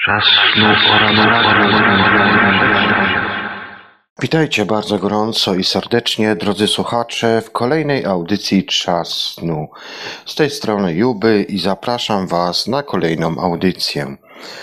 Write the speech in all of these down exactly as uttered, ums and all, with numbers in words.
Czas snu Witajcie bardzo gorąco i serdecznie, drodzy słuchacze, w kolejnej audycji Czas snu. Z tej strony Juby i zapraszam Was na kolejną audycję.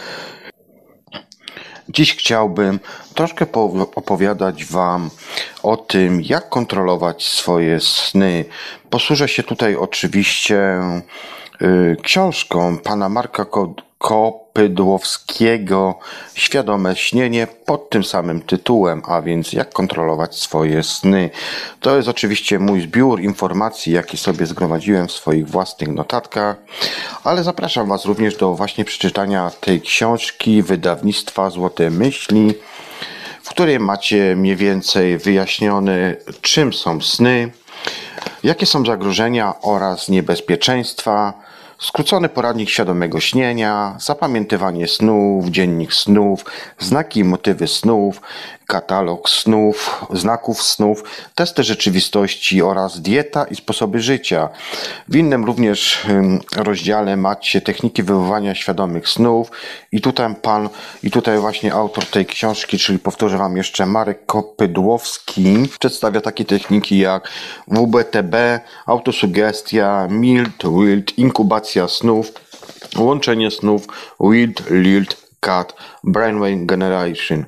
Dziś chciałbym troszkę opowiadać Wam o tym, jak kontrolować swoje sny. Posłużę się tutaj oczywiście yy, książką pana Marka Kopydłowskiego Świadome śnienie pod tym samym tytułem, a więc jak kontrolować swoje sny. To jest oczywiście mój zbiór informacji, jakie sobie zgromadziłem w swoich własnych notatkach, ale zapraszam Was również do właśnie przeczytania tej książki wydawnictwa Złote Myśli, w której macie mniej więcej wyjaśnione, czym są sny, jakie są zagrożenia oraz niebezpieczeństwa, skrócony poradnik świadomego śnienia, zapamiętywanie snów, dziennik snów, znaki i motywy snów, katalog snów, znaków snów, testy rzeczywistości oraz dieta i sposoby życia. W innym również rozdziale macie techniki wywoływania świadomych snów i tutaj pan, i tutaj właśnie autor tej książki, czyli powtórzę Wam jeszcze, Marek Kopydłowski, przedstawia takie techniki jak W B T B, autosugestia, mild, wild, inkubacja snów, łączenie snów, wild, lilt, cat, brainwave generation.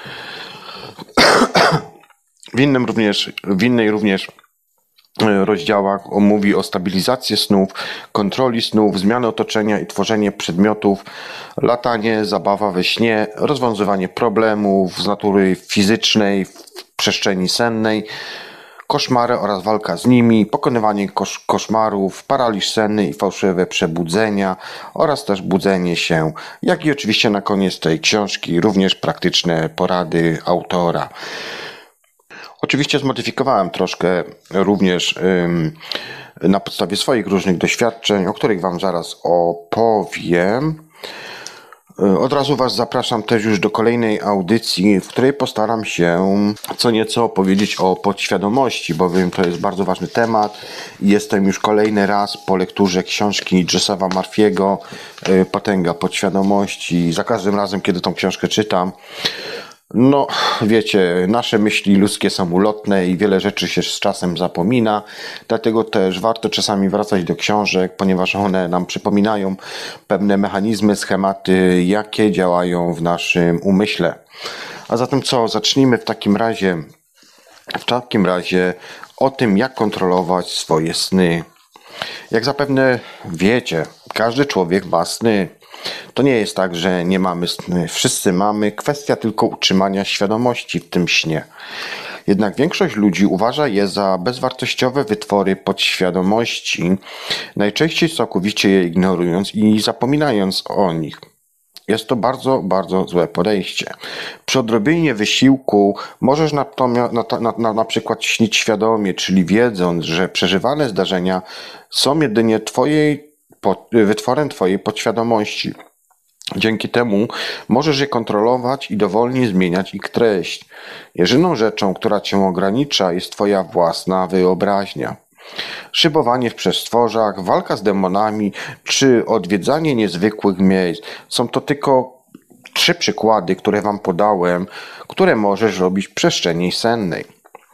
W innym również, w innej również rozdziałach mówi o stabilizacji snów, kontroli snów, zmiany otoczenia i tworzenie przedmiotów, latanie, zabawa we śnie, rozwiązywanie problemów z natury fizycznej w przestrzeni sennej, koszmary oraz walka z nimi, pokonywanie kosz koszmarów, paraliż senny i fałszywe przebudzenia oraz też budzenie się, jak i oczywiście na koniec tej książki również praktyczne porady autora. Oczywiście zmodyfikowałem troszkę również ym, na podstawie swoich różnych doświadczeń, o których Wam zaraz opowiem. Od razu Was zapraszam też już do kolejnej audycji, w której postaram się co nieco powiedzieć o podświadomości, bowiem to jest bardzo ważny temat i jestem już kolejny raz po lekturze książki Josepha Murphy'ego Potęga podświadomości. Za każdym razem, kiedy tą książkę czytam, no wiecie, nasze myśli ludzkie są ulotne i wiele rzeczy się z czasem zapomina, dlatego też warto czasami wracać do książek, ponieważ one nam przypominają pewne mechanizmy, schematy, jakie działają w naszym umyśle. A zatem co, zacznijmy w takim razie, w takim razie o tym, jak kontrolować swoje sny. Jak zapewne wiecie, każdy człowiek ma sny. To nie jest tak, że nie mamy sny. Wszyscy mamy, kwestia tylko utrzymania świadomości w tym śnie. Jednak większość ludzi uważa je za bezwartościowe wytwory podświadomości, najczęściej całkowicie je ignorując i zapominając o nich. Jest to bardzo, bardzo złe podejście. Przy odrobinie wysiłku możesz na, na, na, na, na przykład śnić świadomie, czyli wiedząc, że przeżywane zdarzenia są jedynie twojej, pod, wytworem Twojej podświadomości. Dzięki temu możesz je kontrolować i dowolnie zmieniać ich treść. Jedyną rzeczą, która Cię ogranicza, jest Twoja własna wyobraźnia. Szybowanie w przestworzach, walka z demonami czy odwiedzanie niezwykłych miejsc są to tylko trzy przykłady, które Wam podałem, które możesz robić w przestrzeni sennej.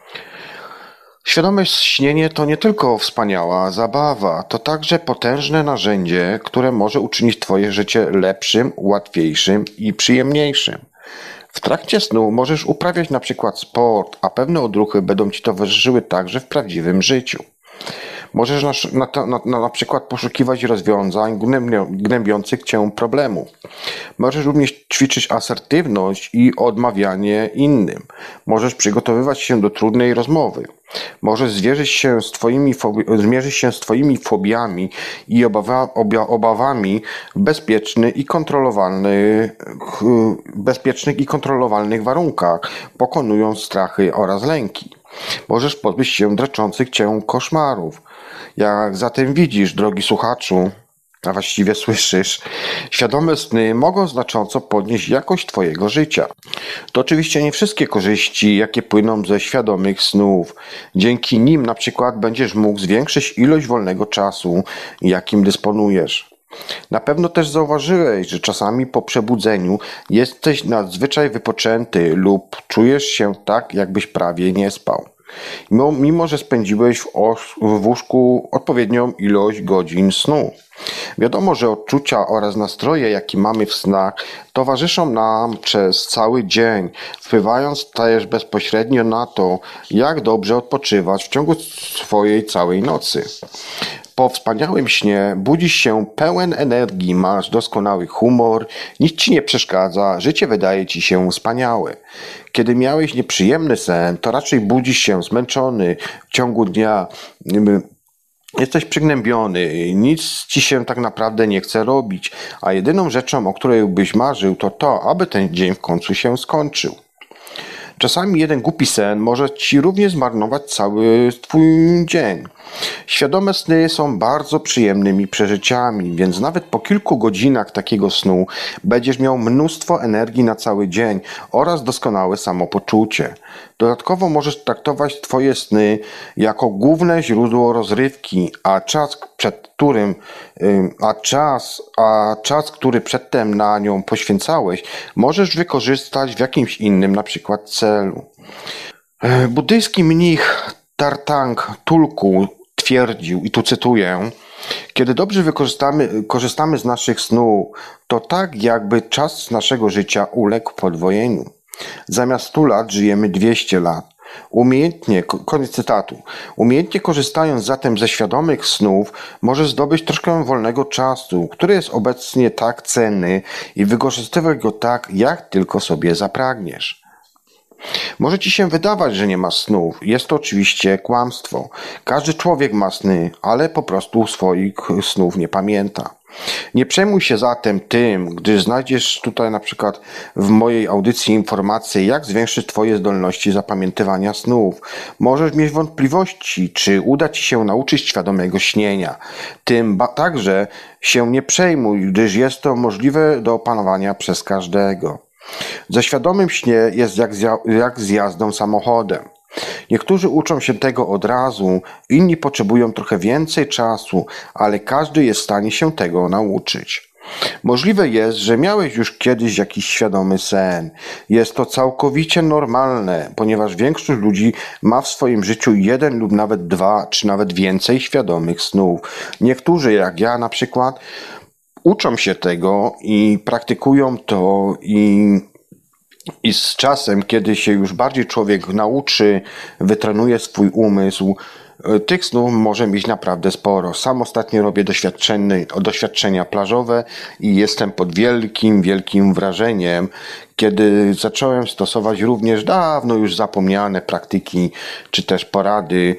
Świadome śnienie to nie tylko wspaniała zabawa, to także potężne narzędzie, które może uczynić Twoje życie lepszym, łatwiejszym i przyjemniejszym. W trakcie snu możesz uprawiać na przykład sport, a pewne odruchy będą Ci towarzyszyły także w prawdziwym życiu. Możesz na, na, na, na przykład poszukiwać rozwiązań gnębiących Cię problemów. Możesz również ćwiczyć asertywność i odmawianie innym. Możesz przygotowywać się do trudnej rozmowy. Możesz zwierzyć się z twoimi fobi- zmierzyć się z Twoimi fobiami i obawa, obia, obawami w bezpieczny i kontrolowalny, bezpiecznych i kontrolowalnych warunkach, pokonując strachy oraz lęki. Możesz pozbyć się dręczących Cię koszmarów. Jak zatem widzisz, drogi słuchaczu, a właściwie słyszysz, świadome sny mogą znacząco podnieść jakość Twojego życia. To oczywiście nie wszystkie korzyści, jakie płyną ze świadomych snów. Dzięki nim na przykład będziesz mógł zwiększyć ilość wolnego czasu, jakim dysponujesz. Na pewno też zauważyłeś, że czasami po przebudzeniu jesteś nadzwyczaj wypoczęty lub czujesz się tak, jakbyś prawie nie spał. Mimo, mimo że spędziłeś w, oś, w łóżku odpowiednią ilość godzin snu. Wiadomo, że odczucia oraz nastroje, jakie mamy w snach, towarzyszą nam przez cały dzień, wpływając też bezpośrednio na to, jak dobrze odpoczywać w ciągu swojej całej nocy. Po wspaniałym śnie budzisz się pełen energii, masz doskonały humor, nic ci nie przeszkadza, życie wydaje ci się wspaniałe. Kiedy miałeś nieprzyjemny sen, to raczej budzisz się zmęczony w ciągu dnia, jesteś przygnębiony, nic ci się tak naprawdę nie chce robić, a jedyną rzeczą, o której byś marzył, to to, aby ten dzień w końcu się skończył. Czasami jeden głupi sen może ci również zmarnować cały twój dzień. Świadome sny są bardzo przyjemnymi przeżyciami, więc nawet po kilku godzinach takiego snu będziesz miał mnóstwo energii na cały dzień oraz doskonałe samopoczucie. Dodatkowo możesz traktować twoje sny jako główne źródło rozrywki, a czas, przed którym, a czas, a czas, który przedtem na nią poświęcałeś, możesz wykorzystać w jakimś innym, na przykład celu. Buddyjski mnich Tartang Tulku twierdził, i tu cytuję: kiedy dobrze wykorzystamy, korzystamy z naszych snów, to tak jakby czas naszego życia uległ podwojeniu. Zamiast stu lat żyjemy dwieście lat. Umiejętnie, koniec cytatu. Umiejętnie korzystając zatem ze świadomych snów, możesz zdobyć troszkę wolnego czasu, który jest obecnie tak cenny, i wykorzystywać go tak, jak tylko sobie zapragniesz. Może ci się wydawać, że nie ma snów. Jest to oczywiście kłamstwo. Każdy człowiek ma sny, ale po prostu swoich snów nie pamięta. Nie przejmuj się zatem tym, gdyż znajdziesz tutaj na przykład w mojej audycji informacje, jak zwiększyć twoje zdolności zapamiętywania snów. Możesz mieć wątpliwości, czy uda ci się nauczyć świadomego śnienia. Tym także się nie przejmuj, gdyż jest to możliwe do opanowania przez każdego. Ze świadomym śnie jest jak z, jak z jazdą samochodem. Niektórzy uczą się tego od razu, inni potrzebują trochę więcej czasu, ale każdy jest w stanie się tego nauczyć. Możliwe jest, że miałeś już kiedyś jakiś świadomy sen. Jest to całkowicie normalne, ponieważ większość ludzi ma w swoim życiu jeden lub nawet dwa, czy nawet więcej świadomych snów. Niektórzy, jak ja na przykład, uczą się tego i praktykują to i, i z czasem, kiedy się już bardziej człowiek nauczy, wytrenuje swój umysł, tych snów może mieć naprawdę sporo. Sam ostatnio robię doświadczenia plażowe i jestem pod wielkim, wielkim wrażeniem, kiedy zacząłem stosować również dawno już zapomniane praktyki, czy też porady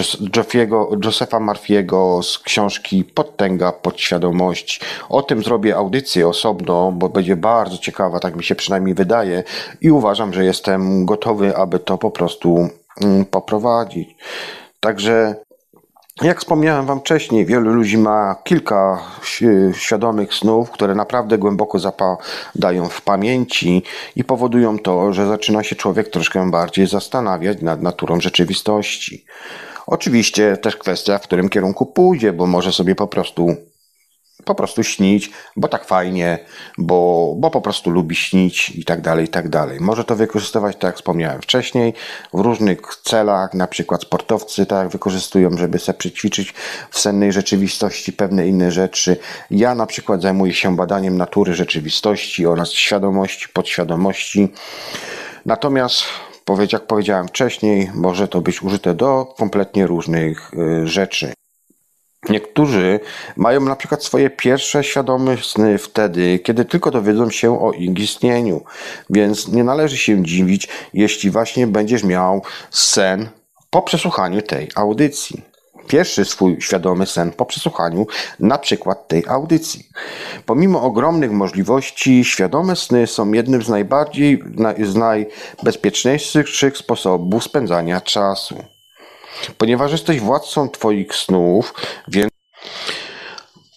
Josepha Murphy'ego z książki Potęga Podświadomości. O tym zrobię audycję osobno, bo będzie bardzo ciekawa, tak mi się przynajmniej wydaje, i uważam, że jestem gotowy, aby to po prostu poprowadzić. Także, jak wspomniałem wam wcześniej, wielu ludzi ma kilka świadomych snów, które naprawdę głęboko zapadają w pamięci i powodują to, że zaczyna się człowiek troszkę bardziej zastanawiać nad naturą rzeczywistości. Oczywiście też kwestia, w którym kierunku pójdzie, bo może sobie po prostu po prostu śnić, bo tak fajnie, bo, bo po prostu lubi śnić i tak dalej, i tak dalej. Może to wykorzystywać, tak jak wspomniałem wcześniej, w różnych celach, na przykład sportowcy tak wykorzystują, żeby sobie przećwiczyć w sennej rzeczywistości pewne inne rzeczy. Ja na przykład zajmuję się badaniem natury rzeczywistości oraz świadomości, podświadomości. Natomiast jak powiedziałem wcześniej, może to być użyte do kompletnie różnych rzeczy. Niektórzy mają na przykład swoje pierwsze świadome sny wtedy, kiedy tylko dowiedzą się o ich istnieniu, więc nie należy się dziwić, jeśli właśnie będziesz miał sen po przesłuchaniu tej audycji. Pierwszy swój świadomy sen po przesłuchaniu na przykład tej audycji. Pomimo ogromnych możliwości, świadome sny są jednym z najbardziej, z najbezpieczniejszych sposobów spędzania czasu. Ponieważ jesteś władcą twoich snów, więc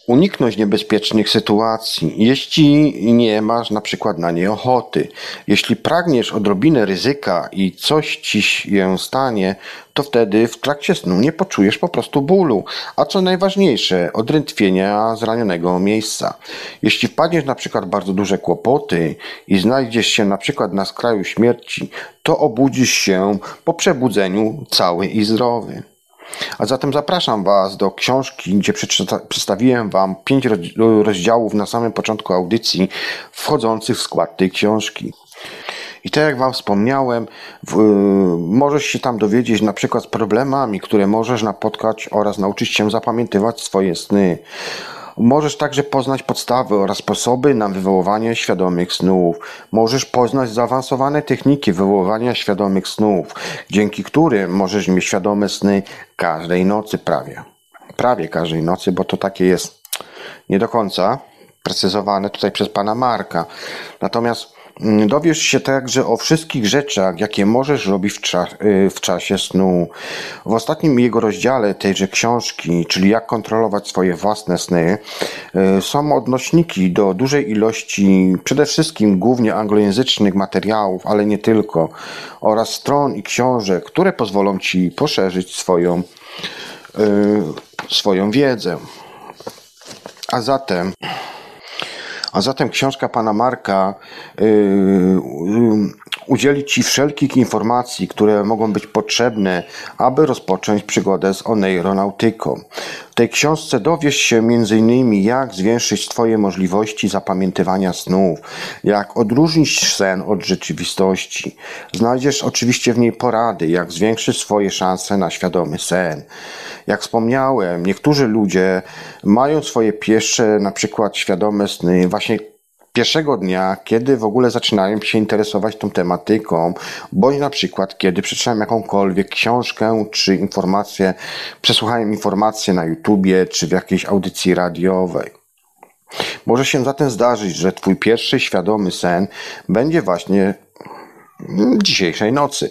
Uniknąć niebezpiecznych sytuacji, jeśli nie masz na przykład na nie ochoty. Jeśli pragniesz odrobinę ryzyka i coś ci się stanie, to wtedy w trakcie snu nie poczujesz po prostu bólu, a co najważniejsze, odrętwienia zranionego miejsca. Jeśli wpadniesz na przykład w bardzo duże kłopoty i znajdziesz się na przykład na skraju śmierci, to obudzisz się po przebudzeniu cały i zdrowy. A zatem zapraszam Was do książki, gdzie przedstawiłem Wam pięć rozdziałów na samym początku audycji wchodzących w skład tej książki. I tak jak Wam wspomniałem, w, możesz się tam dowiedzieć na przykład z problemami, które możesz napotkać oraz nauczyć się zapamiętywać swoje sny. Możesz także poznać podstawy oraz sposoby na wywoływanie świadomych snów. Możesz poznać zaawansowane techniki wywoływania świadomych snów, dzięki którym możesz mieć świadome sny każdej nocy prawie. Prawie każdej nocy, bo to takie jest nie do końca precyzowane tutaj przez pana Marka. Natomiast dowiesz się także o wszystkich rzeczach, jakie możesz robić w, cza- w czasie snu. W ostatnim jego rozdziale tejże książki, czyli jak kontrolować swoje własne sny, są odnośniki do dużej ilości, przede wszystkim głównie anglojęzycznych materiałów, ale nie tylko, oraz stron i książek, które pozwolą Ci poszerzyć swoją, yy, swoją wiedzę. A zatem... A zatem książka pana Marka yy, yy, udzieli Ci wszelkich informacji, które mogą być potrzebne, aby rozpocząć przygodę z oneironautyką. W tej książce dowiesz się między innymi, jak zwiększyć Twoje możliwości zapamiętywania snów, jak odróżnić sen od rzeczywistości. Znajdziesz oczywiście w niej porady, jak zwiększyć swoje szanse na świadomy sen. Jak wspomniałem, niektórzy ludzie mają swoje pierwsze, na przykład świadome sny właśnie pierwszego dnia, kiedy w ogóle zaczynają się interesować tą tematyką, bądź na przykład kiedy przeczytają jakąkolwiek książkę, czy informację, przesłuchają informację na YouTubie, czy w jakiejś audycji radiowej. Może się zatem zdarzyć, że Twój pierwszy świadomy sen będzie właśnie dzisiejszej nocy.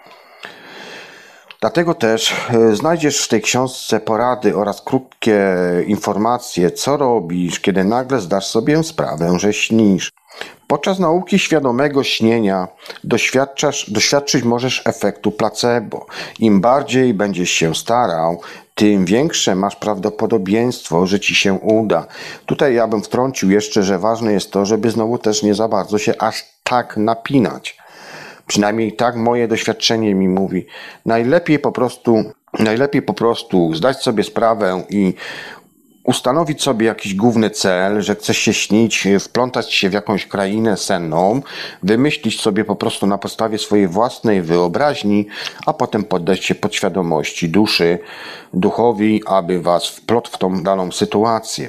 Dlatego też znajdziesz w tej książce porady oraz krótkie informacje, co robisz, kiedy nagle zdasz sobie sprawę, że śnisz. Podczas nauki świadomego śnienia doświadczasz, doświadczyć możesz efektu placebo. Im bardziej będziesz się starał, tym większe masz prawdopodobieństwo, że Ci się uda. Tutaj ja bym wtrącił jeszcze, że ważne jest to, żeby znowu też nie za bardzo się aż tak napinać. Przynajmniej tak moje doświadczenie mi mówi. Najlepiej po prostu, najlepiej po prostu zdać sobie sprawę i ustanowić sobie jakiś główny cel, że chcesz się śnić, wplątać się w jakąś krainę senną, wymyślić sobie po prostu na podstawie swojej własnej wyobraźni, a potem poddać się podświadomości duszy, duchowi, aby was wplotł w tą daną sytuację.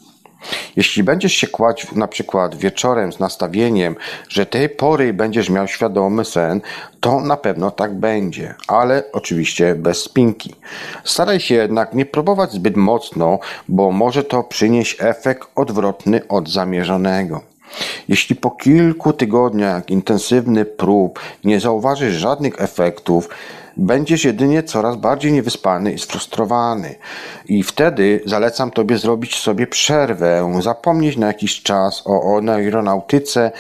Jeśli będziesz się kładź na przykład wieczorem z nastawieniem, że tej pory będziesz miał świadomy sen, to na pewno tak będzie, ale oczywiście bez spinki. Staraj się jednak nie próbować zbyt mocno, bo może to przynieść efekt odwrotny od zamierzonego. Jeśli po kilku tygodniach intensywnych prób nie zauważysz żadnych efektów, będziesz jedynie coraz bardziej niewyspany i sfrustrowany. I wtedy zalecam Tobie zrobić sobie przerwę, zapomnieć na jakiś czas o oneironautyce,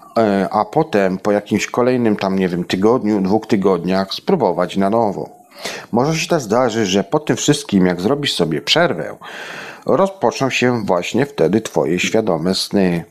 a potem po jakimś kolejnym tam, nie wiem, tygodniu, dwóch tygodniach spróbować na nowo. Może się tak zdarzyć, że po tym wszystkim, jak zrobisz sobie przerwę, rozpoczną się właśnie wtedy Twoje świadome sny.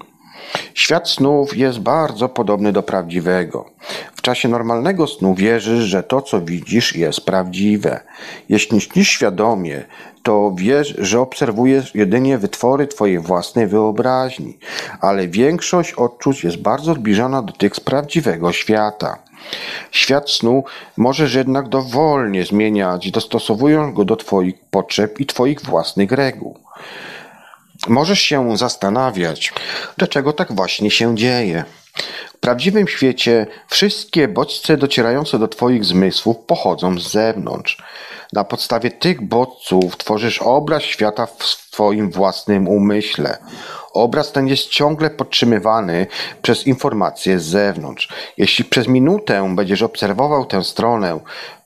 Świat snów jest bardzo podobny do prawdziwego. W czasie normalnego snu wierzysz, że to, co widzisz, jest prawdziwe. Jeśli śnisz świadomie, to wiesz, że obserwujesz jedynie wytwory Twojej własnej wyobraźni, ale większość odczuć jest bardzo zbliżona do tych z prawdziwego świata. Świat snu możesz jednak dowolnie zmieniać, dostosowując go do Twoich potrzeb i Twoich własnych reguł. Możesz się zastanawiać, dlaczego tak właśnie się dzieje. W prawdziwym świecie wszystkie bodźce docierające do Twoich zmysłów pochodzą z zewnątrz. Na podstawie tych bodźców tworzysz obraz świata w swoim własnym umyśle. Obraz ten jest ciągle podtrzymywany przez informacje z zewnątrz. Jeśli przez minutę będziesz obserwował tę stronę,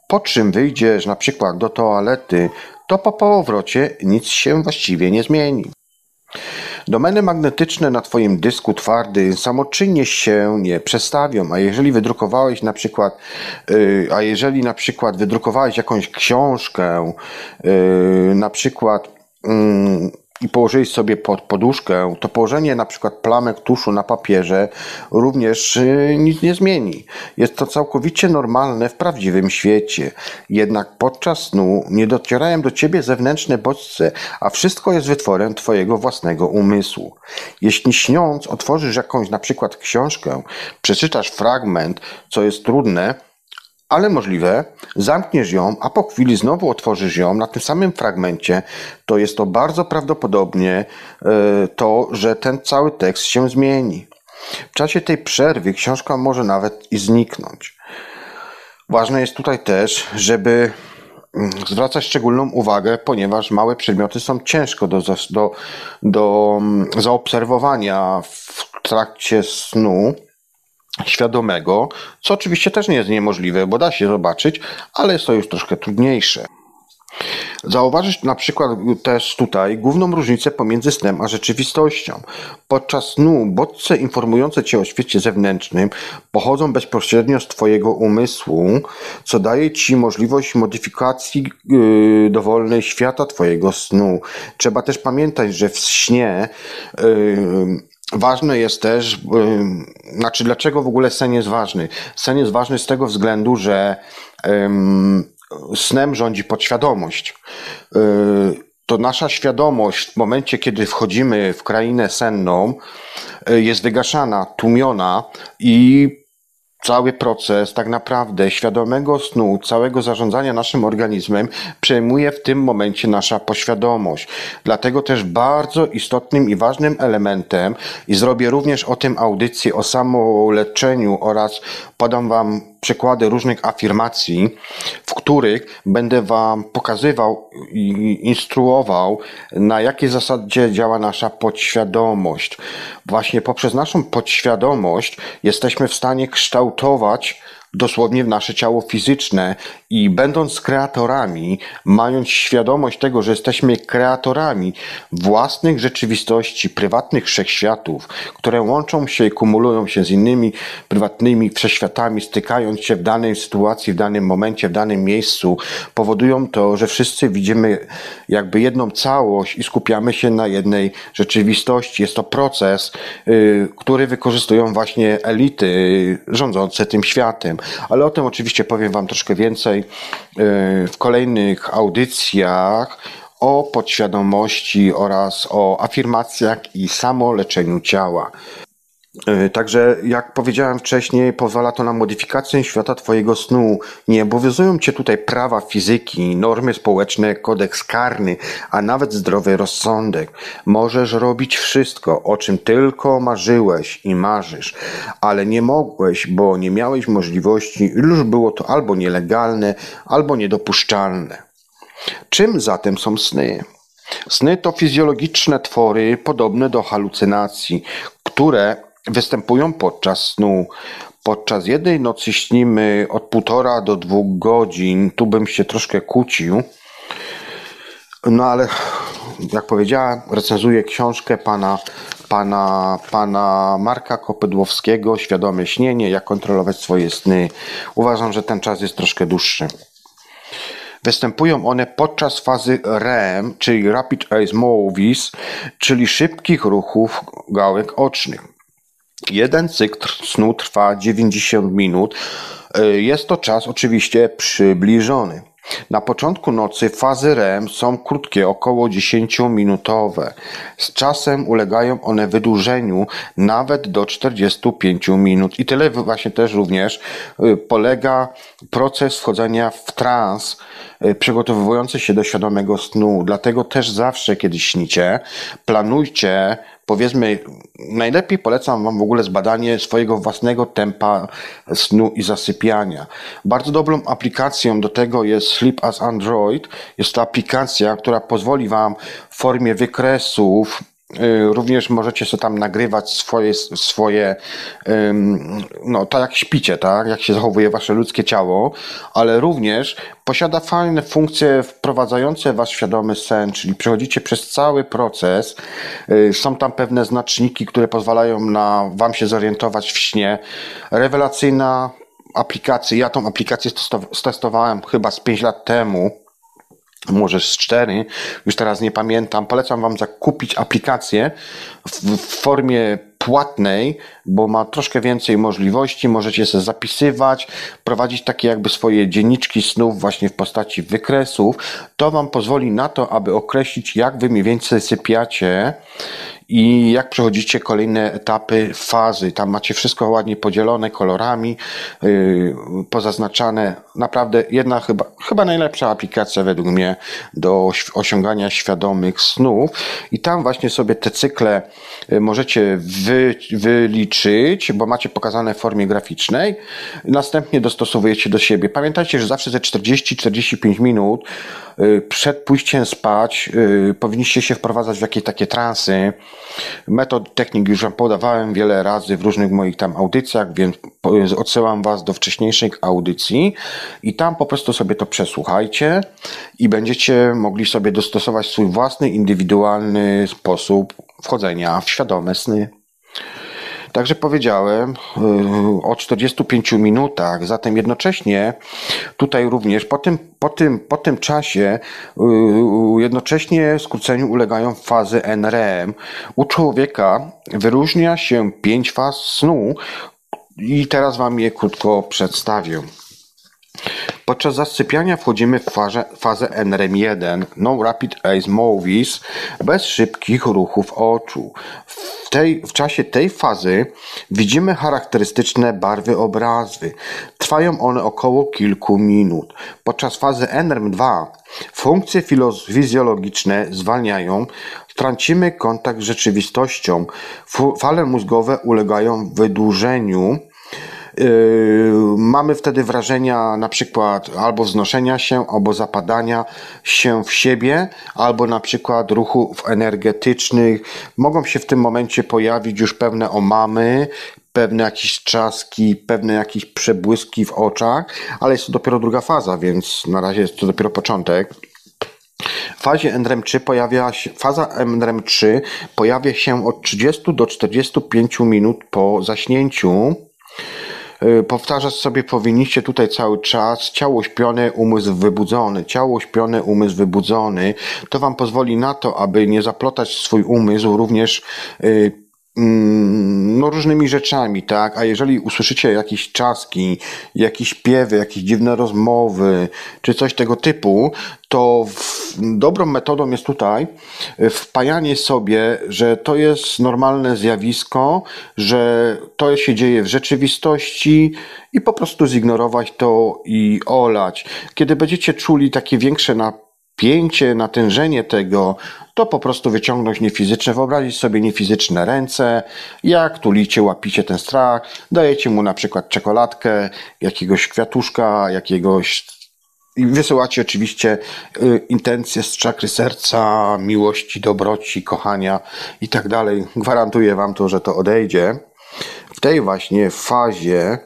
po czym wyjdziesz na przykład do toalety, to po powrocie nic się właściwie nie zmieni. Domeny magnetyczne na Twoim dysku twardym samoczynnie się nie przestawią, a jeżeli wydrukowałeś na przykład, yy, a jeżeli na przykład wydrukowałeś jakąś książkę, yy, na przykład yy, i położyłeś sobie pod poduszkę, to położenie na przykład plamek tuszu na papierze również yy, nic nie zmieni. Jest to całkowicie normalne w prawdziwym świecie. Jednak podczas snu nie docierają do Ciebie zewnętrzne bodźce, a wszystko jest wytworem Twojego własnego umysłu. Jeśli śniąc otworzysz jakąś na przykład książkę, przeczytasz fragment, co jest trudne, ale możliwe, zamkniesz ją, a po chwili znowu otworzysz ją na tym samym fragmencie, to jest to bardzo prawdopodobnie to, że ten cały tekst się zmieni. W czasie tej przerwy książka może nawet i zniknąć. Ważne jest tutaj też, żeby zwracać szczególną uwagę, ponieważ małe przedmioty są ciężko do, do, do zaobserwowania w trakcie snu świadomego, co oczywiście też nie jest niemożliwe, bo da się zobaczyć, ale jest to już troszkę trudniejsze. Zauważyć na przykład też tutaj główną różnicę pomiędzy snem a rzeczywistością. Podczas snu bodźce informujące Cię o świecie zewnętrznym pochodzą bezpośrednio z Twojego umysłu, co daje Ci możliwość modyfikacji yy, dowolnej świata Twojego snu. Trzeba też pamiętać, że w śnie yy, ważne jest też, yy, znaczy dlaczego w ogóle sen jest ważny? Sen jest ważny z tego względu, że yy, snem rządzi podświadomość. To nasza świadomość w momencie, kiedy wchodzimy w krainę senną, jest wygaszana, tłumiona i cały proces tak naprawdę świadomego snu, całego zarządzania naszym organizmem przejmuje w tym momencie nasza podświadomość. Dlatego też bardzo istotnym i ważnym elementem, i zrobię również o tym audycję o samoleczeniu oraz podam Wam przykłady różnych afirmacji, w których będę Wam pokazywał i instruował, na jakiej zasadzie działa nasza podświadomość. Właśnie poprzez naszą podświadomość jesteśmy w stanie kształtować dosłownie w nasze ciało fizyczne i będąc kreatorami, mając świadomość tego, że jesteśmy kreatorami własnych rzeczywistości, prywatnych wszechświatów, które łączą się i kumulują się z innymi prywatnymi wszechświatami, stykając się w danej sytuacji, w danym momencie, w danym miejscu, powodują to, że wszyscy widzimy jakby jedną całość i skupiamy się na jednej rzeczywistości. Jest to proces, yy, który wykorzystują właśnie elity rządzące tym światem. Ale o tym oczywiście powiem Wam troszkę więcej w kolejnych audycjach o podświadomości oraz o afirmacjach i samoleczeniu ciała. Także jak powiedziałem wcześniej, pozwala to na modyfikację świata Twojego snu. Nie obowiązują Cię tutaj prawa fizyki, normy społeczne, kodeks karny, a nawet zdrowy rozsądek. Możesz robić wszystko, o czym tylko marzyłeś i marzysz, ale nie mogłeś, bo nie miałeś możliwości, już było to albo nielegalne, albo niedopuszczalne. Czym zatem są sny? Sny to fizjologiczne twory podobne do halucynacji, które występują podczas snu. Podczas jednej nocy śnimy od półtora do dwóch godzin. Tu bym się troszkę kłócił. No ale jak powiedziałem, recenzuję książkę pana, pana, pana Marka Kopydłowskiego Świadome śnienie, jak kontrolować swoje sny. Uważam, że ten czas jest troszkę dłuższy. Występują one podczas fazy R E M, czyli Rapid Eye Movies, czyli szybkich ruchów gałek ocznych. Jeden cykl snu trwa dziewięćdziesiąt minut. Jest to czas oczywiście przybliżony. Na początku nocy fazy R E M są krótkie, około dziesięciominutowe. Z czasem ulegają one wydłużeniu nawet do czterdziestu pięciu minut. I tyle właśnie też również polega proces wchodzenia w trans, przygotowujący się do świadomego snu. Dlatego też zawsze, kiedy śnicie, planujcie, powiedzmy, najlepiej polecam Wam w ogóle zbadanie swojego własnego tempa snu i zasypiania. Bardzo dobrą aplikacją do tego jest Sleep as Android. Jest to aplikacja, która pozwoli Wam w formie wykresów Również możecie sobie tam nagrywać swoje, swoje no tak jak śpicie, tak, jak się zachowuje wasze ludzkie ciało, ale również posiada fajne funkcje wprowadzające was w świadomy sen, czyli przechodzicie przez cały proces. Są tam pewne znaczniki, które pozwalają na wam się zorientować w śnie. Rewelacyjna aplikacja. Ja tą aplikację stestowałem chyba z pięć lat temu. Może z cztery, już teraz nie pamiętam. Polecam wam zakupić aplikację w formie płatnej, bo ma troszkę więcej możliwości. Możecie sobie zapisywać, prowadzić takie jakby swoje dzienniczki snów właśnie w postaci wykresów. To wam pozwoli na to, aby określić, jak wy mniej więcej sypiacie i jak przechodzicie kolejne etapy fazy. Tam macie wszystko ładnie podzielone kolorami, yy, pozaznaczane. Naprawdę jedna chyba, chyba najlepsza aplikacja według mnie do osiągania świadomych snów. I tam właśnie sobie te cykle możecie wy, wyliczyć, bo macie pokazane w formie graficznej. Następnie dostosowujecie do siebie. Pamiętajcie, że zawsze ze czterdzieści do czterdziestu pięciu minut yy, przed pójściem spać yy, powinniście się wprowadzać w jakieś takie transy. Metod, technik już wam podawałem wiele razy w różnych moich tam audycjach, więc odsyłam was do wcześniejszych audycji i tam po prostu sobie to przesłuchajcie i będziecie mogli sobie dostosować swój własny, indywidualny sposób wchodzenia w świadome sny. Także powiedziałem o czterdziestu pięciu minutach, zatem jednocześnie tutaj również po tym, po tym, po tym czasie jednocześnie skróceniu ulegają fazy N R E M. U człowieka wyróżnia się pięć faz snu i teraz wam je krótko przedstawię. Podczas zasypiania wchodzimy w fazę, fazę N R E M jeden, No Rapid Eye Movies, bez szybkich ruchów oczu. W, tej, w czasie tej fazy widzimy charakterystyczne barwy obrazy. Trwają one około kilku minut. Podczas fazy N R E M dwa funkcje fizjologiczne zwalniają, tracimy kontakt z rzeczywistością. Fale mózgowe ulegają wydłużeniu. Yy, mamy wtedy wrażenia na przykład albo wznoszenia się, albo zapadania się w siebie, albo na przykład ruchów energetycznych. Mogą się w tym momencie pojawić już pewne omamy, pewne jakieś trzaski, pewne jakieś przebłyski w oczach, ale jest to dopiero druga faza, więc na razie jest to dopiero początek. W fazie N R E M trzy pojawia się, faza N R E M trzy pojawia się od trzydziestu do czterdziestu pięciu minut po zaśnięciu. Powtarzać sobie powinniście tutaj cały czas: ciało śpione, umysł wybudzony, ciało śpione, umysł wybudzony. To wam pozwoli na to, aby nie zaplotać swój umysł również yy, no różnymi rzeczami, tak? A jeżeli usłyszycie jakieś czaski, jakieś śpiewy, jakieś dziwne rozmowy, czy coś tego typu, to dobrą metodą jest tutaj wpajanie sobie, że to jest normalne zjawisko, że to się dzieje w rzeczywistości i po prostu zignorować to i olać. Kiedy będziecie czuli takie większe napięcie, natężenie tego, to po prostu wyciągnąć niefizyczne, wyobrazić sobie niefizyczne ręce, jak tulicie, łapicie ten strach, dajecie mu na przykład czekoladkę, jakiegoś kwiatuszka, jakiegoś i wysyłacie oczywiście y, intencje z czakry serca, miłości, dobroci, kochania i tak dalej. Gwarantuję wam to, że to odejdzie. W tej właśnie fazie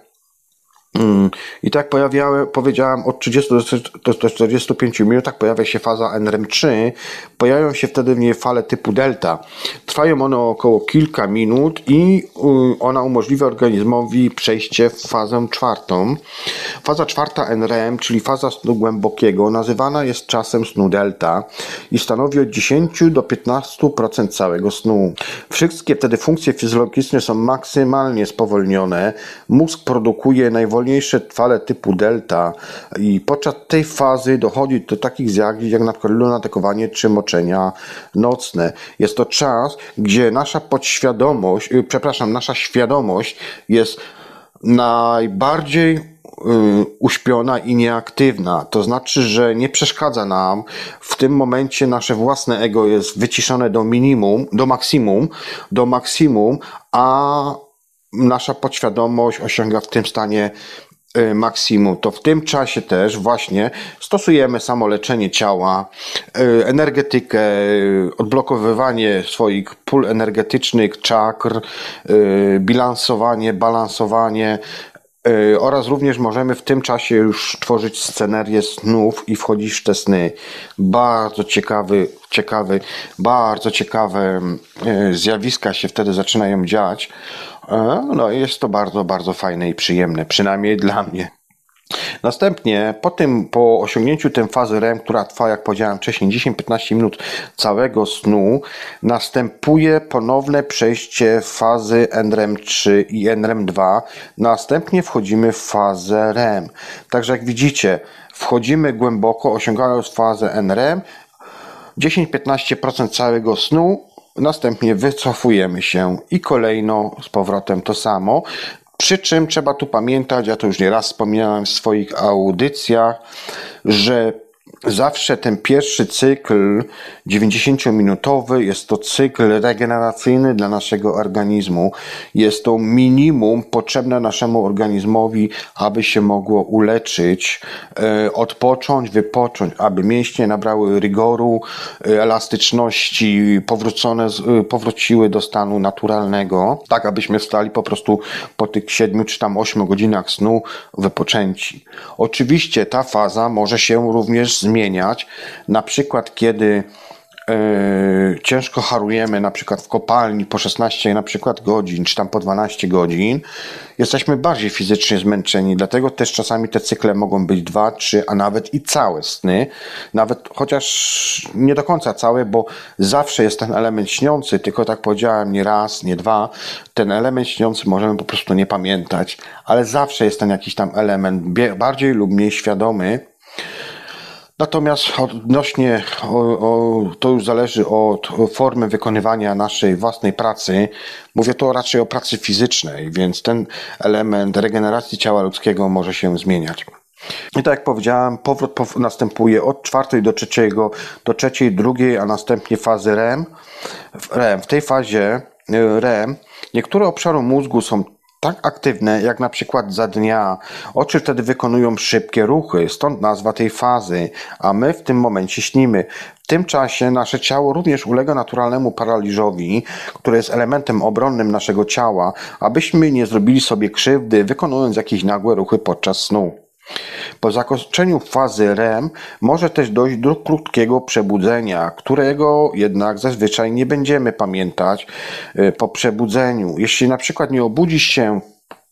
i tak pojawiały, powiedziałem, od trzydziestu do czterdziestu pięciu minut tak pojawia się faza N R E M trzy. Pojawiają się wtedy w niej fale typu delta. Trwają one około kilka minut i ona umożliwia organizmowi przejście w fazę czwartą. Faza czwarta N R E M, czyli faza snu głębokiego, nazywana jest czasem snu delta i stanowi od dziesięciu do piętnastu procent całego snu. Wszystkie wtedy funkcje fizjologiczne są maksymalnie spowolnione. Mózg produkuje najwolniejsze fale typu delta i podczas tej fazy dochodzi do takich zjawisk jak na przykład lunatykowanie czy moczenia nocne. Jest to czas, gdzie nasza podświadomość, przepraszam, nasza świadomość jest najbardziej y, uśpiona i nieaktywna. To znaczy, że nie przeszkadza nam. W tym momencie nasze własne ego jest wyciszone do minimum, do maksimum, do maksimum, a nasza podświadomość osiąga w tym stanie maksimum, to w tym czasie też właśnie stosujemy samoleczenie ciała, energetykę, odblokowywanie swoich pól energetycznych, czakr, bilansowanie, balansowanie oraz również możemy w tym czasie już tworzyć scenerię snów i wchodzić w te sny. Bardzo ciekawy, ciekawy, bardzo ciekawe zjawiska się wtedy zaczynają dziać. No jest to bardzo, bardzo fajne i przyjemne, przynajmniej dla mnie. Następnie po tym, po osiągnięciu tej fazy R E M, która trwa, jak powiedziałem wcześniej, dziesięć do piętnastu minut całego snu, następuje ponowne przejście fazy N R E M trzy i N R E M dwa. Następnie wchodzimy w fazę R E M. Także jak widzicie, wchodzimy głęboko, osiągając fazę N R E M, dziesięć do piętnastu procent całego snu, następnie wycofujemy się i kolejno z powrotem to samo. Przy czym trzeba tu pamiętać, ja to już nieraz wspominałem w swoich audycjach, że zawsze ten pierwszy cykl dziewięćdziesięciominutowy jest to cykl regeneracyjny dla naszego organizmu. Jest to minimum potrzebne naszemu organizmowi, aby się mogło uleczyć, odpocząć, wypocząć, aby mięśnie nabrały rygoru, elastyczności, powrócone, powróciły do stanu naturalnego, tak abyśmy wstali po prostu po tych siedmiu czy tam ośmiu godzinach snu wypoczęci. Oczywiście ta faza może się również zmieniać, na przykład kiedy Yy, ciężko harujemy na przykład w kopalni po szesnaście na przykład godzin, czy tam po dwanaście godzin, jesteśmy bardziej fizycznie zmęczeni, dlatego też czasami te cykle mogą być dwa, trzy, a nawet i całe sny, nawet chociaż nie do końca całe, bo zawsze jest ten element śniący, tylko tak powiedziałem, nie raz, nie dwa, ten element śniący możemy po prostu nie pamiętać, ale zawsze jest ten jakiś tam element bardziej lub mniej świadomy. Natomiast odnośnie, o, o, to już zależy od formy wykonywania naszej własnej pracy. Mówię to raczej o pracy fizycznej, więc ten element regeneracji ciała ludzkiego może się zmieniać. I tak jak powiedziałem, powrót następuje od czwartej do trzeciego, do trzeciej, drugiej, a następnie fazy R E M. W R E M, w tej fazie R E M niektóre obszary mózgu są tak aktywne, jak na przykład za dnia. Oczy wtedy wykonują szybkie ruchy, stąd nazwa tej fazy, a my w tym momencie śnimy. W tym czasie nasze ciało również ulega naturalnemu paraliżowi, który jest elementem obronnym naszego ciała, abyśmy nie zrobili sobie krzywdy, wykonując jakieś nagłe ruchy podczas snu. Po zakończeniu fazy R E M może też dojść do krótkiego przebudzenia, którego jednak zazwyczaj nie będziemy pamiętać po przebudzeniu. Jeśli na przykład nie obudzisz się,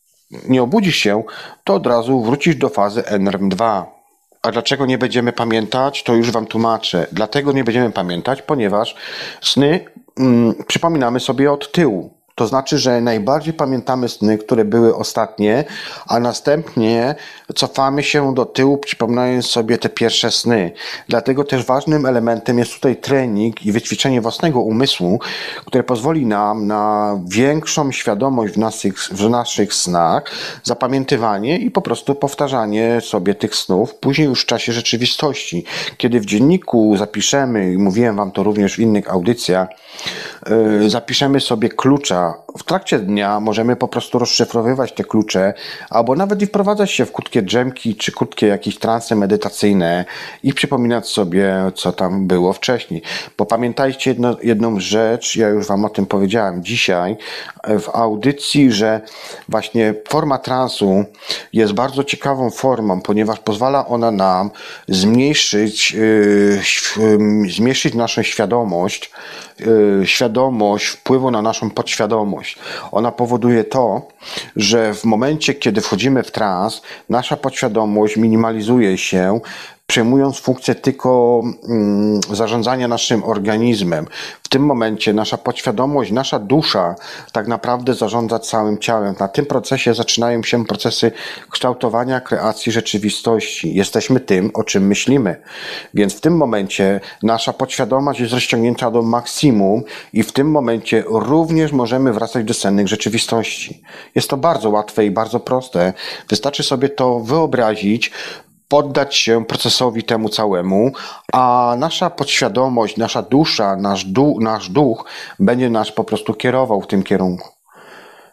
nie obudzisz się, to od razu wrócisz do fazy N R E M dwa. A dlaczego nie będziemy pamiętać, to już Wam tłumaczę. Dlatego nie będziemy pamiętać, ponieważ sny mm, przypominamy sobie od tyłu. To znaczy, że najbardziej pamiętamy sny, które były ostatnie, a następnie cofamy się do tyłu, przypominając sobie te pierwsze sny. Dlatego też ważnym elementem jest tutaj trening i wyćwiczenie własnego umysłu, które pozwoli nam na większą świadomość w naszych, w naszych snach, zapamiętywanie i po prostu powtarzanie sobie tych snów, później już w czasie rzeczywistości. Kiedy w dzienniku zapiszemy, i mówiłem Wam to również w innych audycjach, yy, zapiszemy sobie klucza. W trakcie dnia możemy po prostu rozszyfrowywać te klucze, albo nawet i wprowadzać się w krótkie drzemki, czy krótkie jakieś transe medytacyjne i przypominać sobie, co tam było wcześniej. Bo pamiętajcie jedno, jedną rzecz, ja już Wam o tym powiedziałem dzisiaj w audycji, że właśnie forma transu jest bardzo ciekawą formą, ponieważ pozwala ona nam zmniejszyć, yy, yy, zmniejszyć naszą świadomość, yy, świadomość wpływu na naszą podświadomość. Ona powoduje to, że w momencie, kiedy wchodzimy w trans, nasza podświadomość minimalizuje się, przejmując funkcję tylko mm, zarządzania naszym organizmem. W tym momencie nasza podświadomość, nasza dusza tak naprawdę zarządza całym ciałem. Na tym procesie zaczynają się procesy kształtowania, kreacji rzeczywistości. Jesteśmy tym, o czym myślimy. Więc w tym momencie nasza podświadomość jest rozciągnięta do maksimum i w tym momencie również możemy wracać do sennych rzeczywistości. Jest to bardzo łatwe i bardzo proste. Wystarczy sobie to wyobrazić, poddać się procesowi temu całemu, a nasza podświadomość, nasza dusza, nasz, du, nasz duch będzie nas po prostu kierował w tym kierunku.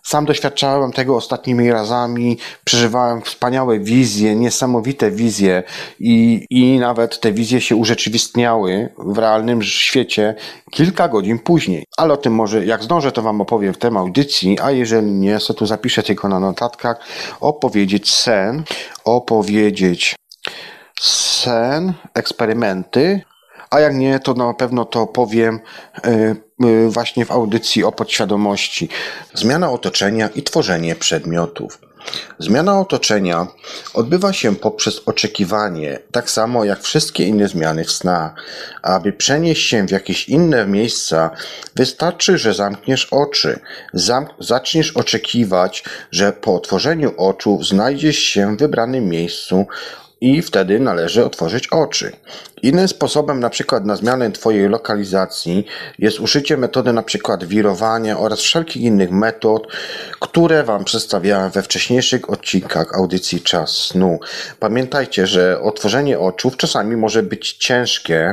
Sam doświadczałem tego ostatnimi razami, przeżywałem wspaniałe wizje, niesamowite wizje i, i nawet te wizje się urzeczywistniały w realnym świecie kilka godzin później. Ale o tym może jak zdążę, to wam opowiem w tym audycji, a jeżeli nie, to tu zapiszę tylko na notatkach. Opowiedzieć sen, opowiedzieć sen, eksperymenty, a jak nie, to na pewno to powiem yy, właśnie w audycji o podświadomości. Zmiana otoczenia i tworzenie przedmiotów. Zmiana otoczenia odbywa się poprzez oczekiwanie, tak samo jak wszystkie inne zmiany w snach. Aby przenieść się w jakieś inne miejsca, wystarczy, że zamkniesz oczy. Zamk- zaczniesz oczekiwać, że po otworzeniu oczu znajdziesz się w wybranym miejscu, i wtedy należy otworzyć oczy. Innym sposobem na przykład na zmianę twojej lokalizacji jest użycie metody na przykład wirowania oraz wszelkich innych metod, które wam przedstawiałem we wcześniejszych odcinkach audycji Czas Snu. Pamiętajcie, że otworzenie oczu czasami może być ciężkie.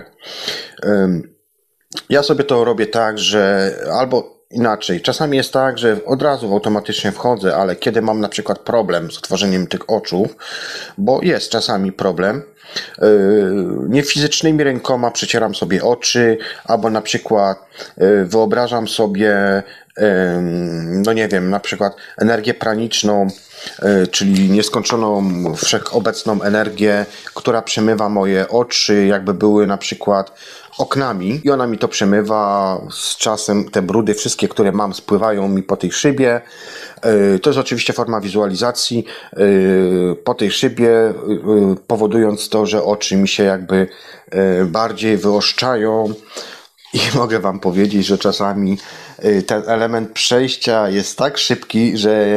Ja sobie to robię tak, że albo inaczej. Czasami jest tak, że od razu automatycznie wchodzę, ale kiedy mam na przykład problem z otworzeniem tych oczu, bo jest czasami problem, yy, nie fizycznymi rękoma przecieram sobie oczy, albo na przykład yy, wyobrażam sobie, yy, no nie wiem, na przykład energię praniczną, yy, czyli nieskończoną, wszechobecną energię, która przemywa moje oczy, jakby były na przykład oknami i ona mi to przemywa, z czasem te brudy wszystkie, które mam, spływają mi po tej szybie. To jest oczywiście forma wizualizacji po tej szybie, powodując to, że oczy mi się jakby bardziej wyoszczają i mogę wam powiedzieć, że czasami ten element przejścia jest tak szybki, że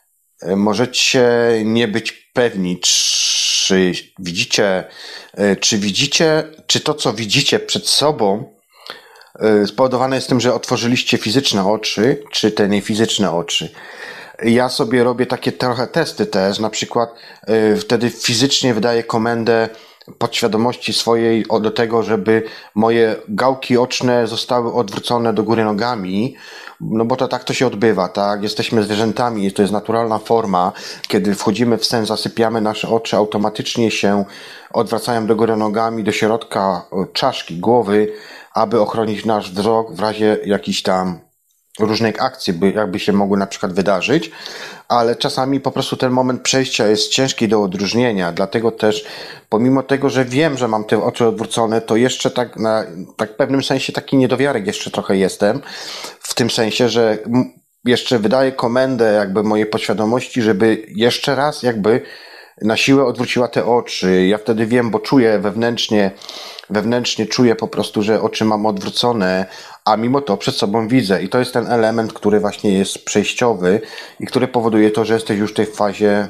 możecie nie być pewni, czy widzicie, czy widzicie, czy to, co widzicie przed sobą, spowodowane jest tym, że otworzyliście fizyczne oczy, czy te niefizyczne oczy. Ja sobie robię takie trochę testy też, na przykład wtedy fizycznie wydaję komendę podświadomości swojej do tego, żeby moje gałki oczne zostały odwrócone do góry nogami, no bo to tak to się odbywa, tak? Jesteśmy zwierzętami, to jest naturalna forma, kiedy wchodzimy w sen, zasypiamy, nasze oczy automatycznie się odwracają do góry nogami, do środka czaszki, głowy, aby ochronić nasz wzrok w razie jakichś tam różnych akcji, by jakby się mogły na przykład wydarzyć, ale czasami po prostu ten moment przejścia jest ciężki do odróżnienia, dlatego też pomimo tego, że wiem, że mam te oczy odwrócone, to jeszcze tak na tak w pewnym sensie taki niedowiarek jeszcze trochę jestem, w tym sensie, że jeszcze wydaję komendę jakby mojej podświadomości, żeby jeszcze raz jakby na siłę odwróciła te oczy. Ja wtedy wiem, bo czuję wewnętrznie, wewnętrznie czuję po prostu, że oczy mam odwrócone, a mimo to przed sobą widzę. I to jest ten element, który właśnie jest przejściowy i który powoduje to, że jesteś już w tej fazie,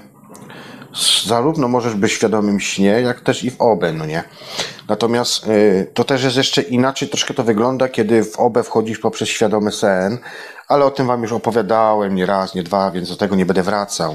zarówno możesz być w świadomym śnie, jak też i w O B E, no nie? Natomiast y, to też jest jeszcze inaczej, troszkę to wygląda, kiedy w O B E wchodzisz poprzez świadomy sen, ale o tym wam już opowiadałem nie raz, nie dwa, więc do tego nie będę wracał.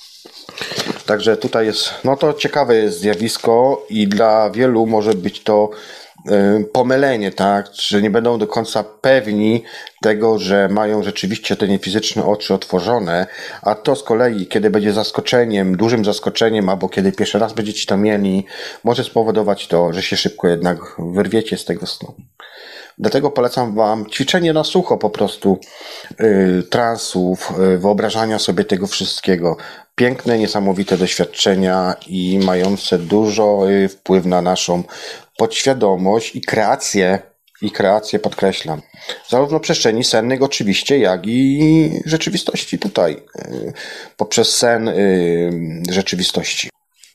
Także tutaj jest, no to ciekawe jest zjawisko i dla wielu może być to y, pomylenie, tak, że nie będą do końca pewni tego, że mają rzeczywiście te niefizyczne oczy otworzone, a to z kolei, kiedy będzie zaskoczeniem, dużym zaskoczeniem, albo kiedy pierwszy raz będziecie to mieli, może spowodować to, że się szybko jednak wyrwiecie z tego snu. Dlatego polecam wam ćwiczenie na sucho po prostu yy, transów, yy, wyobrażania sobie tego wszystkiego. Piękne, niesamowite doświadczenia i mające dużo yy, wpływ na naszą podświadomość i kreację, i kreację podkreślam. Zarówno przestrzeni sennych oczywiście, jak i rzeczywistości tutaj, yy, poprzez sen yy, rzeczywistości.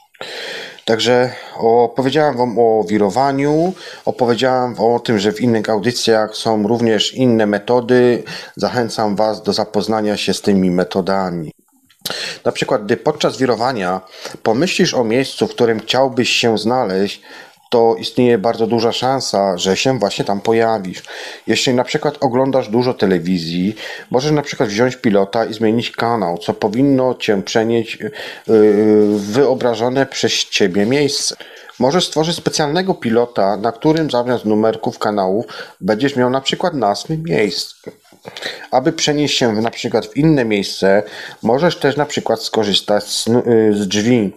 Także opowiedziałem wam o wirowaniu, opowiedziałem o tym, że w innych audycjach są również inne metody. Zachęcam was do zapoznania się z tymi metodami. Na przykład, gdy podczas wirowania pomyślisz o miejscu, w którym chciałbyś się znaleźć, to istnieje bardzo duża szansa, że się właśnie tam pojawisz. Jeśli na przykład oglądasz dużo telewizji, możesz na przykład wziąć pilota i zmienić kanał, co powinno cię przenieść w wyobrażone przez ciebie miejsce. Możesz stworzyć specjalnego pilota, na którym zamiast numerków kanałów będziesz miał na przykład nazwy miejsc. Aby przenieść się na przykład w inne miejsce, możesz też na przykład skorzystać z, z drzwi.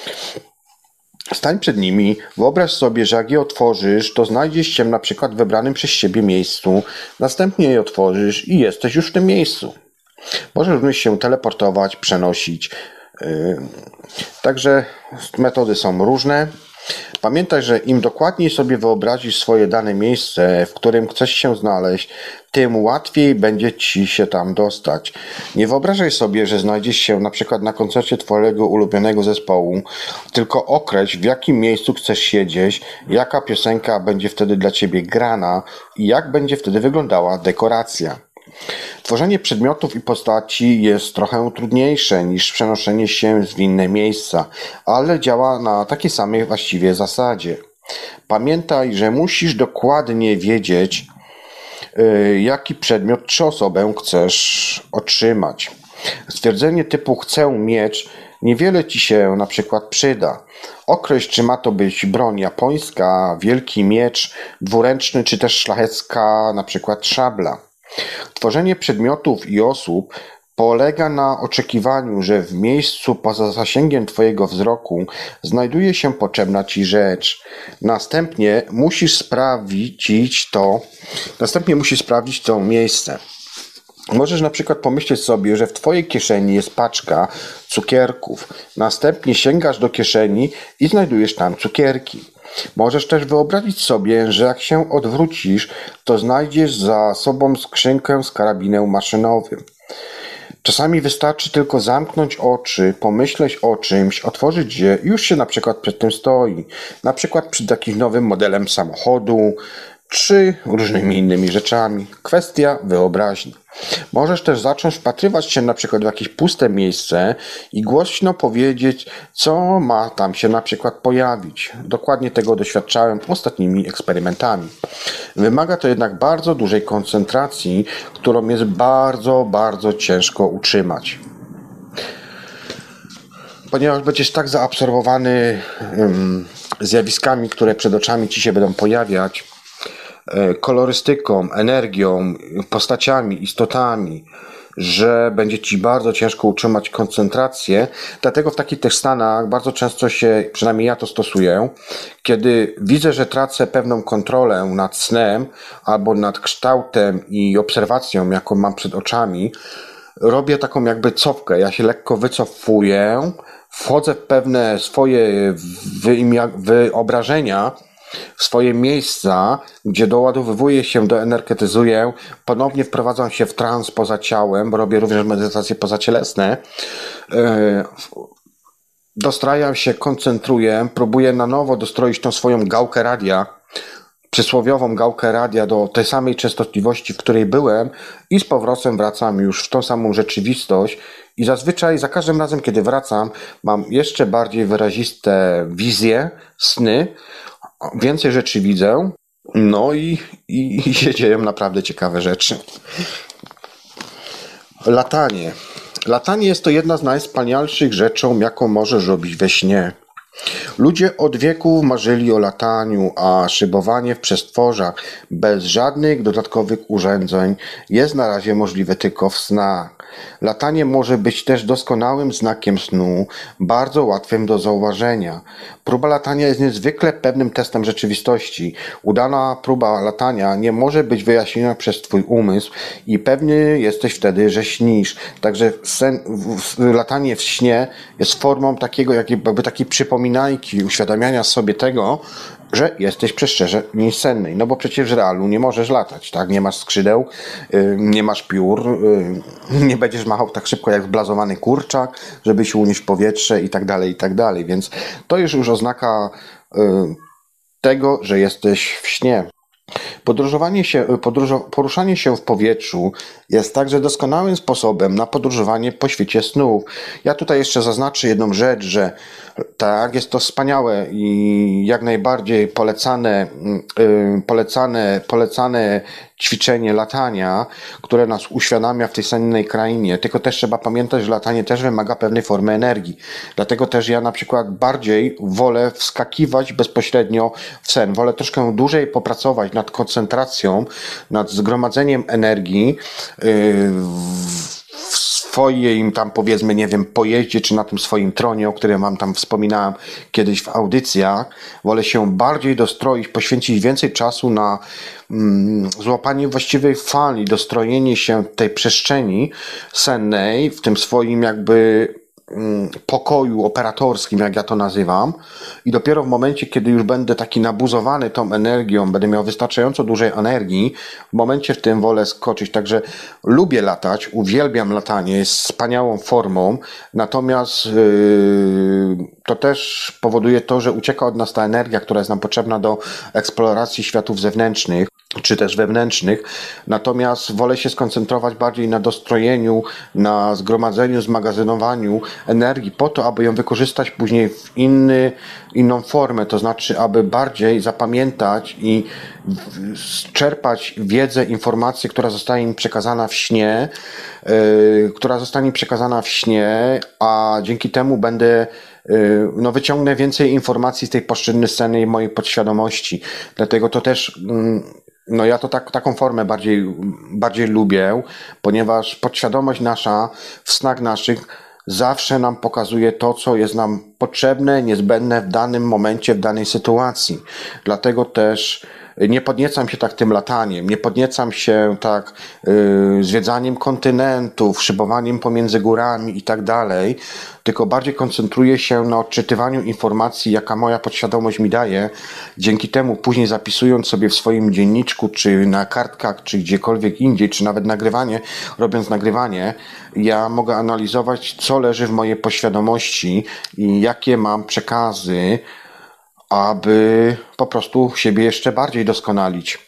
Stań przed nimi, wyobraź sobie, że jak je otworzysz, to znajdziesz się na przykład w wybranym przez siebie miejscu, następnie je otworzysz i jesteś już w tym miejscu. Możesz również się teleportować, przenosić. Także metody są różne. Pamiętaj, że im dokładniej sobie wyobrazisz swoje dane miejsce, w którym chcesz się znaleźć, tym łatwiej będzie Ci się tam dostać. Nie wyobrażaj sobie, że znajdziesz się na przykład na koncercie Twojego ulubionego zespołu, tylko określ, w jakim miejscu chcesz siedzieć, jaka piosenka będzie wtedy dla Ciebie grana i jak będzie wtedy wyglądała dekoracja. Tworzenie przedmiotów i postaci jest trochę trudniejsze niż przenoszenie się w inne miejsca, ale działa na takiej samej właściwie zasadzie. Pamiętaj, że musisz dokładnie wiedzieć, yy, jaki przedmiot czy osobę chcesz otrzymać. Stwierdzenie typu chcę miecz niewiele Ci się na przykład przyda. Określ, czy ma to być broń japońska, wielki miecz, dwuręczny, czy też szlachecka na przykład szabla. Tworzenie przedmiotów i osób polega na oczekiwaniu, że w miejscu poza zasięgiem Twojego wzroku znajduje się potrzebna Ci rzecz. Następnie musisz sprawdzić to, następnie musisz sprawdzić to miejsce. Możesz na przykład pomyśleć sobie, że w Twojej kieszeni jest paczka cukierków. Następnie sięgasz do kieszeni i znajdujesz tam cukierki. Możesz też wyobrazić sobie, że jak się odwrócisz, to znajdziesz za sobą skrzynkę z karabinem maszynowym. Czasami wystarczy tylko zamknąć oczy, pomyśleć o czymś, otworzyć je i już się na przykład przed tym stoi. Na przykład przed jakimś nowym modelem samochodu, czy różnymi innymi rzeczami. Kwestia wyobraźni. Możesz też zacząć wpatrywać się na przykład w jakieś puste miejsce i głośno powiedzieć, co ma tam się na przykład pojawić. Dokładnie tego doświadczałem ostatnimi eksperymentami. Wymaga to jednak bardzo dużej koncentracji, którą jest bardzo, bardzo ciężko utrzymać. Ponieważ będziesz tak zaabsorbowany um, zjawiskami, które przed oczami Ci się będą pojawiać, kolorystyką, energią, postaciami, istotami, że będzie Ci bardzo ciężko utrzymać koncentrację. Dlatego w takich też stanach bardzo często się, przynajmniej ja to stosuję, kiedy widzę, że tracę pewną kontrolę nad snem albo nad kształtem i obserwacją, jaką mam przed oczami, robię taką jakby cofkę. Ja się lekko wycofuję, wchodzę w pewne swoje wyobrażenia, w swoje miejsca, gdzie doładowywuję się, doenergetyzuję, ponownie wprowadzam się w trans poza ciałem, bo robię również medytacje pozacielesne. Dostrajam się, koncentruję, próbuję na nowo dostroić tą swoją gałkę radia, przysłowiową gałkę radia do tej samej częstotliwości, w której byłem i z powrotem wracam już w tą samą rzeczywistość i zazwyczaj za każdym razem, kiedy wracam, mam jeszcze bardziej wyraziste wizje, sny, więcej rzeczy widzę, no i, i, i się dzieją naprawdę ciekawe rzeczy. Latanie. Latanie jest to jedna z najwspanialszych rzeczą, jaką możesz robić we śnie. Ludzie od wieków marzyli o lataniu, a szybowanie w przestworzach bez żadnych dodatkowych urządzeń jest na razie możliwe tylko w snach. Latanie może być też doskonałym znakiem snu, bardzo łatwym do zauważenia. Próba latania jest niezwykle pewnym testem rzeczywistości. Udana próba latania nie może być wyjaśniona przez Twój umysł i pewnie jesteś wtedy, że śnisz. Także sen, latanie w śnie jest formą takiego, jakby takiej przypominajki, uświadamiania sobie tego, że jesteś w przestrzeni sennej. No bo przecież w realu nie możesz latać, tak? Nie masz skrzydeł, yy, nie masz piór, yy, nie będziesz machał tak szybko jak zblazowany kurczak, żeby się unieść w powietrze i tak dalej, i tak dalej. Więc to jest już oznaka yy, tego, że jesteś w śnie. Podróżowanie się, podróżo, poruszanie się w powietrzu jest także doskonałym sposobem na podróżowanie po świecie snów. Ja tutaj jeszcze zaznaczę jedną rzecz, że tak, jest to wspaniałe i jak najbardziej polecane, yy, polecane, polecane ćwiczenie latania, które nas uświadamia w tej sennej krainie, tylko też trzeba pamiętać, że latanie też wymaga pewnej formy energii. Dlatego też ja na przykład bardziej wolę wskakiwać bezpośrednio w sen. Wolę troszkę dłużej popracować nad koncentracją, nad zgromadzeniem energii yy, w swoim tam, powiedzmy, nie wiem, pojeździe, czy na tym swoim tronie, o którym wam tam wspominałem kiedyś w audycjach. Wolę się bardziej dostroić, poświęcić więcej czasu na mm, złapanie właściwej fali, dostrojenie się tej przestrzeni sennej, w tym swoim jakby pokoju operatorskim, jak ja to nazywam, i dopiero w momencie, kiedy już będę taki nabuzowany tą energią, będę miał wystarczająco dużej energii, w momencie w tym wolę skoczyć. Także lubię latać, uwielbiam latanie, jest wspaniałą formą, natomiast yy, to też powoduje to, że ucieka od nas ta energia, która jest nam potrzebna do eksploracji światów zewnętrznych, czy też wewnętrznych, natomiast wolę się skoncentrować bardziej na dostrojeniu, na zgromadzeniu, zmagazynowaniu energii po to, aby ją wykorzystać później w inny, inną formę, to znaczy, aby bardziej zapamiętać i czerpać wiedzę, informację, która zostanie mi przekazana w śnie, yy, która zostanie mi przekazana w śnie, a dzięki temu będę yy, no wyciągnę więcej informacji z tej płaszczyzny sceny mojej podświadomości. Dlatego to też yy, no ja to tak, taką formę bardziej, bardziej lubię, ponieważ podświadomość nasza w snach naszych zawsze nam pokazuje to, co jest nam potrzebne, niezbędne w danym momencie, w danej sytuacji. Dlatego też nie podniecam się tak tym lataniem, nie podniecam się tak yy, zwiedzaniem kontynentów, szybowaniem pomiędzy górami i tak dalej, tylko bardziej koncentruję się na odczytywaniu informacji, jaka moja podświadomość mi daje. Dzięki temu później zapisując sobie w swoim dzienniczku, czy na kartkach, czy gdziekolwiek indziej, czy nawet nagrywanie, robiąc nagrywanie, ja mogę analizować, co leży w mojej podświadomości i jakie mam przekazy, aby po prostu siebie jeszcze bardziej doskonalić.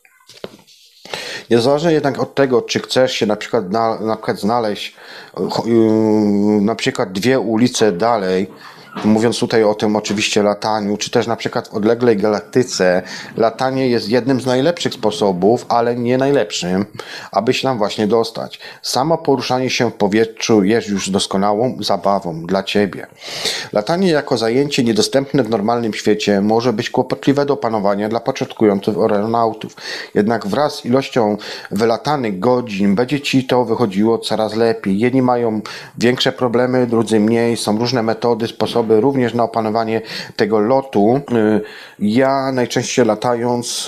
Niezależnie jednak od tego, czy chcesz się na przykład, na, na przykład znaleźć yy, na przykład dwie ulice dalej, mówiąc tutaj o tym oczywiście lataniu, czy też na przykład w odległej galaktyce, latanie jest jednym z najlepszych sposobów, ale nie najlepszym, aby się tam właśnie dostać. Samo poruszanie się w powietrzu jest już doskonałą zabawą dla ciebie. Latanie jako zajęcie niedostępne w normalnym świecie może być kłopotliwe do opanowania dla początkujących aeronautów. Jednak wraz z ilością wylatanych godzin będzie ci to wychodziło coraz lepiej. Jedni mają większe problemy, drudzy mniej. Są różne metody, sposoby również na opanowanie tego lotu. Ja najczęściej latając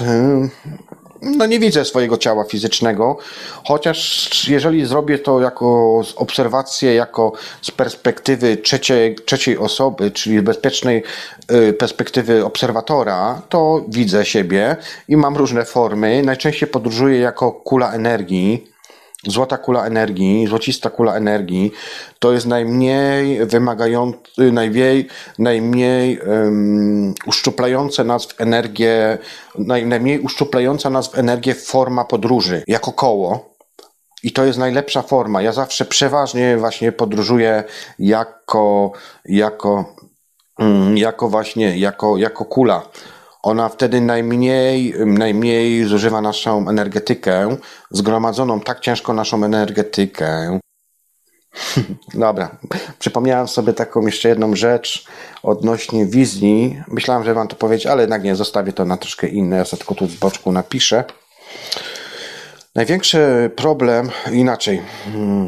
no nie widzę swojego ciała fizycznego, chociaż jeżeli zrobię to jako obserwację, jako z perspektywy trzeciej, trzeciej osoby, czyli bezpiecznej perspektywy obserwatora, to widzę siebie i mam różne formy. Najczęściej podróżuję jako kula energii. Złota kula energii, złocista kula energii to jest najmniej wymagający, najmniej, najmniej um, uszczuplające nas w energię, naj, najmniej uszczuplająca nas w energię forma podróży, jako koło. I to jest najlepsza forma. Ja zawsze przeważnie właśnie podróżuję jako, jako, um, jako właśnie, jako, jako kula. Ona wtedy najmniej, najmniej zużywa naszą energetykę, zgromadzoną tak ciężko naszą energetykę. Dobra, przypomniałem sobie taką jeszcze jedną rzecz odnośnie wizji. Myślałem, że wam to powiedzieć, ale jednak nie, zostawię to na troszkę inne, ja sobie tylko tu z boczku napiszę. Największy problem, inaczej... Hmm.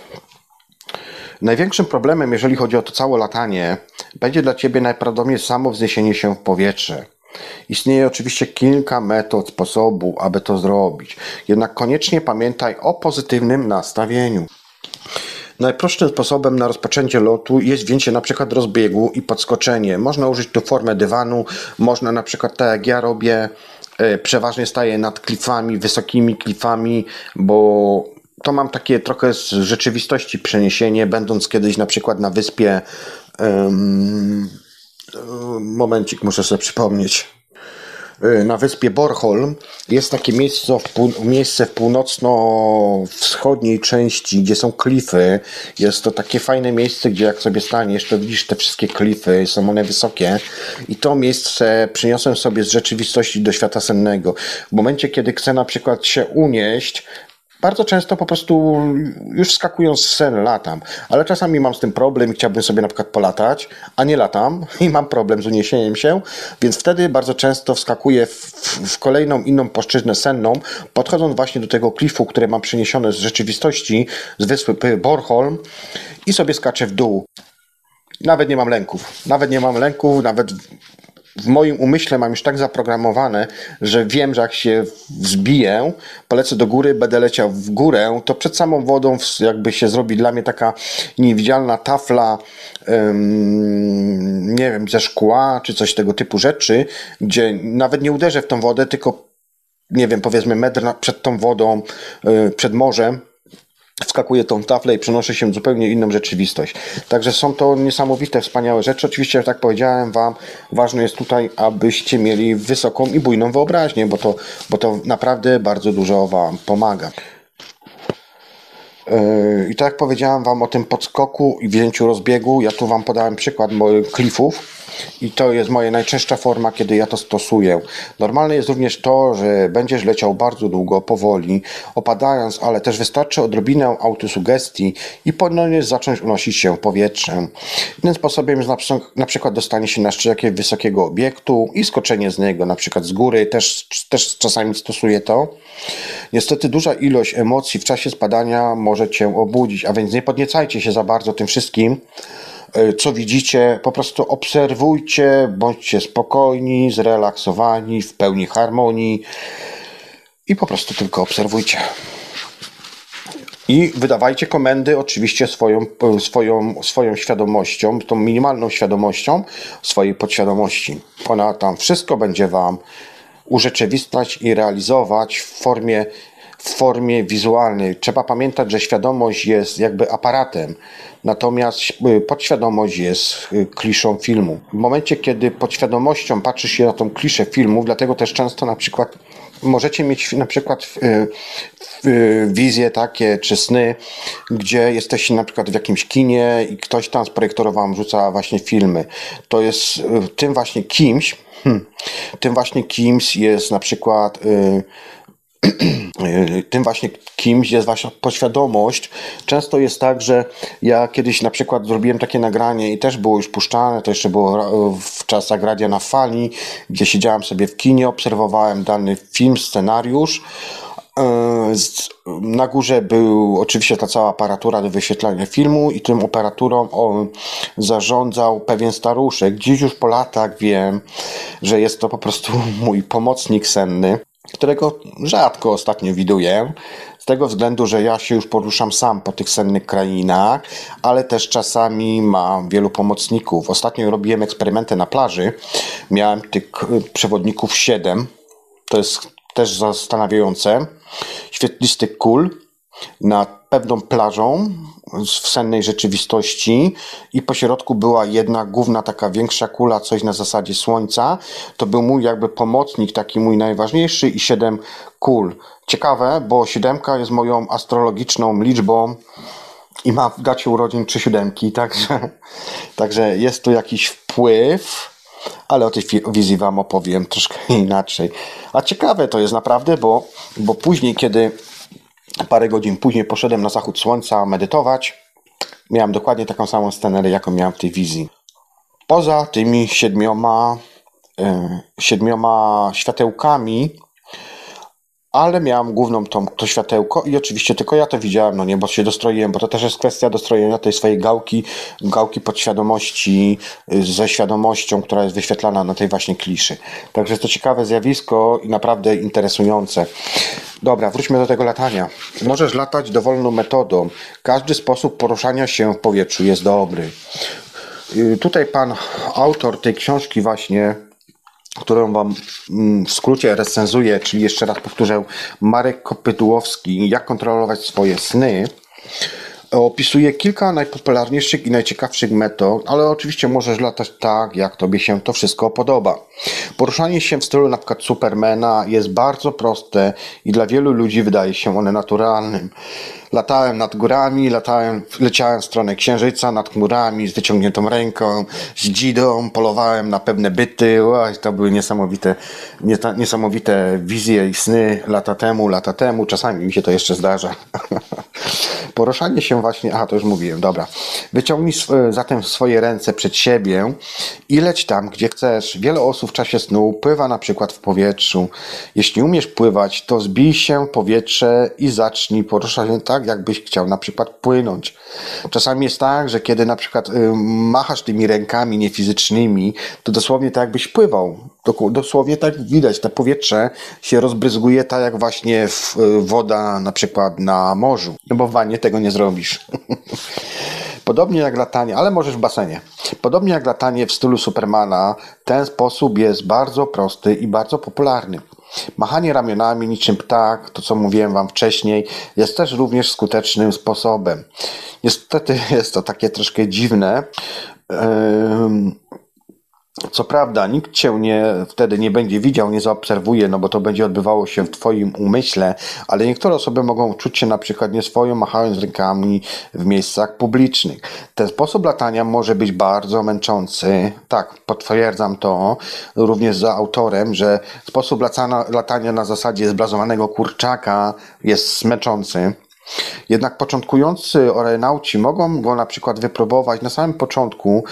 Największym problemem, jeżeli chodzi o to całe latanie, będzie dla ciebie najprawdopodobniej samo wzniesienie się w powietrze. Istnieje oczywiście kilka metod, sposobów, aby to zrobić. Jednak koniecznie pamiętaj o pozytywnym nastawieniu. Najprostszym sposobem na rozpoczęcie lotu jest wzięcie na przykład rozbiegu i podskoczenie. Można użyć tu formę dywanu, można na przykład tak jak ja robię, przeważnie staję nad klifami, wysokimi klifami, bo to mam takie trochę z rzeczywistości przeniesienie, będąc kiedyś na przykład na wyspie. Um, momencik, muszę sobie przypomnieć. na wyspie Bornholm. Jest takie miejsce w, pół, miejsce w północno-wschodniej części, gdzie są klify. Jest to takie fajne miejsce, gdzie jak sobie staniesz, to widzisz te wszystkie klify, są one wysokie. I to miejsce przyniosłem sobie z rzeczywistości do świata sennego. W momencie, kiedy chcę na przykład się unieść, bardzo często po prostu już wskakując w sen latam, ale czasami mam z tym problem i chciałbym sobie na przykład polatać, a nie latam i mam problem z uniesieniem się, więc wtedy bardzo często wskakuję w, w kolejną inną płaszczyznę senną, podchodząc właśnie do tego klifu, które mam przeniesione z rzeczywistości, z wyspy Bornholm i sobie skaczę w dół. Nawet nie mam lęków, nawet nie mam lęków, nawet w moim umyśle mam już tak zaprogramowane, że wiem, że jak się wzbiję, polecę do góry, będę leciał w górę, to przed samą wodą jakby się zrobi dla mnie taka niewidzialna tafla, um, nie wiem, ze szkła, czy coś tego typu rzeczy, gdzie nawet nie uderzę w tą wodę, tylko, nie wiem, powiedzmy metr przed tą wodą, yy, przed morzem, wskakuję tą taflę i przenoszę się w zupełnie inną rzeczywistość. Także są to niesamowite, wspaniałe rzeczy. Oczywiście, jak tak powiedziałem wam, ważne jest tutaj, abyście mieli wysoką i bujną wyobraźnię, bo to, bo to naprawdę bardzo dużo wam pomaga. I tak jak powiedziałem wam o tym podskoku i wzięciu rozbiegu, ja tu wam podałem przykład moich klifów i to jest moja najczęstsza forma, kiedy ja to stosuję. Normalne jest również to, że będziesz leciał bardzo długo, powoli, opadając, ale też wystarczy odrobinę autosugestii i ponownie zacząć unosić się powietrzem. Innym sposobem jest na przykład dostanie się na szczyt jakiegoś wysokiego obiektu i skoczenie z niego, na przykład z góry, też, też czasami stosuję to. Niestety duża ilość emocji w czasie spadania może cię obudzić, a więc nie podniecajcie się za bardzo tym wszystkim, co widzicie. Po prostu obserwujcie, bądźcie spokojni, zrelaksowani, w pełni harmonii i po prostu tylko obserwujcie. I wydawajcie komendy oczywiście swoją, swoją, swoją świadomością, tą minimalną świadomością swojej podświadomości. Ona tam wszystko będzie wam urzeczywistniać i realizować w formie, w formie wizualnej. Trzeba pamiętać, że świadomość jest jakby aparatem, natomiast podświadomość jest kliszą filmu. W momencie, kiedy podświadomością patrzy się na tą kliszę filmu, dlatego też często na przykład możecie mieć na przykład wizje takie czy sny, gdzie jesteście na przykład w jakimś kinie i ktoś tam sprojektorował wam, rzuca właśnie filmy. To jest tym właśnie kimś, hmm, tym właśnie kimś jest na przykład yy, tym właśnie kimś jest wasza podświadomość. Często jest tak, że ja kiedyś na przykład zrobiłem takie nagranie i też było już puszczane, to jeszcze było w czasach Radia na Fali, gdzie siedziałem sobie w kinie, obserwowałem dany film, scenariusz. Na górze był oczywiście ta cała aparatura do wyświetlania filmu i tym operaturą on zarządzał pewien staruszek. Dziś już po latach wiem, że jest to po prostu mój pomocnik senny, którego rzadko ostatnio widuję, z tego względu, że ja się już poruszam sam po tych sennych krainach, ale też czasami mam wielu pomocników. Ostatnio robiłem eksperymenty na plaży, miałem tych przewodników siedem, to jest też zastanawiające, świetlistych kul nad pewną plażą w sennej rzeczywistości i po środku była jedna główna taka większa kula, coś na zasadzie słońca. To był mój jakby pomocnik, taki mój najważniejszy i siedem kul. Ciekawe, bo siódemka jest moją astrologiczną liczbą i ma w dacie urodzin trzy siódemki, także, także jest tu jakiś wpływ, ale o tej wizji wam opowiem troszkę inaczej. A ciekawe to jest naprawdę, bo, bo później, kiedy parę godzin później poszedłem na zachód słońca medytować, miałem dokładnie taką samą scenerię, jaką miałem w tej wizji. Poza tymi siedmioma, yy, siedmioma światełkami, ale miałem główną tą, to światełko i oczywiście tylko ja to widziałem, no nie, bo się dostroiłem, bo to też jest kwestia dostrojenia tej swojej gałki, gałki podświadomości ze świadomością, która jest wyświetlana na tej właśnie kliszy. Także jest to ciekawe zjawisko i naprawdę interesujące. Dobra, wróćmy do tego latania. Możesz latać dowolną metodą. Każdy sposób poruszania się w powietrzu jest dobry. Tutaj pan autor tej książki właśnie, którą wam w skrócie recenzuję, czyli jeszcze raz powtórzę, Marek Kopytułowski, jak kontrolować swoje sny, Opisuje kilka najpopularniejszych i najciekawszych metod, ale oczywiście możesz latać tak, jak tobie się to wszystko podoba. Poruszanie się w stylu na przykład Supermana jest bardzo proste i dla wielu ludzi wydaje się one naturalnym. Latałem nad górami, latałem, leciałem w stronę księżyca, nad chmurami, z wyciągniętą ręką, z dzidą, polowałem na pewne byty. Oj, to były niesamowite, niesamowite wizje i sny lata temu, lata temu. Czasami mi się to jeszcze zdarza. Poruszanie się właśnie, aha, to już mówiłem, dobra. Wyciągnij zatem swoje ręce przed siebie i leć tam, gdzie chcesz. Wiele osób w czasie snu pływa na przykład w powietrzu. Jeśli umiesz pływać, to zbij się w powietrze i zacznij poruszać się tak, jakbyś chciał na przykład płynąć. Czasami jest tak, że kiedy na przykład y, machasz tymi rękami niefizycznymi, to dosłownie tak jakbyś pływał. Dosłownie tak widać, to powietrze się rozbryzguje tak jak właśnie w, y, woda na przykład na morzu. No bo w wannie tego nie zrobisz. Podobnie jak latanie, ale możesz w basenie. Podobnie jak latanie w stylu Supermana, ten sposób jest bardzo prosty i bardzo popularny. Machanie ramionami niczym ptak, to co mówiłem wam wcześniej, jest też również skutecznym sposobem. Niestety jest to takie troszkę dziwne. Co prawda nikt cię nie, wtedy nie będzie widział, nie zaobserwuje, no bo to będzie odbywało się w twoim umyśle, ale niektóre osoby mogą czuć się na przykład nieswojo machając rękami w miejscach publicznych. Ten sposób latania może być bardzo męczący. Tak, potwierdzam to również za autorem, że sposób latania, latania na zasadzie zblazowanego kurczaka jest męczący. Jednak początkujący aeronauci mogą go na przykład wypróbować na samym początku,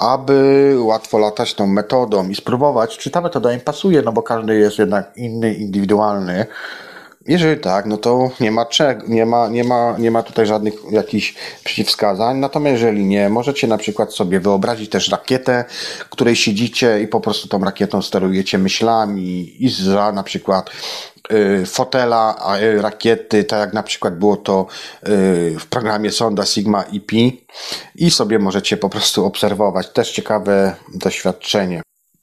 aby łatwo latać tą metodą i spróbować, czy ta metoda im pasuje, no bo każdy jest jednak inny, indywidualny. Jeżeli tak, no to nie ma czego, nie ma, nie ma, nie ma tutaj żadnych jakichś przeciwwskazań. Natomiast jeżeli nie, możecie na przykład sobie wyobrazić też rakietę, w której siedzicie i po prostu tą rakietą sterujecie myślami i za na przykład y, fotela y, rakiety, tak jak na przykład było to y, w programie Sonda Sigma I P i sobie możecie po prostu obserwować. Też ciekawe doświadczenie.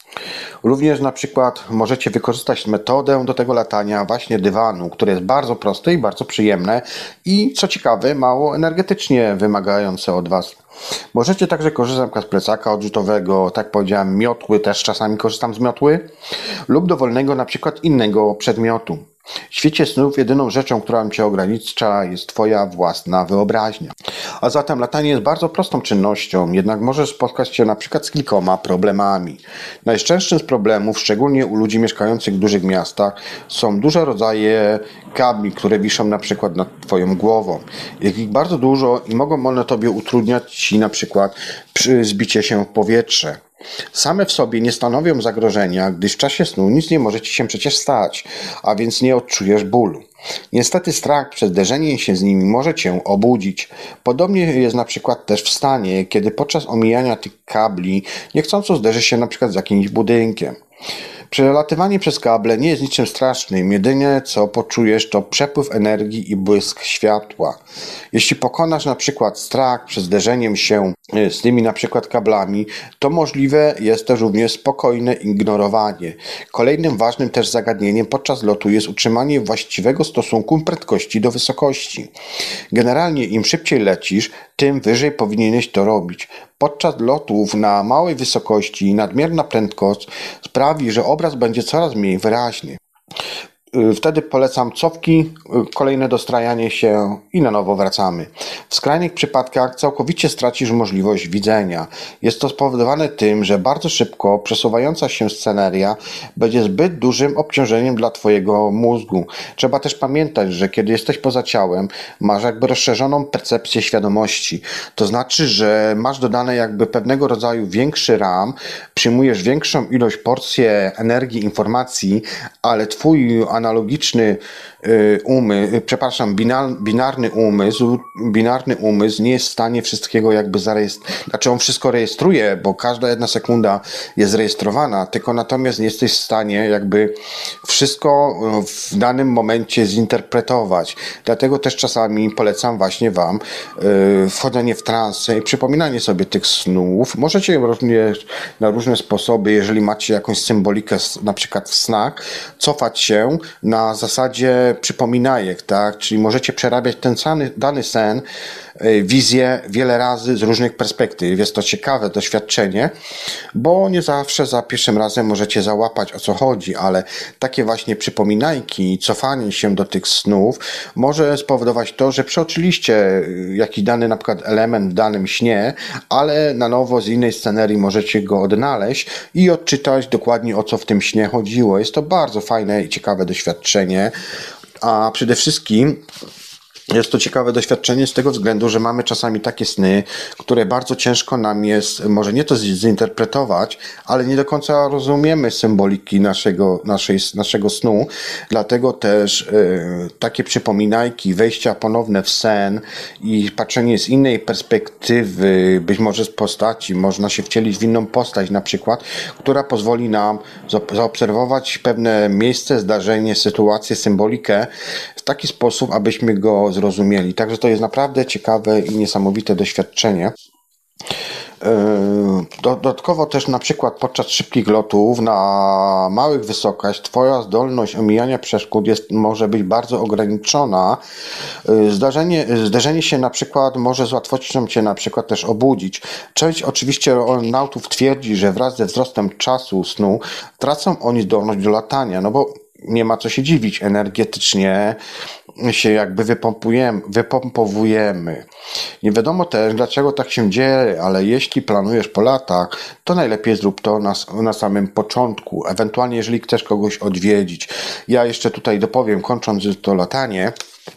Również na przykład możecie wykorzystać metodę do tego latania właśnie dywanu, które jest bardzo proste i bardzo przyjemne i co ciekawe mało energetycznie wymagające od was. Możecie także korzystać z plecaka odrzutowego, tak powiedziałem, miotły, też czasami korzystam z miotły lub dowolnego na przykład innego przedmiotu. W świecie snów jedyną rzeczą, która wam cię ogranicza, jest twoja własna wyobraźnia. A zatem latanie jest bardzo prostą czynnością, jednak możesz spotkać się na przykład z kilkoma problemami. Najczęstszym z problemów, szczególnie u ludzi mieszkających w dużych miastach, są duże rodzaje kabli, które wiszą na przykład nad twoją głową. Jest ich bardzo dużo i mogą one tobie utrudniać ci na przykład zbicie się w powietrze. Same w sobie nie stanowią zagrożenia, gdyż w czasie snu nic nie może ci się przecież stać, a więc nie odczujesz bólu. Niestety strach przed zderzeniem się z nimi może cię obudzić. Podobnie jest na przykład też w stanie, kiedy podczas omijania tych kabli niechcąco zderzy się na przykład z jakimś budynkiem. Przelatywanie przez kable nie jest niczym strasznym, jedynie co poczujesz to przepływ energii i błysk światła. Jeśli pokonasz na przykład strach przed zderzeniem się z tymi na przykład kablami, to możliwe jest też również spokojne ignorowanie. Kolejnym ważnym też zagadnieniem podczas lotu jest utrzymanie właściwego stosunku prędkości do wysokości. Generalnie im szybciej lecisz, tym wyżej powinieneś to robić. Podczas lotów na małej wysokości nadmierna prędkość sprawi, że obraz będzie coraz mniej wyraźny. Wtedy polecam cofki, kolejne dostrajanie się i na nowo wracamy. W skrajnych przypadkach całkowicie stracisz możliwość widzenia. Jest to spowodowane tym, że bardzo szybko przesuwająca się sceneria będzie zbyt dużym obciążeniem dla twojego mózgu. Trzeba też pamiętać, że kiedy jesteś poza ciałem, masz jakby rozszerzoną percepcję świadomości. To znaczy, że masz dodane jakby pewnego rodzaju większy RAM, przyjmujesz większą ilość porcję energii, informacji, ale twój analogiczny umysł, przepraszam, binarny umysł, binarny umysł nie jest w stanie wszystkiego jakby zarejestrować. Znaczy on wszystko rejestruje, bo każda jedna sekunda jest zarejestrowana, tylko natomiast nie jesteś w stanie jakby wszystko w danym momencie zinterpretować. Dlatego też czasami polecam właśnie wam wchodzenie w transy i przypominanie sobie tych snów. Możecie również na różne sposoby, jeżeli macie jakąś symbolikę na przykład w snach, cofać się na zasadzie przypominajek, tak? Czyli możecie przerabiać ten dany sen wizję wiele razy z różnych perspektyw. Jest to ciekawe doświadczenie, bo nie zawsze za pierwszym razem możecie załapać, o co chodzi, ale takie właśnie przypominajki, cofanie się do tych snów może spowodować to, że przeoczyliście jakiś dany na przykład element w danym śnie, ale na nowo z innej scenerii możecie go odnaleźć i odczytać dokładnie, o co w tym śnie chodziło. Jest to bardzo fajne i ciekawe doświadczenie, a przede wszystkim jest to ciekawe doświadczenie z tego względu, że mamy czasami takie sny, które bardzo ciężko nam jest, może nie to zinterpretować, ale nie do końca rozumiemy symboliki naszego, naszej, naszego snu. Dlatego też y, takie przypominajki, wejścia ponowne w sen i patrzenie z innej perspektywy, być może z postaci, można się wcielić w inną postać na przykład, która pozwoli nam zaobserwować pewne miejsce, zdarzenie, sytuację, symbolikę w taki sposób, abyśmy go zrozumieli. Także to jest naprawdę ciekawe i niesamowite doświadczenie. Dodatkowo też na przykład podczas szybkich lotów na małych wysokościach twoja zdolność omijania przeszkód jest, może być bardzo ograniczona. Zdarzenie, zderzenie się na przykład może z łatwością cię na przykład też obudzić. Część oczywiście nautów twierdzi, że wraz ze wzrostem czasu snu tracą oni zdolność do latania, no bo nie ma co się dziwić, energetycznie się jakby wypompujemy, wypompowujemy. Nie wiadomo też, dlaczego tak się dzieje, ale jeśli planujesz po latach, to najlepiej zrób to na, na samym początku. Ewentualnie, jeżeli chcesz kogoś odwiedzić. Ja jeszcze tutaj dopowiem, kończąc to latanie,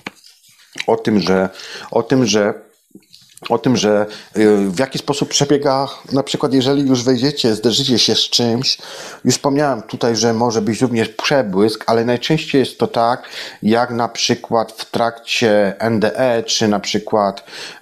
o tym, że, o tym, że o tym, że w jaki sposób przebiega, na przykład jeżeli już wejdziecie, zderzycie się z czymś, już wspomniałem tutaj, że może być również przebłysk, ale najczęściej jest to tak, jak na przykład w trakcie N D E, czy na przykład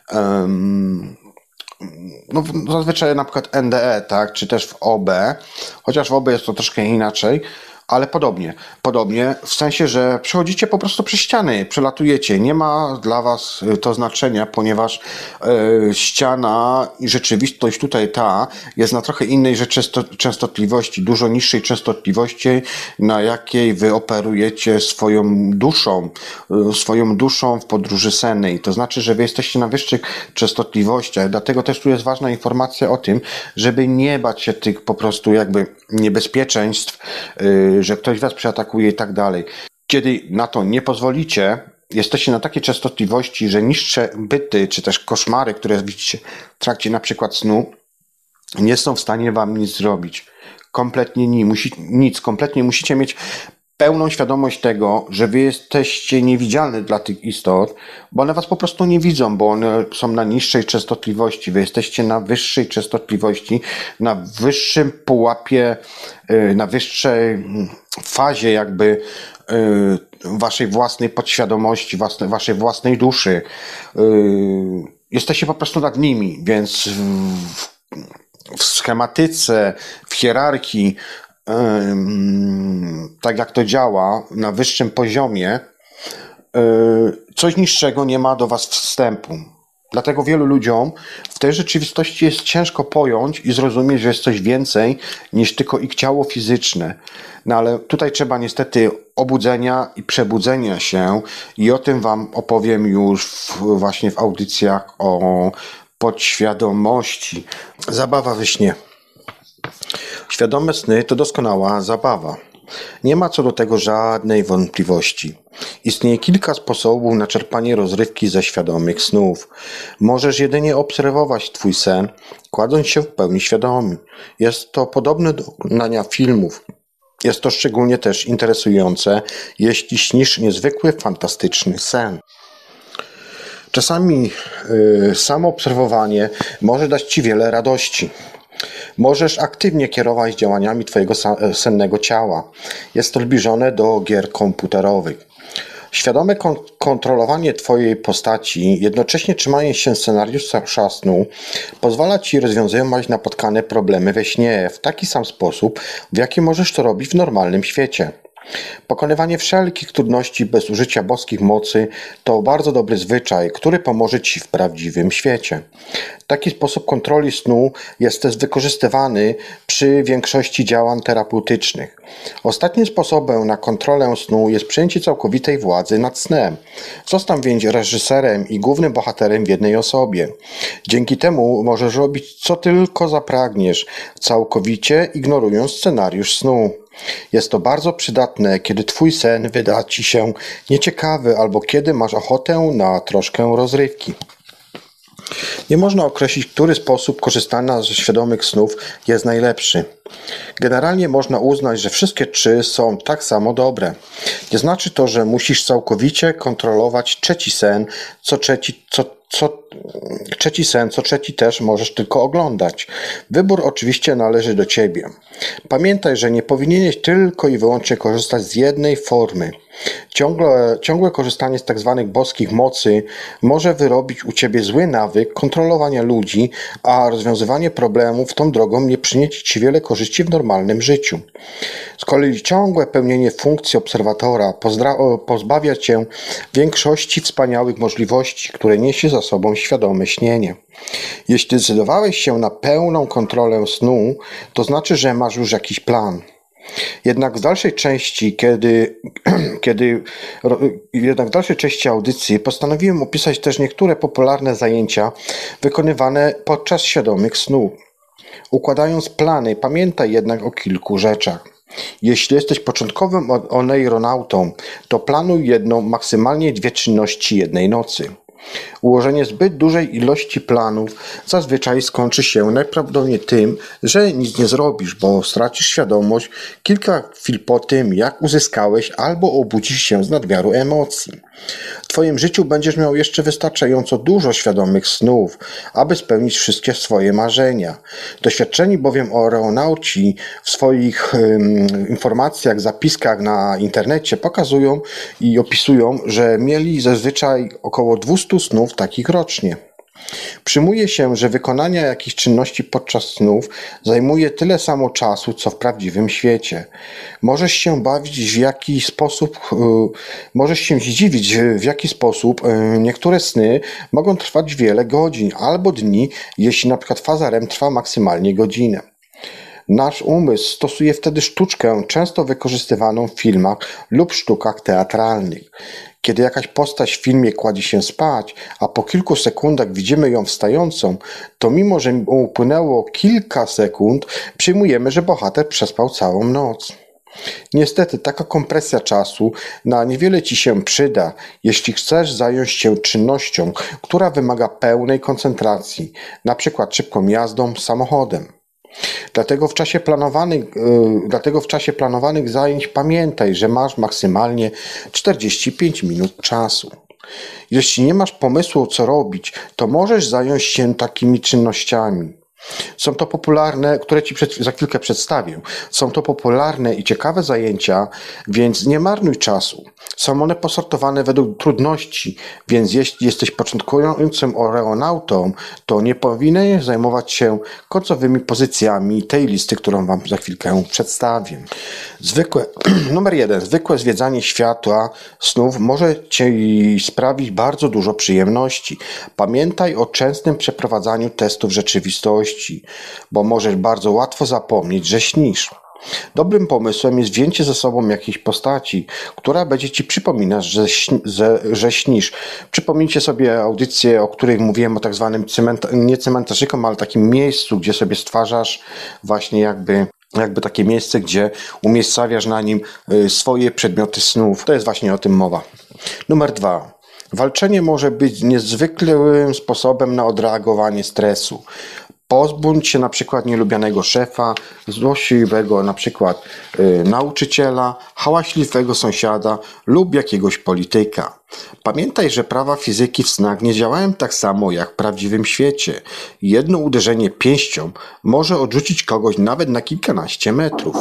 um, no zazwyczaj na przykład N D E, tak, czy też w O B, chociaż w O B jest to troszkę inaczej, ale podobnie, podobnie, w sensie, że przechodzicie po prostu przez ściany, przelatujecie, nie ma dla was to znaczenia, ponieważ e, ściana i rzeczywistość tutaj ta jest na trochę innej że częstotliwości, dużo niższej częstotliwości, na jakiej wy operujecie swoją duszą, e, swoją duszą w podróży sennej, to znaczy, że wy jesteście na wyższych częstotliwościach, dlatego też tu jest ważna informacja o tym, żeby nie bać się tych po prostu jakby niebezpieczeństw, e, że ktoś was przeatakuje i tak dalej. Kiedy na to nie pozwolicie, jesteście na takiej częstotliwości, że niższe byty, czy też koszmary, które widzicie w trakcie na przykład snu, nie są w stanie wam nic zrobić. Kompletnie nic. Musi, nic. Kompletnie musicie mieć pełną świadomość tego, że wy jesteście niewidzialni dla tych istot, bo one was po prostu nie widzą, bo one są na niższej częstotliwości. Wy jesteście na wyższej częstotliwości, na wyższym pułapie, na wyższej fazie jakby waszej własnej podświadomości, własnej, waszej własnej duszy. Jesteście po prostu nad nimi, więc w, w schematyce, w hierarchii, tak jak to działa na wyższym poziomie, coś niższego nie ma do was wstępu. Dlatego wielu ludziom w tej rzeczywistości jest ciężko pojąć i zrozumieć, że jest coś więcej niż tylko ich ciało fizyczne. No ale tutaj trzeba niestety obudzenia i przebudzenia się i o tym wam opowiem już w, właśnie w audycjach o podświadomości. Zabawa we śnie. Świadome sny to doskonała zabawa. Nie ma co do tego żadnej wątpliwości. Istnieje kilka sposobów na czerpanie rozrywki ze świadomych snów. Możesz jedynie obserwować twój sen, kładąc się w pełni świadomy. Jest to podobne do oglądania filmów. Jest to szczególnie też interesujące, jeśli śnisz niezwykły, fantastyczny sen. Czasami yy, samo obserwowanie może dać ci wiele radości. Możesz aktywnie kierować działaniami twojego sennego ciała. Jest to zbliżone do gier komputerowych. Świadome kon- kontrolowanie twojej postaci, jednocześnie trzymając się scenariusza snu, pozwala ci rozwiązywać napotkane problemy we śnie w taki sam sposób, w jaki możesz to robić w normalnym świecie. Pokonywanie wszelkich trudności bez użycia boskich mocy to bardzo dobry zwyczaj, który pomoże Ci w prawdziwym świecie. Taki sposób kontroli snu jest też wykorzystywany przy większości działań terapeutycznych. Ostatnim sposobem na kontrolę snu jest przejęcie całkowitej władzy nad snem. Zostań więc reżyserem i głównym bohaterem w jednej osobie. Dzięki temu możesz robić co tylko zapragniesz, całkowicie ignorując scenariusz snu. Jest to bardzo przydatne, kiedy Twój sen wyda Ci się nieciekawy albo kiedy masz ochotę na troszkę rozrywki. Nie można określić, który sposób korzystania ze świadomych snów jest najlepszy. Generalnie można uznać, że wszystkie trzy są tak samo dobre. Nie znaczy to, że musisz całkowicie kontrolować trzeci sen, co trzeci, co, co, trzeci sen, co trzeci też możesz tylko oglądać. Wybór oczywiście należy do Ciebie. Pamiętaj, że nie powinieneś tylko i wyłącznie korzystać z jednej formy. Ciągle, ciągłe korzystanie z tzw. boskich mocy może wyrobić u Ciebie zły nawyk kontrolowania ludzi, a rozwiązywanie problemów tą drogą nie przyniesie Ci wiele korzyści w normalnym życiu. Z kolei ciągłe pełnienie funkcji obserwatora pozdra- pozbawia Cię większości wspaniałych możliwości, które niesie za sobą świadome śnienie. Jeśli zdecydowałeś się na pełną kontrolę snu, to znaczy, że masz już jakiś plan. Jednak w dalszej części, kiedy, kiedy, jednak w dalszej części audycji postanowiłem opisać też niektóre popularne zajęcia wykonywane podczas świadomych snów. Układając plany, pamiętaj jednak o kilku rzeczach. Jeśli jesteś początkowym oneironautą, to planuj jedną, maksymalnie dwie czynności jednej nocy. Ułożenie zbyt dużej ilości planów zazwyczaj skończy się najprawdopodobniej tym, że nic nie zrobisz, bo stracisz świadomość kilka chwil po tym, jak uzyskałeś albo obudzisz się z nadmiaru emocji. W Twoim życiu będziesz miał jeszcze wystarczająco dużo świadomych snów, aby spełnić wszystkie swoje marzenia. Doświadczeni bowiem oreonauci w swoich um, informacjach, zapiskach na internecie pokazują i opisują, że mieli zazwyczaj około dwieście snów takich rocznie. Przyjmuje się, że wykonanie jakichś czynności podczas snów zajmuje tyle samo czasu, co w prawdziwym świecie. Możesz się bawić w jakiś sposób, yy, możesz się zdziwić, w jaki sposób yy, niektóre sny mogą trwać wiele godzin albo dni, jeśli na przykład faza R E M trwa maksymalnie godzinę. Nasz umysł stosuje wtedy sztuczkę często wykorzystywaną w filmach lub sztukach teatralnych. Kiedy jakaś postać w filmie kładzie się spać, a po kilku sekundach widzimy ją wstającą, to mimo, że upłynęło kilka sekund, przyjmujemy, że bohater przespał całą noc. Niestety taka kompresja czasu na niewiele Ci się przyda, jeśli chcesz zająć się czynnością, która wymaga pełnej koncentracji, na przykład szybką jazdą samochodem. Dlatego w czasie planowanych, yy, dlatego w czasie planowanych zajęć pamiętaj, że masz maksymalnie czterdzieści pięć minut czasu. Jeśli nie masz pomysłu, co robić, to możesz zająć się takimi czynnościami. Są to popularne, które Ci przed, za chwilkę przedstawię. Są to popularne i ciekawe zajęcia, więc nie marnuj czasu. Są one posortowane według trudności, więc jeśli jesteś początkującym oreonautą, to nie powinieneś zajmować się końcowymi pozycjami tej listy, którą Wam za chwilkę przedstawię. Zwykłe, numer jeden. Zwykłe zwiedzanie świata snów może Ci sprawić bardzo dużo przyjemności. Pamiętaj o częstym przeprowadzaniu testów rzeczywistości, bo możesz bardzo łatwo zapomnieć, że śnisz. Dobrym pomysłem jest wzięcie ze sobą jakiejś postaci, która będzie Ci przypominać, że, śni- że, że śnisz. Przypomnijcie sobie audycję, o której mówiłem, o tak zwanym cementa- nie cementarzykom, ale takim miejscu, gdzie sobie stwarzasz właśnie jakby jakby takie miejsce, gdzie umiejscawiasz na nim swoje przedmioty snów. To jest właśnie o tym mowa. Numer dwa. Walczenie może być niezwykłym sposobem na odreagowanie stresu. Pozbądź się na przykład nielubianego szefa, złośliwego na przykład y, nauczyciela, hałaśliwego sąsiada lub jakiegoś polityka. Pamiętaj, że prawa fizyki w snach nie działają tak samo jak w prawdziwym świecie. Jedno uderzenie pięścią może odrzucić kogoś nawet na kilkanaście metrów.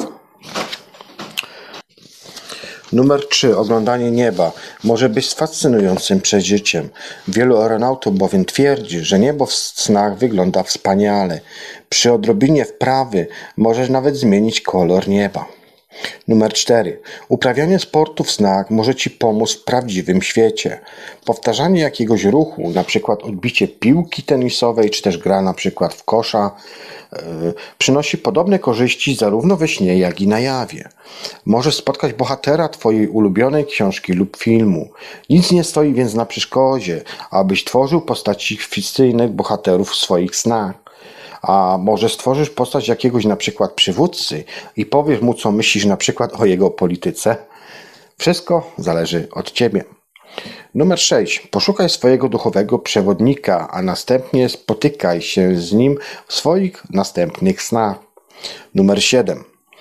Numer trzy. Oglądanie nieba może być fascynującym przeżyciem. Wielu aeronautów bowiem twierdzi, że niebo w snach wygląda wspaniale. Przy odrobinie wprawy możesz nawet zmienić kolor nieba. Numer cztery. Uprawianie sportu w snach może Ci pomóc w prawdziwym świecie. Powtarzanie jakiegoś ruchu, na przykład odbicie piłki tenisowej, czy też gra na przykład w kosza, yy, przynosi podobne korzyści zarówno we śnie, jak i na jawie. Możesz spotkać bohatera Twojej ulubionej książki lub filmu. Nic nie stoi więc na przeszkodzie, abyś tworzył postaci fikcyjnych bohaterów w swoich snach. A może stworzysz postać jakiegoś na przykład przywódcy i powiesz mu, co myślisz na przykład o jego polityce? Wszystko zależy od Ciebie. Numer sześć. Poszukaj swojego duchowego przewodnika, a następnie spotykaj się z nim w swoich następnych snach. Numer siedem.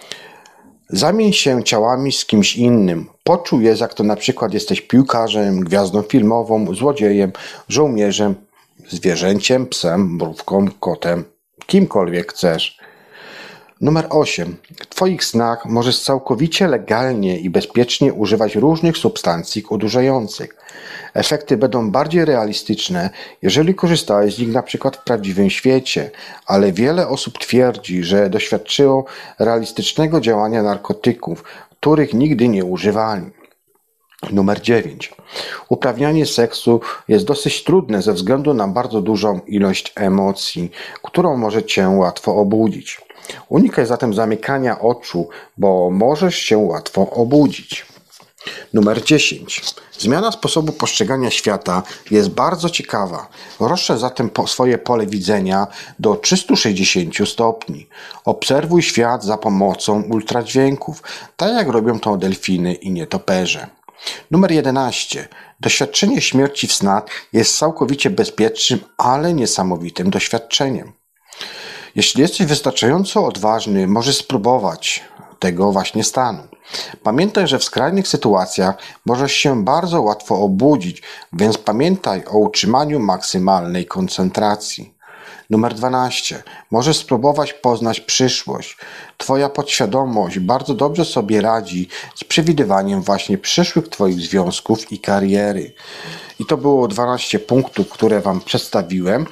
Zamień się ciałami z kimś innym. Poczuj je, jak to na przykład jesteś piłkarzem, gwiazdą filmową, złodziejem, żołnierzem, zwierzęciem, psem, mrówką, kotem, kimkolwiek chcesz. Numer osiem. W Twoich snach możesz całkowicie legalnie i bezpiecznie używać różnych substancji odurzających. Efekty będą bardziej realistyczne, jeżeli korzystałeś z nich na przykład w prawdziwym świecie, ale wiele osób twierdzi, że doświadczyło realistycznego działania narkotyków, których nigdy nie używali. Numer dziewięć. Uprawnianie seksu jest dosyć trudne ze względu na bardzo dużą ilość emocji, którą może Cię łatwo obudzić. Unikaj zatem zamykania oczu, bo możesz się łatwo obudzić. Numer dziesięć. Zmiana sposobu postrzegania świata jest bardzo ciekawa. Rozszerz zatem swoje pole widzenia do trzystu sześćdziesięciu stopni. Obserwuj świat za pomocą ultradźwięków, tak jak robią to delfiny i nietoperze. Numer jedenaście. Doświadczenie śmierci w snach jest całkowicie bezpiecznym, ale niesamowitym doświadczeniem. Jeśli jesteś wystarczająco odważny, możesz spróbować tego właśnie stanu. Pamiętaj, że w skrajnych sytuacjach możesz się bardzo łatwo obudzić, więc pamiętaj o utrzymaniu maksymalnej koncentracji. Numer dwanaście. Możesz spróbować poznać przyszłość. Twoja podświadomość bardzo dobrze sobie radzi z przewidywaniem właśnie przyszłych Twoich związków i kariery. I to było dwanaście punktów, które Wam przedstawiłem.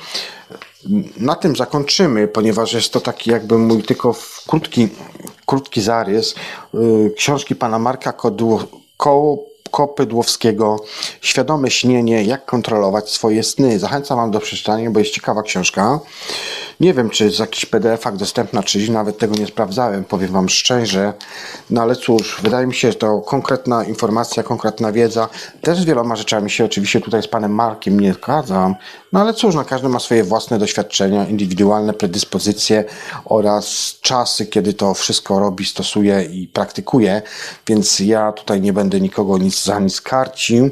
Na tym zakończymy, ponieważ jest to taki jakby mój tylko krótki, krótki zarys yy, książki pana Marka Kodło, Ko, Kopydłowskiego Świadome śnienie, jak kontrolować swoje sny. Zachęcam Wam do przeczytania, bo jest ciekawa książka. Nie wiem, czy jest jakiś P D F-ak dostępna, czy nawet tego nie sprawdzałem, powiem Wam szczerze. No ale cóż, wydaje mi się, że to konkretna informacja, konkretna wiedza. Też z wieloma rzeczami się oczywiście tutaj z panem Markiem nie zgadzam. No ale cóż, no każdy ma swoje własne doświadczenia, indywidualne predyspozycje oraz czasy, kiedy to wszystko robi, stosuje i praktykuje. Więc ja tutaj nie będę nikogo nic za nic karcił,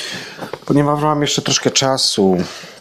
ponieważ mam jeszcze troszkę czasu.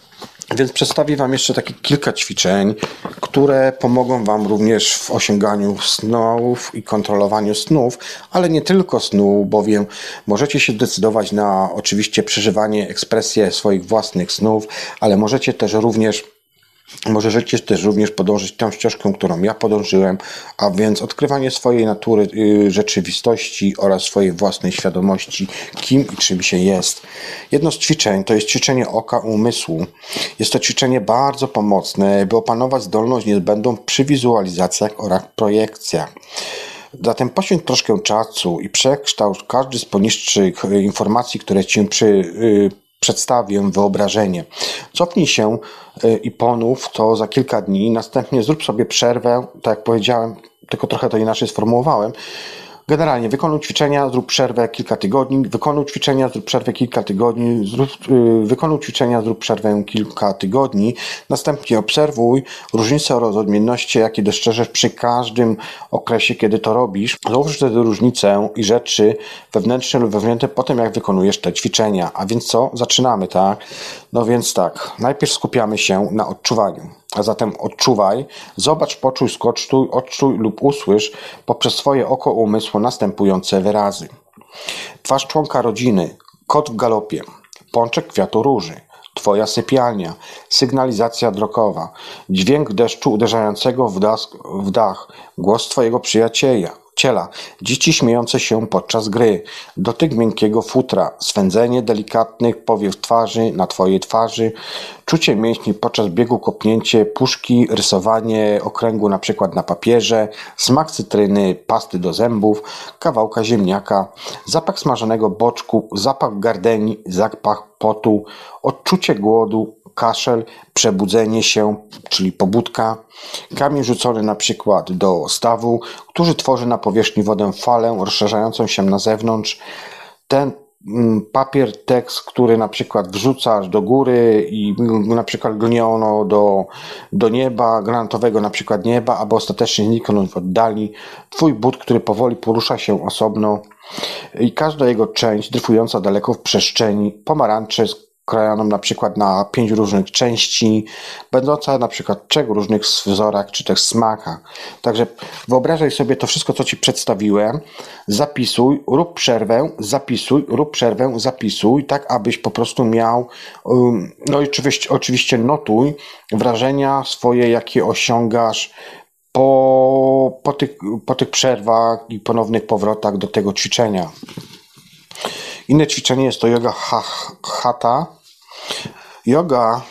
Więc przedstawię Wam jeszcze takie kilka ćwiczeń, które pomogą Wam również w osiąganiu snów i kontrolowaniu snów, ale nie tylko snu, bowiem możecie się decydować na oczywiście przeżywanie, ekspresję swoich własnych snów, ale możecie też również Możecie też również podążyć tą ścieżką, którą ja podążyłem, a więc odkrywanie swojej natury, yy, rzeczywistości oraz swojej własnej świadomości, kim i czym się jest. Jedno z ćwiczeń to jest ćwiczenie oka umysłu. Jest to ćwiczenie bardzo pomocne, by opanować zdolność niezbędną przy wizualizacjach oraz projekcjach. Zatem poświęć troszkę czasu i przekształć każdy z poniższych informacji, które Ci przy yy, przedstawię wyobrażenie. Cofnij się i ponów to za kilka dni, następnie zrób sobie przerwę, tak jak powiedziałem, tylko trochę to inaczej sformułowałem. Generalnie wykonuj ćwiczenia, zrób przerwę kilka tygodni, wykonuj ćwiczenia, zrób przerwę kilka tygodni, zrób, yy, wykonuj ćwiczenia, zrób przerwę kilka tygodni, następnie obserwuj różnice oraz odmienności, jakie dostrzeżesz przy każdym okresie, kiedy to robisz. Zauważ wtedy różnicę i rzeczy wewnętrzne lub wewnętrzne po tym, jak wykonujesz te ćwiczenia. A więc co? Zaczynamy, tak? No więc tak, najpierw skupiamy się na odczuwaniu. A zatem odczuwaj, zobacz, poczuj, skocztuj, odczuj lub usłysz poprzez swoje oko umysłu następujące wyrazy. Twarz członka rodziny, kot w galopie, pączek kwiatu róży, Twoja sypialnia, sygnalizacja drogowa, dźwięk deszczu uderzającego w dach, w dach, głos Twojego przyjaciela, ciela, dzieci śmiejące się podczas gry, dotyk miękkiego futra, swędzenie delikatnych powiew twarzy na twojej twarzy, czucie mięśni podczas biegu, kopnięcie puszki, rysowanie okręgu na przykład na papierze, smak cytryny, pasty do zębów, kawałka ziemniaka, zapach smażonego boczku, zapach gardeni, zapach potu, odczucie głodu, kaszel, przebudzenie się, czyli pobudka, kamień rzucony na przykład do stawu, który tworzy na powierzchni wodę falę rozszerzającą się na zewnątrz. Ten papier, tekst, który na przykład wrzucasz do góry i na przykład gnie ono do, do nieba, granatowego na przykład nieba, aby ostatecznie zniknąć w oddali. Twój but, który powoli porusza się osobno i każda jego część dryfująca daleko w przestrzeni. Pomarańcze skrojoną na przykład na pięć różnych części, będąca na przykład w trzech różnych wzorach czy też smakach. Także wyobrażaj sobie to wszystko, co Ci przedstawiłem, zapisuj, rób przerwę, zapisuj, rób przerwę, zapisuj, tak abyś po prostu miał, no i oczywiście, oczywiście notuj wrażenia swoje, jakie osiągasz po, po, tych, po tych przerwach i ponownych powrotach do tego ćwiczenia. Inne ćwiczenie jest to yoga hatha. Yoga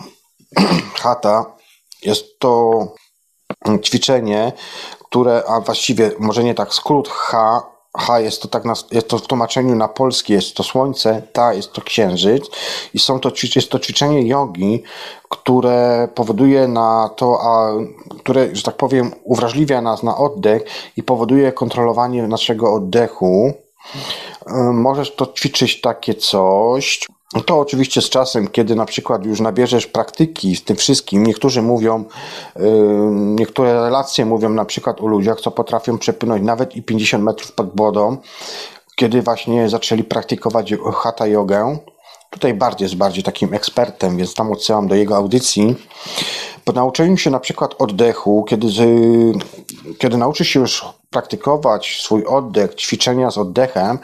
hatha jest to ćwiczenie, które, a właściwie może nie tak, skrót H, H jest to tak, na, jest to w tłumaczeniu na polski, jest to słońce, Ta jest to księżyc i są to, jest to ćwiczenie jogi, które powoduje na to, a, które, że tak powiem, uwrażliwia nas na oddech i powoduje kontrolowanie naszego oddechu. Możesz to ćwiczyć takie coś. To oczywiście z czasem, kiedy na przykład już nabierzesz praktyki z tym wszystkim. Niektórzy mówią, niektóre relacje mówią na przykład o ludziach, co potrafią przepłynąć nawet i pięćdziesiąt metrów pod wodą, kiedy właśnie zaczęli praktykować hatha jogę. Tutaj bardziej jest bardziej takim ekspertem, więc tam odsyłam do jego audycji. Po nauczeniu się na przykład oddechu, kiedy, kiedy nauczysz się już praktykować swój oddech, ćwiczenia z oddechem,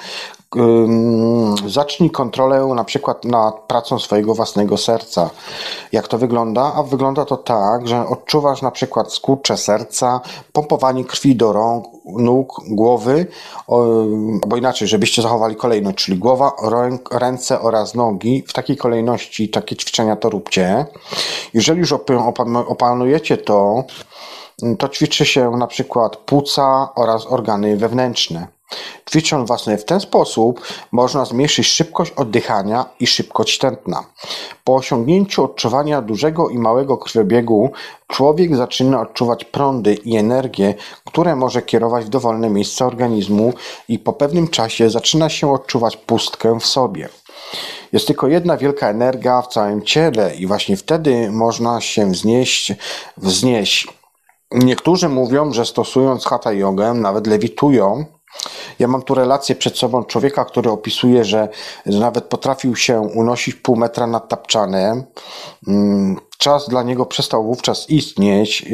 zacznij kontrolę na przykład nad pracą swojego własnego serca. Jak to wygląda? A wygląda to tak, że odczuwasz na przykład skurcze serca, pompowanie krwi do rąk, nóg, głowy, albo inaczej, żebyście zachowali kolejność, czyli głowa, ręce oraz nogi. W takiej kolejności takie ćwiczenia to róbcie. Jeżeli już opanujecie to, to ćwiczy się na przykład płuca oraz organy wewnętrzne. Ćwicząc właśnie w ten sposób można zmniejszyć szybkość oddychania i szybkość tętna. Po osiągnięciu odczuwania dużego i małego krwiobiegu człowiek zaczyna odczuwać prądy i energię, które może kierować w dowolne miejsca organizmu i po pewnym czasie zaczyna się odczuwać pustkę w sobie. Jest tylko jedna wielka energia w całym ciele i właśnie wtedy można się wznieść, wznieść. Niektórzy mówią, że stosując hatha jogę nawet lewitują. Ja mam tu relację przed sobą człowieka, który opisuje, że nawet potrafił się unosić pół metra nad tapczanem. Czas dla niego przestał wówczas istnieć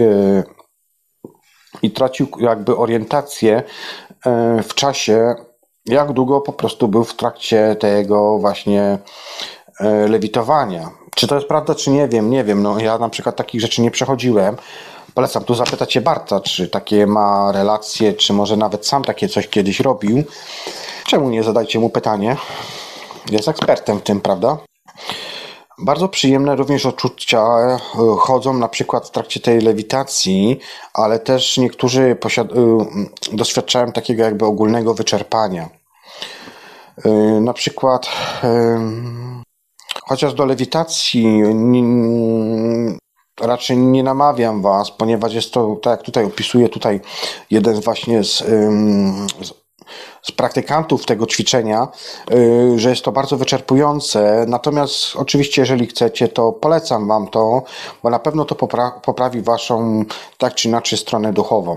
i tracił jakby orientację w czasie, jak długo po prostu był w trakcie tego właśnie lewitowania. Czy to jest prawda, czy nie wiem, nie wiem. No, ja na przykład takich rzeczy nie przechodziłem. Polecam tu zapytać się Barta, czy takie ma relacje, czy może nawet sam takie coś kiedyś robił. Czemu nie zadajcie mu pytanie? Jest ekspertem w tym, prawda? Bardzo przyjemne również odczucia chodzą na przykład w trakcie tej lewitacji, ale też niektórzy posiad- doświadczają takiego jakby ogólnego wyczerpania. Na przykład chociaż do lewitacji raczej nie namawiam Was, ponieważ jest to, tak jak tutaj opisuje tutaj jeden właśnie z, z, z praktykantów tego ćwiczenia, że jest to bardzo wyczerpujące. Natomiast oczywiście, jeżeli chcecie, to polecam Wam to, bo na pewno to popra- poprawi Waszą tak czy inaczej stronę duchową.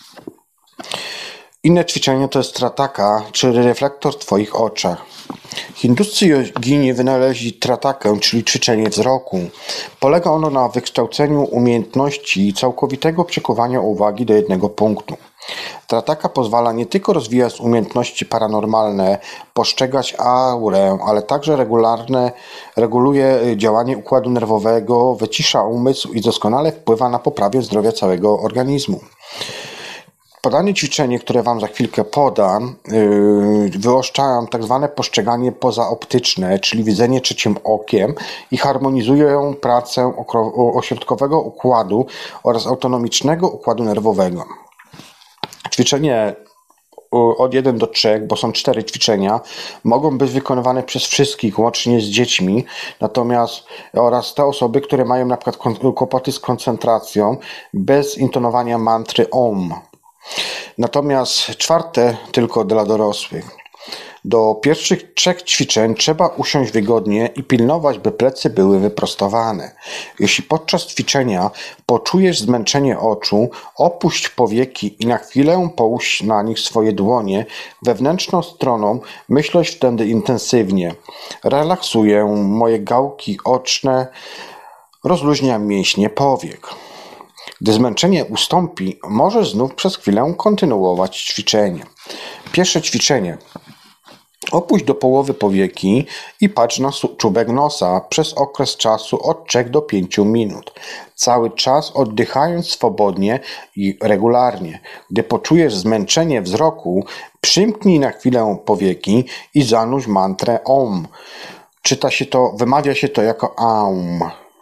Inne ćwiczenie to jest trataka, czyli reflektor w Twoich oczach. Hinduscy jogini wynaleźli tratakę, czyli ćwiczenie wzroku. Polega ono na wykształceniu umiejętności całkowitego przekuwania uwagi do jednego punktu. Trataka pozwala nie tylko rozwijać umiejętności paranormalne, postrzegać aurę, ale także regularne, reguluje działanie układu nerwowego, wycisza umysł i doskonale wpływa na poprawę zdrowia całego organizmu. Podane ćwiczenie, które Wam za chwilkę podam, yy, wyostrzałem tak zwane postrzeganie pozaoptyczne, czyli widzenie trzecim okiem i harmonizują pracę ośrodkowego układu oraz autonomicznego układu nerwowego. Ćwiczenie od jeden do trzech, bo są cztery ćwiczenia, mogą być wykonywane przez wszystkich, łącznie z dziećmi, natomiast oraz te osoby, które mają na przykład kłopoty z koncentracją, bez intonowania mantry Om. Natomiast czwarte tylko dla dorosłych. Do pierwszych trzech ćwiczeń trzeba usiąść wygodnie i pilnować, by plecy były wyprostowane. Jeśli podczas ćwiczenia poczujesz zmęczenie oczu, opuść powieki i na chwilę połóż na nich swoje dłonie wewnętrzną stroną, myśląc wtedy intensywnie. Relaksuję moje gałki oczne, rozluźniam mięśnie powiek. Gdy zmęczenie ustąpi, możesz znów przez chwilę kontynuować ćwiczenie. Pierwsze ćwiczenie. Opuść do połowy powieki i patrz na czubek nosa przez okres czasu od trzech do pięciu minut. Cały czas oddychając swobodnie i regularnie. Gdy poczujesz zmęczenie wzroku, przymknij na chwilę powieki i zanurz mantrę Om. Czyta się to, wymawia się to jako Aum.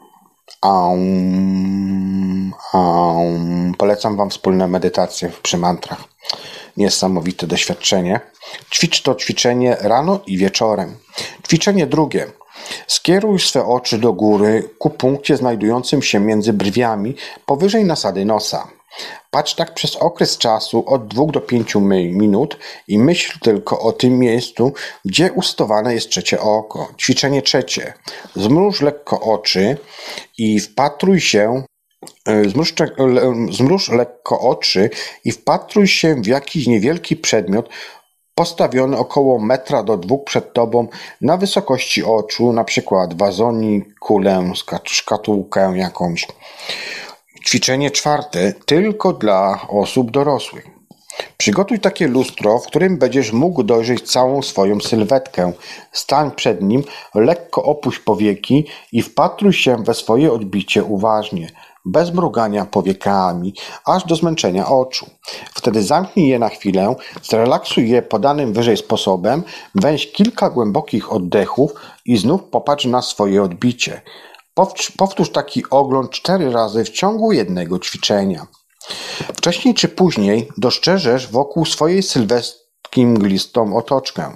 Aum, aum. Polecam Wam wspólne medytacje przy mantrach. Niesamowite doświadczenie. Ćwicz to ćwiczenie rano i wieczorem. Ćwiczenie drugie. Skieruj swe oczy do góry ku punkcie znajdującym się między brwiami powyżej nasady nosa. Patrz tak przez okres czasu od dwóch do pięciu minut i myśl tylko o tym miejscu, gdzie ustowane jest trzecie oko. Ćwiczenie trzecie. Zmruż lekko oczy i wpatruj się Zmruż, zmruż lekko oczy i wpatruj się w jakiś niewielki przedmiot postawiony około metra do dwóch przed tobą na wysokości oczu, na przykład wazonik, kulę, szkatułkę jakąś. Ćwiczenie czwarte, tylko dla osób dorosłych. Przygotuj takie lustro, w którym będziesz mógł dojrzeć całą swoją sylwetkę. Stań przed nim, lekko opuść powieki i wpatruj się we swoje odbicie uważnie, bez mrugania powiekami, aż do zmęczenia oczu. Wtedy zamknij je na chwilę, zrelaksuj je podanym wyżej sposobem, weź kilka głębokich oddechów i znów popatrz na swoje odbicie. Powtórz taki ogląd cztery razy w ciągu jednego ćwiczenia. Wcześniej czy później dostrzeżesz wokół swojej sylwetki mglistą otoczkę.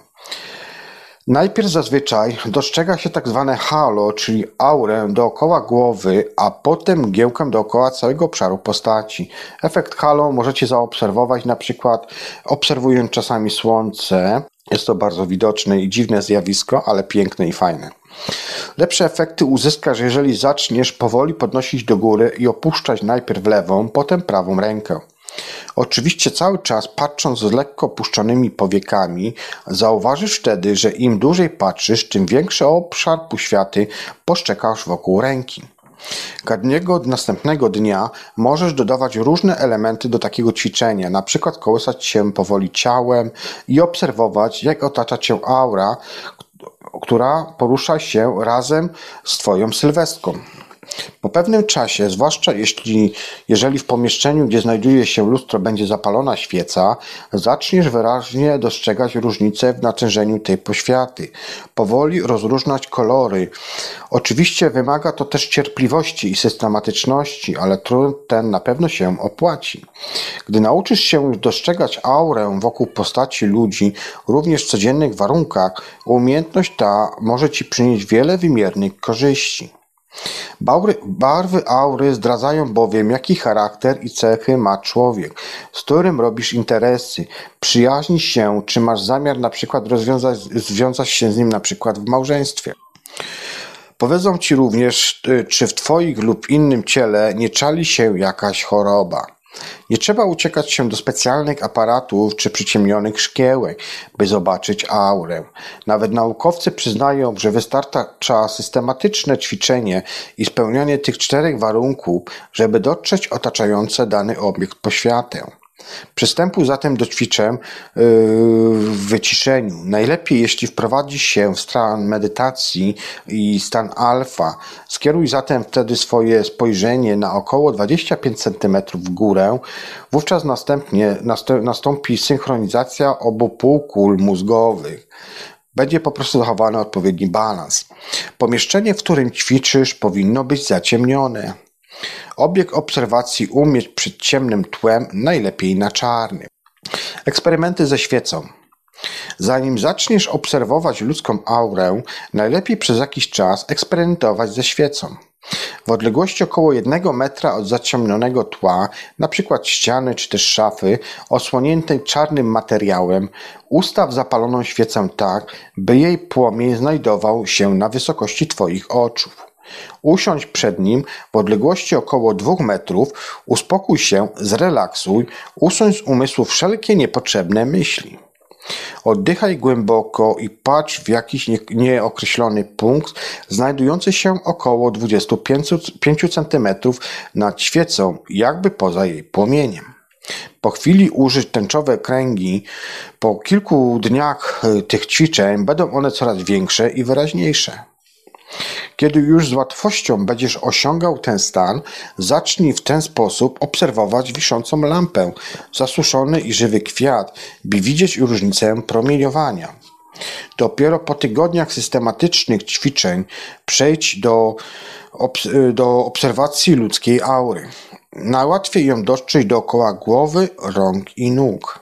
Najpierw zazwyczaj dostrzega się tak zwane halo, czyli aurę dookoła głowy, a potem mgiełkę dookoła całego obszaru postaci. Efekt halo możecie zaobserwować na przykład obserwując czasami słońce. Jest to bardzo widoczne i dziwne zjawisko, ale piękne i fajne. Lepsze efekty uzyskasz, jeżeli zaczniesz powoli podnosić do góry i opuszczać najpierw lewą, potem prawą rękę. Oczywiście cały czas patrząc z lekko opuszczonymi powiekami, zauważysz wtedy, że im dłużej patrzysz, tym większy obszar półświaty poszczekasz wokół ręki. Każdego następnego dnia możesz dodawać różne elementy do takiego ćwiczenia, na przykład kołysać się powoli ciałem i obserwować, jak otacza cię aura, która porusza się razem z Twoją sylwetką. Po pewnym czasie, zwłaszcza jeśli, jeżeli w pomieszczeniu, gdzie znajduje się lustro, będzie zapalona świeca, zaczniesz wyraźnie dostrzegać różnice w natężeniu tej poświaty. Powoli rozróżniać kolory. Oczywiście wymaga to też cierpliwości i systematyczności, ale trud ten na pewno się opłaci. Gdy nauczysz się dostrzegać aurę wokół postaci ludzi, również w codziennych warunkach, umiejętność ta może Ci przynieść wiele wymiernych korzyści. Barwy, barwy aury zdradzają bowiem, jaki charakter i cechy ma człowiek, z którym robisz interesy, przyjaźnisz się, czy masz zamiar na przykład rozwiązać, związać się z nim na przykład w małżeństwie. Powiedzą Ci również, czy w Twoich lub innym ciele nie czali się jakaś choroba. Nie trzeba uciekać się do specjalnych aparatów czy przyciemnionych szkiełek, by zobaczyć aurę. Nawet naukowcy przyznają, że wystarcza systematyczne ćwiczenie i spełnianie tych czterech warunków, żeby dotrzeć otaczające dany obiekt poświatę. Przystępuj zatem do ćwiczeń w wyciszeniu. Najlepiej, jeśli wprowadzisz się w stan medytacji i stan alfa. Skieruj zatem wtedy swoje spojrzenie na około dwadzieścia pięć centymetrów w górę. Wówczas następnie nastąpi synchronizacja obu półkul mózgowych. Będzie po prostu zachowany odpowiedni balans. Pomieszczenie, w którym ćwiczysz, powinno być zaciemnione. Obiekt obserwacji umieść przed ciemnym tłem, najlepiej na czarnym. Eksperymenty ze świecą. Zanim zaczniesz obserwować ludzką aurę, najlepiej przez jakiś czas eksperymentować ze świecą. W odległości około jednego metra od zaciemnionego tła, np. ściany czy też szafy, osłoniętej czarnym materiałem, ustaw zapaloną świecę tak, by jej płomień znajdował się na wysokości Twoich oczu. Usiądź przed nim w odległości około dwóch metrów, uspokój się, zrelaksuj, usuń z umysłu wszelkie niepotrzebne myśli. Oddychaj głęboko i patrz w jakiś nieokreślony punkt, znajdujący się około dwadzieścia pięć centymetrów nad świecą, jakby poza jej płomieniem. Po chwili użyć tęczowe kręgi. Po kilku dniach tych ćwiczeń będą one coraz większe i wyraźniejsze. Kiedy już z łatwością będziesz osiągał ten stan, zacznij w ten sposób obserwować wiszącą lampę, zasuszony i żywy kwiat, by widzieć różnicę promieniowania. Dopiero po tygodniach systematycznych ćwiczeń przejdź do, obs- do obserwacji ludzkiej aury. Najłatwiej ją dostrzec dookoła głowy, rąk i nóg.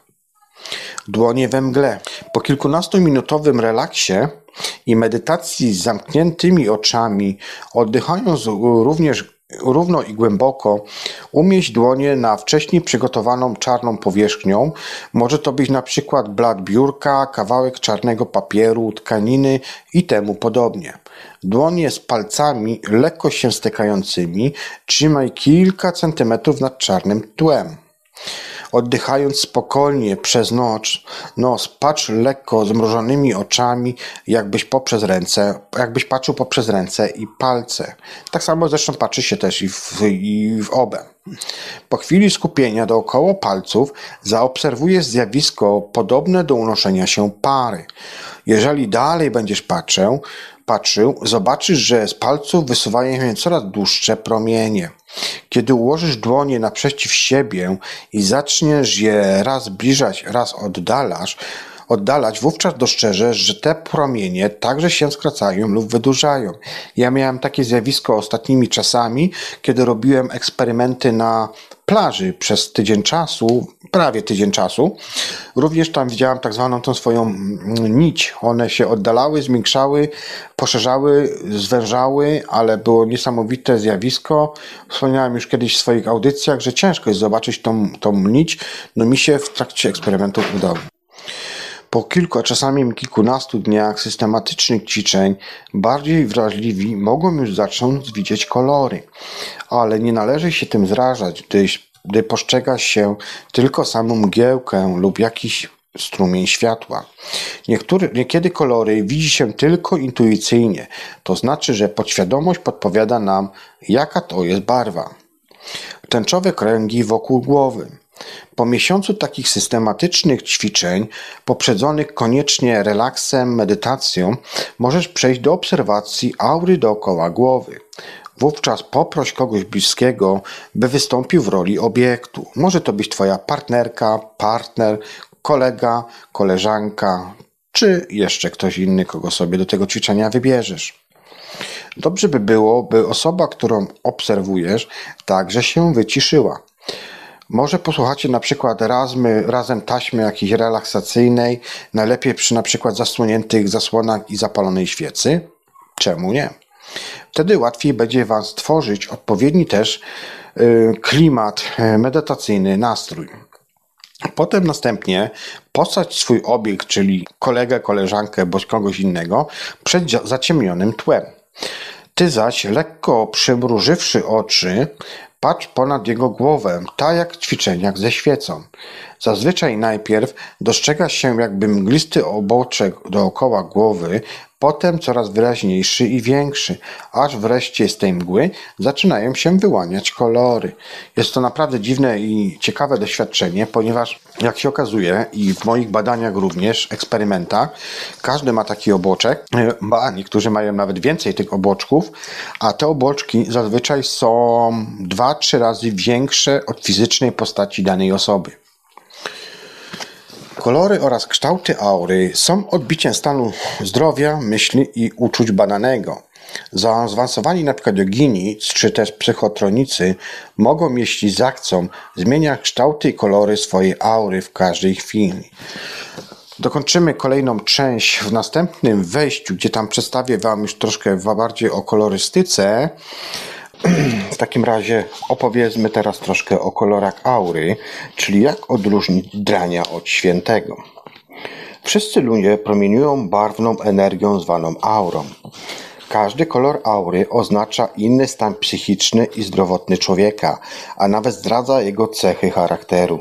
Dłonie we mgle. Po kilkunastominutowym relaksie i medytacji z zamkniętymi oczami, oddychając również równo i głęboko, umieść dłonie na wcześniej przygotowaną czarną powierzchnią. Może to być na przykład blat biurka, kawałek czarnego papieru, tkaniny i temu podobnie. Dłonie z palcami lekko się stykającymi trzymaj kilka centymetrów nad czarnym tłem. Oddychając spokojnie przez nos, nos patrz lekko zmrużonymi oczami, jakbyś poprzez ręce, jakbyś patrzył poprzez ręce i palce. Tak samo zresztą patrzy się też i w, i w obie. Po chwili skupienia dookoła palców zaobserwujesz zjawisko podobne do unoszenia się pary. Jeżeli dalej będziesz patrzył, patrzył, zobaczysz, że z palców wysuwają się coraz dłuższe promienie. Kiedy ułożysz dłonie naprzeciw siebie i zaczniesz je raz zbliżać, raz oddalasz, oddalać, wówczas dostrzeżesz, że te promienie także się skracają lub wydłużają. Ja miałem takie zjawisko ostatnimi czasami, kiedy robiłem eksperymenty na plaży przez tydzień czasu, prawie tydzień czasu. Również tam widziałem tak zwaną tą swoją nić. One się oddalały, zwiększały, poszerzały, zwężały, ale było niesamowite zjawisko. Wspomniałem już kiedyś w swoich audycjach, że ciężko jest zobaczyć tą, tą nić. No mi się w trakcie eksperymentów udało. Po kilku, a czasami kilkunastu dniach systematycznych ćwiczeń bardziej wrażliwi mogą już zacząć widzieć kolory, ale nie należy się tym zrażać, gdy, gdy postrzega się tylko samą mgiełkę lub jakiś strumień światła. Niektóre, niekiedy kolory widzi się tylko intuicyjnie, to znaczy, że podświadomość podpowiada nam, jaka to jest barwa. Tęczowe kręgi wokół głowy. Po miesiącu takich systematycznych ćwiczeń, poprzedzonych koniecznie relaksem, medytacją, możesz przejść do obserwacji aury dookoła głowy. Wówczas poproś kogoś bliskiego, by wystąpił w roli obiektu. Może to być Twoja partnerka, partner, kolega, koleżanka, czy jeszcze ktoś inny, kogo sobie do tego ćwiczenia wybierzesz. Dobrze by było, by osoba, którą obserwujesz, także się wyciszyła. Może posłuchacie na przykład razmy, razem taśmy jakiejś relaksacyjnej, najlepiej przy na przykład zasłoniętych zasłonach i zapalonej świecy. Czemu nie? Wtedy łatwiej będzie Wam stworzyć odpowiedni też y, klimat y, medytacyjny, nastrój. Potem następnie posadź swój obiekt, czyli kolegę, koleżankę bądź kogoś innego przed zaciemnionym tłem. Ty zaś, lekko przymrużywszy oczy, patrz ponad jego głowę, tak jak w ćwiczeniach ze świecą. Zazwyczaj najpierw dostrzega się jakby mglisty oboczek dookoła głowy, potem coraz wyraźniejszy i większy, aż wreszcie z tej mgły zaczynają się wyłaniać kolory. Jest to naprawdę dziwne i ciekawe doświadczenie, ponieważ jak się okazuje i w moich badaniach również, eksperymentach, każdy ma taki obłoczek, ba, niektórzy mają nawet więcej tych obłoczków, a te obłoczki zazwyczaj są dwa trzy razy większe od fizycznej postaci danej osoby. Kolory oraz kształty aury są odbiciem stanu zdrowia, myśli i uczuć badanego. Zaawansowani np. jogini czy też psychotronicy mogą, jeśli zachcą, zmieniać kształty i kolory swojej aury w każdej chwili. Dokończymy kolejną część w następnym wejściu, gdzie tam przedstawię Wam już troszkę bardziej o kolorystyce. W takim razie opowiedzmy teraz troszkę o kolorach aury, czyli jak odróżnić drania od świętego. Wszyscy ludzie promieniują barwną energią zwaną aurą. Każdy kolor aury oznacza inny stan psychiczny i zdrowotny człowieka, a nawet zdradza jego cechy charakteru.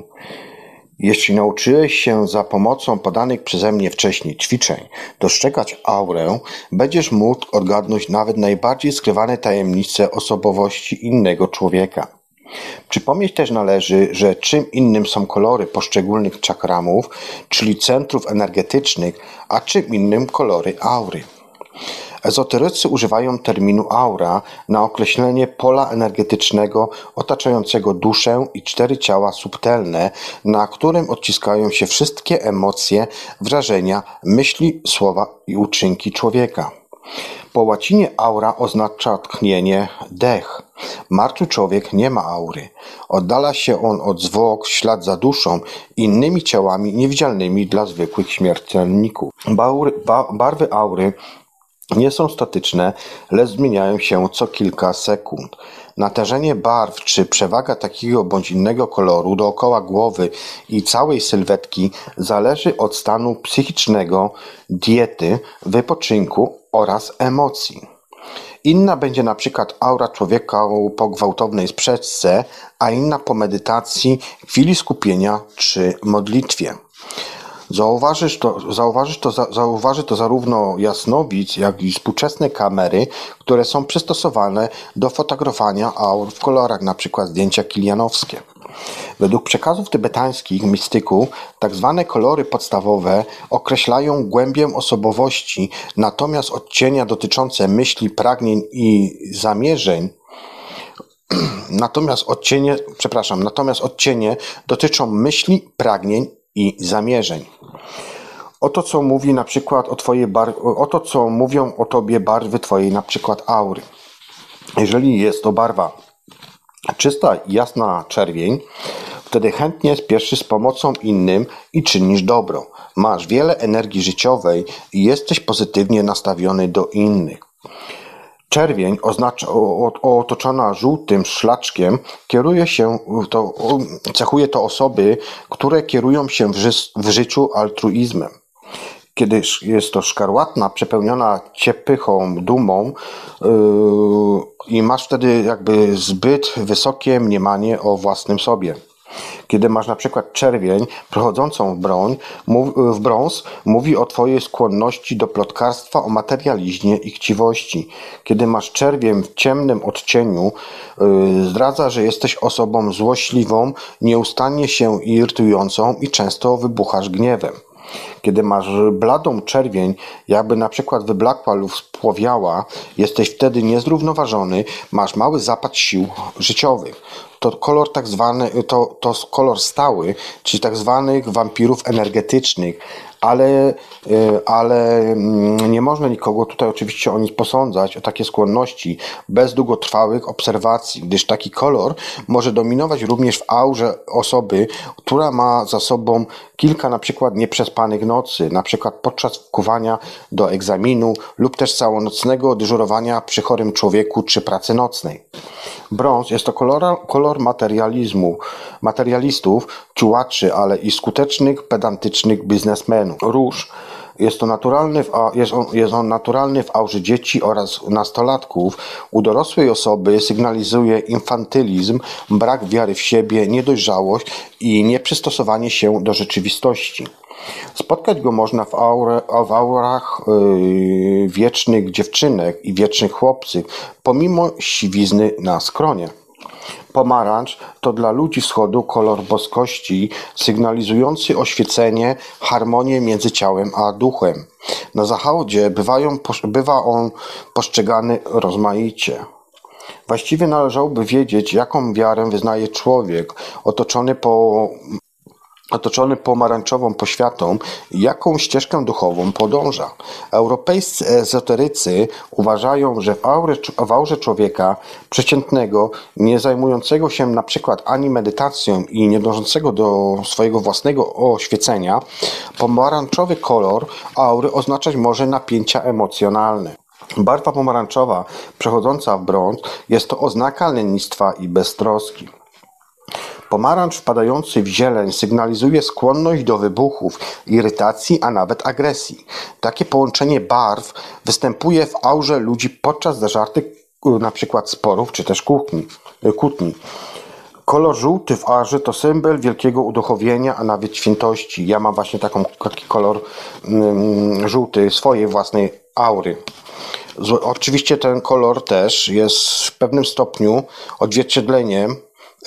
Jeśli nauczyłeś się za pomocą podanych przeze mnie wcześniej ćwiczeń dostrzegać aurę, będziesz mógł odgadnąć nawet najbardziej skrywane tajemnice osobowości innego człowieka. Przypomnieć też należy, że czym innym są kolory poszczególnych czakramów, czyli centrów energetycznych, a czym innym kolory aury. Ezoterycy używają terminu aura na określenie pola energetycznego otaczającego duszę i cztery ciała subtelne, na którym odciskają się wszystkie emocje, wrażenia, myśli, słowa i uczynki człowieka. Po łacinie aura oznacza tchnienie, dech. Martwy człowiek nie ma aury. Oddala się on od zwłok w ślad za duszą i innymi ciałami niewidzialnymi dla zwykłych śmiertelników. Baury, ba, barwy aury nie są statyczne, lecz zmieniają się co kilka sekund. Natężenie barw czy przewaga takiego bądź innego koloru dookoła głowy i całej sylwetki zależy od stanu psychicznego, diety, wypoczynku oraz emocji. Inna będzie na przykład aura człowieka po gwałtownej sprzeczce, a inna po medytacji, chwili skupienia czy modlitwie. Zauważysz to, zauważysz to, zauważy to zarówno jasnowidz, jak i współczesne kamery, które są przystosowane do fotografowania aur w kolorach, np. zdjęcia kilianowskie. Według przekazów tybetańskich mistyków, tak zwane kolory podstawowe określają głębię osobowości, natomiast odcienia dotyczące myśli, pragnień i zamierzeń natomiast odcienie, przepraszam, natomiast odcienie dotyczą myśli, pragnień i zamierzeń. Oto co mówi na przykład o twojej bar- oto co mówią o tobie barwy twojej na przykład aury. Jeżeli jest to barwa czysta, jasna czerwień, wtedy chętnie spieszysz z pomocą innym i czynisz dobro. Masz wiele energii życiowej i jesteś pozytywnie nastawiony do innych. Czerwień oznacza, o, o, otoczona żółtym szlaczkiem kieruje się to, o, cechuje to osoby, które kierują się w, ży, w życiu altruizmem. Kiedy jest to szkarłatna, przepełniona ciepychą, dumą yy, i masz wtedy jakby zbyt wysokie mniemanie o własnym sobie. Kiedy masz na przykład czerwień prochodzącą w, broń, w brąz, mówi o twojej skłonności do plotkarstwa, o materializmie i chciwości. Kiedy masz czerwień w ciemnym odcieniu, yy, zdradza, że jesteś osobą złośliwą, nieustannie się irytującą i często wybuchasz gniewem. Kiedy masz bladą czerwień, jakby na przykład wyblakła lub spłowiała, jesteś wtedy niezrównoważony, masz mały zapad sił życiowych. To kolor tak zwany, to, to kolor stały, czyli tak zwanych wampirów energetycznych, ale, ale nie można nikogo tutaj oczywiście o nich posądzać, o takie skłonności, bez długotrwałych obserwacji, gdyż taki kolor może dominować również w aurze osoby, która ma za sobą kilka na przykład nieprzespanych nocy, na przykład podczas wkuwania do egzaminu lub też całonocnego dyżurowania przy chorym człowieku czy pracy nocnej. Brąz jest to kolor, kolor materializmu, materialistów, ciułaczy, ale i skutecznych, pedantycznych biznesmenów. Róż jest to naturalny w, jest on, jest on naturalny w aurze dzieci oraz nastolatków. U dorosłej osoby sygnalizuje infantylizm, brak wiary w siebie, niedojrzałość i nieprzystosowanie się do rzeczywistości. Spotkać go można w, aure, w aurach yy, wiecznych dziewczynek i wiecznych chłopców, pomimo siwizny na skronie. Pomarańcz to dla ludzi wschodu kolor boskości, sygnalizujący oświecenie, harmonię między ciałem a duchem. Na zachodzie bywają, bywa on postrzegany rozmaicie. Właściwie należałoby wiedzieć, jaką wiarę wyznaje człowiek otoczony po otoczony pomarańczową poświatą, jaką ścieżkę duchową podąża. Europejscy ezoterycy uważają, że w, aurze, w aurze człowieka przeciętnego, nie zajmującego się na przykład ani medytacją i nie dążącego do swojego własnego oświecenia, pomarańczowy kolor aury oznaczać może napięcia emocjonalne. Barwa pomarańczowa, przechodząca w brąz, jest to oznaka lenistwa i beztroski. Pomarańcz wpadający w zieleń sygnalizuje skłonność do wybuchów, irytacji, a nawet agresji. Takie połączenie barw występuje w aurze ludzi podczas zażartych np. sporów czy też kłótni. kłótni. Kolor żółty w aurze to symbol wielkiego uduchowienia, a nawet świętości. Ja mam właśnie taką, taki kolor mm, żółty swojej własnej aury. Oczywiście ten kolor też jest w pewnym stopniu odzwierciedleniem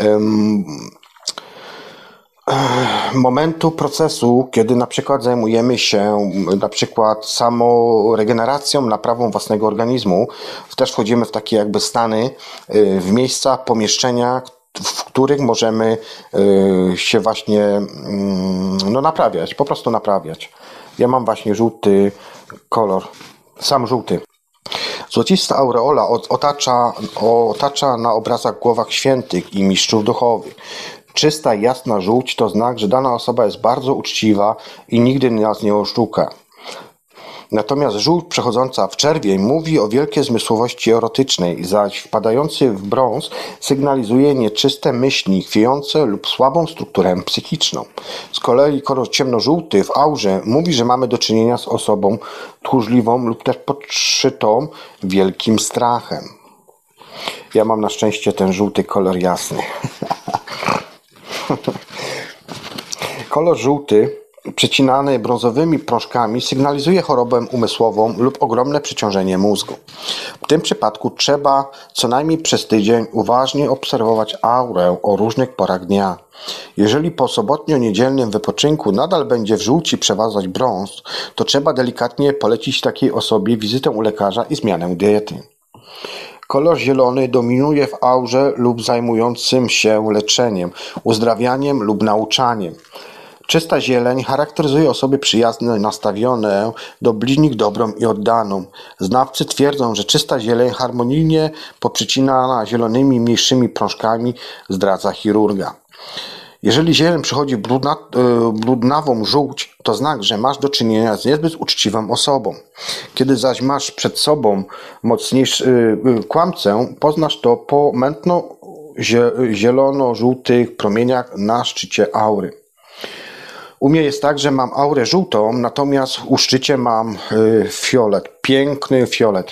momentu procesu, kiedy na przykład zajmujemy się na przykład samoregeneracją, naprawą własnego organizmu. Też wchodzimy w takie jakby stany, w miejsca, pomieszczenia, w których możemy się właśnie no, naprawiać, po prostu naprawiać. Ja mam właśnie żółty kolor, sam żółty. Złocista aureola otacza, otacza na obrazach głowach świętych i mistrzów duchowych. Czysta, jasna żółć to znak, że dana osoba jest bardzo uczciwa i nigdy nas nie oszuka. Natomiast żółć przechodząca w czerwień mówi o wielkiej zmysłowości erotycznej, zaś wpadający w brąz sygnalizuje nieczyste myśli, chwiejące lub słabą strukturę psychiczną. Z kolei kolor ciemnożółty w aurze mówi, że mamy do czynienia z osobą tchórzliwą lub też podszytą wielkim strachem. Ja mam na szczęście ten żółty kolor jasny. Kolor żółty przecinany brązowymi prążkami sygnalizuje chorobę umysłową lub ogromne przeciążenie mózgu. W tym przypadku trzeba co najmniej przez tydzień uważnie obserwować aurę o różnych porach dnia. Jeżeli po sobotnio-niedzielnym wypoczynku nadal będzie w żółci przeważać brąz, to trzeba delikatnie polecić takiej osobie wizytę u lekarza i zmianę diety. Kolor zielony dominuje w aurze lub zajmującym się leczeniem, uzdrawianiem lub nauczaniem. Czysta zieleń charakteryzuje osoby przyjazne, nastawione do bliźnich dobrą i oddaną. Znawcy twierdzą, że czysta zieleń harmonijnie poprzecinana zielonymi mniejszymi prążkami zdradza chirurga. Jeżeli zieleń przychodzi brudna, yy, brudnawą żółć, to znak, że masz do czynienia z niezbyt uczciwą osobą. Kiedy zaś masz przed sobą mocniejszy yy, kłamcę, poznasz to po mętno-zielono-żółtych promieniach na szczycie aury. U mnie jest tak, że mam aurę żółtą, natomiast u szczycie mam yy, fiolet, piękny fiolet.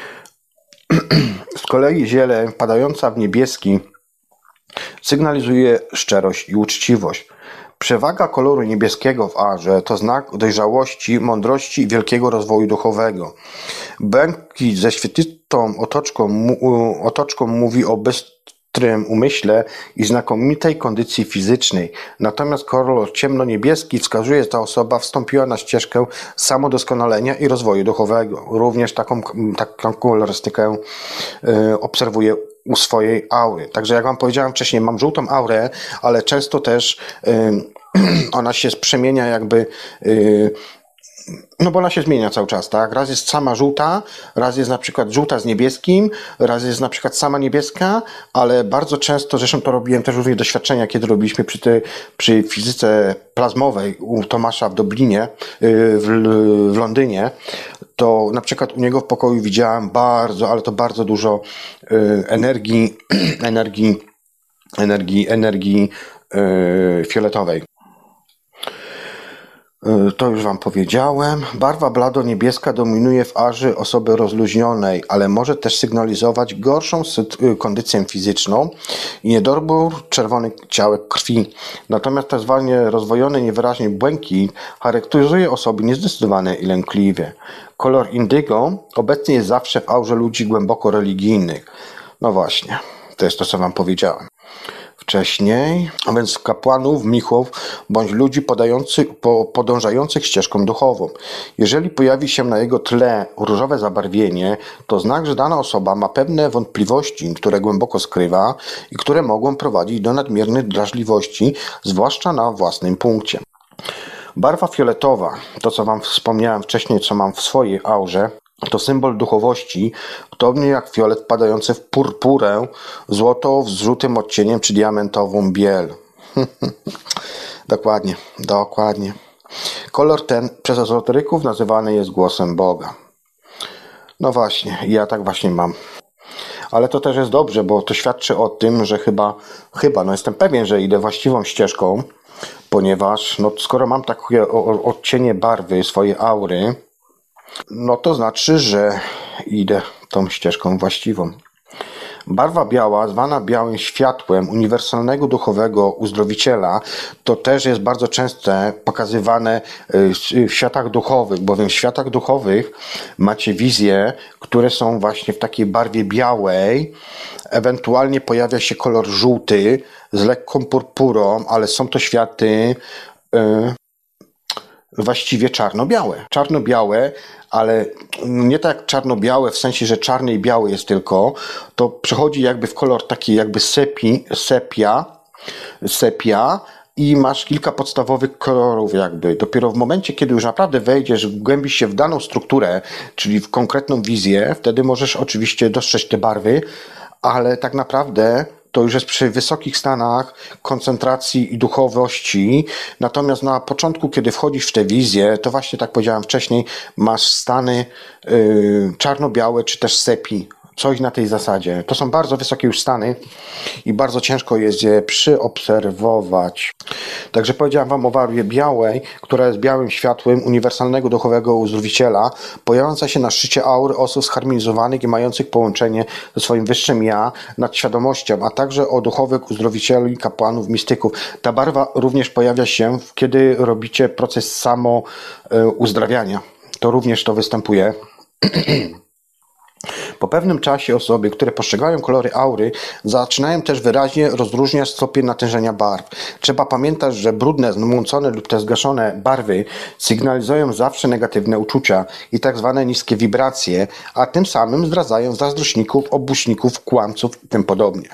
Z kolei zieleń padająca w niebieski sygnalizuje szczerość i uczciwość. Przewaga koloru niebieskiego w aurze to znak dojrzałości, mądrości i wielkiego rozwoju duchowego. Błękit ze świetlistą otoczką, otoczką mówi o bystrym umyśle i znakomitej kondycji fizycznej. Natomiast kolor ciemno-niebieski wskazuje, że ta osoba wstąpiła na ścieżkę samodoskonalenia i rozwoju duchowego. Również taką, taką kolorystykę yy, obserwuję u swojej aury. Także jak wam powiedziałem wcześniej, mam żółtą aurę, ale często też yy, ona się przemienia jakby, yy, no bo ona się zmienia cały czas, tak? Raz jest sama żółta, raz jest na przykład żółta z niebieskim, raz jest na przykład sama niebieska, ale bardzo często, zresztą to robiłem też również doświadczenia, kiedy robiliśmy przy, tej, przy fizyce plazmowej u Tomasza w Dublinie, yy, w, w Londynie, to na przykład u niego w pokoju widziałem bardzo, ale to bardzo dużo y, energii, energii, energii, energii y, fioletowej. To już Wam powiedziałem. Barwa blado-niebieska dominuje w aży osoby rozluźnionej, ale może też sygnalizować gorszą kondycję fizyczną i niedobór czerwonych ciałek krwi. Natomiast tak zwany rozwojony niewyraźnie błękit charakteryzuje osoby niezdecydowane i lękliwe. Kolor indygo obecny jest zawsze w aurze ludzi głęboko religijnych. No właśnie, to jest to, co Wam powiedziałem wcześniej, a więc kapłanów, mnichów bądź ludzi podających, po, podążających ścieżką duchową. Jeżeli pojawi się na jego tle różowe zabarwienie, to znak, że dana osoba ma pewne wątpliwości, które głęboko skrywa i które mogą prowadzić do nadmiernych drażliwości, zwłaszcza na własnym punkcie. Barwa fioletowa, to co Wam wspomniałem wcześniej, co mam w swojej aurze, to symbol duchowości, podobnie jak fiolet wpadający w purpurę, złoto z żółtym odcieniem czy diamentową biel. Dokładnie, dokładnie. Kolor ten przez ezoteryków nazywany jest głosem Boga. No właśnie, ja tak właśnie mam. Ale to też jest dobrze, bo to świadczy o tym, że chyba, chyba, no jestem pewien, że idę właściwą ścieżką, ponieważ no, skoro mam takie odcienie barwy swojej aury, no to znaczy, że idę tą ścieżką właściwą. Barwa biała, zwana białym światłem uniwersalnego duchowego uzdrowiciela, to też jest bardzo często pokazywane w światach duchowych, bowiem w światach duchowych macie wizje, które są właśnie w takiej barwie białej, ewentualnie pojawia się kolor żółty z lekką purpurą, ale są to światy yy, właściwie czarno-białe. Czarno-białe, ale nie tak czarno-białe w sensie, że czarny i biały jest tylko, to przechodzi jakby w kolor taki jakby sepi, sepia, sepia i masz kilka podstawowych kolorów jakby. Dopiero w momencie, kiedy już naprawdę wejdziesz, wgłębisz się w daną strukturę, czyli w konkretną wizję, wtedy możesz oczywiście dostrzec te barwy, ale tak naprawdę to już jest przy wysokich stanach koncentracji i duchowości. Natomiast na początku, kiedy wchodzisz w tę wizję, to właśnie tak powiedziałem wcześniej, masz stany yy, czarno-białe czy też sepi. Coś na tej zasadzie. To są bardzo wysokie już stany i bardzo ciężko jest je przyobserwować. Także powiedziałem Wam o barwie białej, która jest białym światłem uniwersalnego duchowego uzdrowiciela, pojawiająca się na szczycie aury osób zharmonizowanych i mających połączenie ze swoim wyższym ja nad świadomością, a także o duchowych uzdrowicieli, kapłanów, mistyków. Ta barwa również pojawia się, kiedy robicie proces samo uzdrawiania. To również to występuje. Po pewnym czasie osoby, które postrzegają kolory aury, zaczynają też wyraźnie rozróżniać stopień natężenia barw. Trzeba pamiętać, że brudne, zmącone lub te zgaszone barwy sygnalizują zawsze negatywne uczucia i tak zwane niskie wibracje, a tym samym zdradzają zazdrośników, obuśników, kłamców i tym podobnie.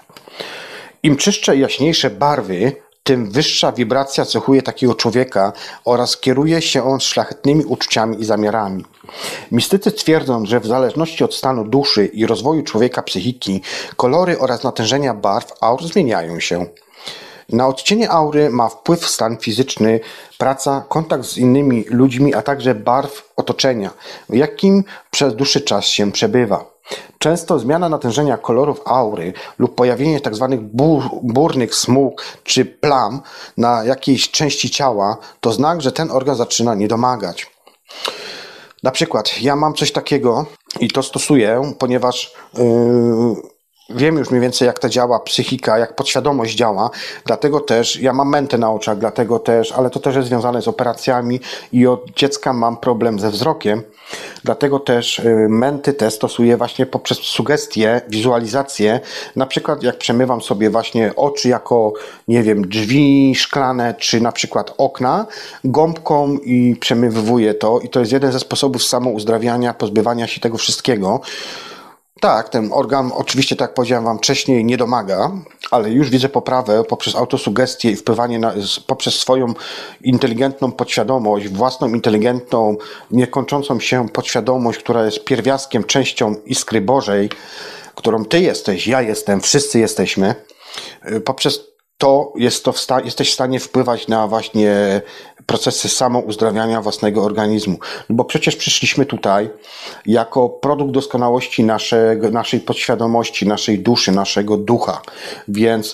Im czystsze i jaśniejsze barwy, tym wyższa wibracja cechuje takiego człowieka oraz kieruje się on szlachetnymi uczuciami i zamiarami. Mistycy twierdzą, że w zależności od stanu duszy i rozwoju człowieka psychiki, kolory oraz natężenia barw aur zmieniają się. Na odcienie aury ma wpływ stan fizyczny, praca, kontakt z innymi ludźmi, a także barw otoczenia, w jakim przez dłuższy czas się przebywa. Często zmiana natężenia kolorów aury lub pojawienie tzw. Bur, burnych smug czy plam na jakiejś części ciała to znak, że ten organ zaczyna niedomagać. Na przykład ja mam coś takiego i to stosuję, ponieważ yy, wiem już mniej więcej jak to działa psychika, jak podświadomość działa, dlatego też ja mam mętę na oczach, dlatego też, ale to też jest związane z operacjami i od dziecka mam problem ze wzrokiem, dlatego też męty te stosuję właśnie poprzez sugestie, wizualizację, na przykład jak przemywam sobie właśnie oczy jako, nie wiem, drzwi szklane, czy na przykład okna, gąbką i przemywuję to i to jest jeden ze sposobów samouzdrawiania, pozbywania się tego wszystkiego. Tak, ten organ oczywiście, tak jak powiedziałem Wam wcześniej, nie domaga, ale już widzę poprawę poprzez autosugestię i wpływanie na, poprzez swoją inteligentną podświadomość, własną inteligentną, niekończącą się podświadomość, która jest pierwiastkiem, częścią iskry Bożej, którą Ty jesteś, ja jestem, wszyscy jesteśmy. Poprzez to, jest to w sta- jesteś w stanie wpływać na właśnie procesy samouzdrawiania własnego organizmu. Bo przecież przyszliśmy tutaj jako produkt doskonałości naszego, naszej podświadomości, naszej duszy, naszego ducha. Więc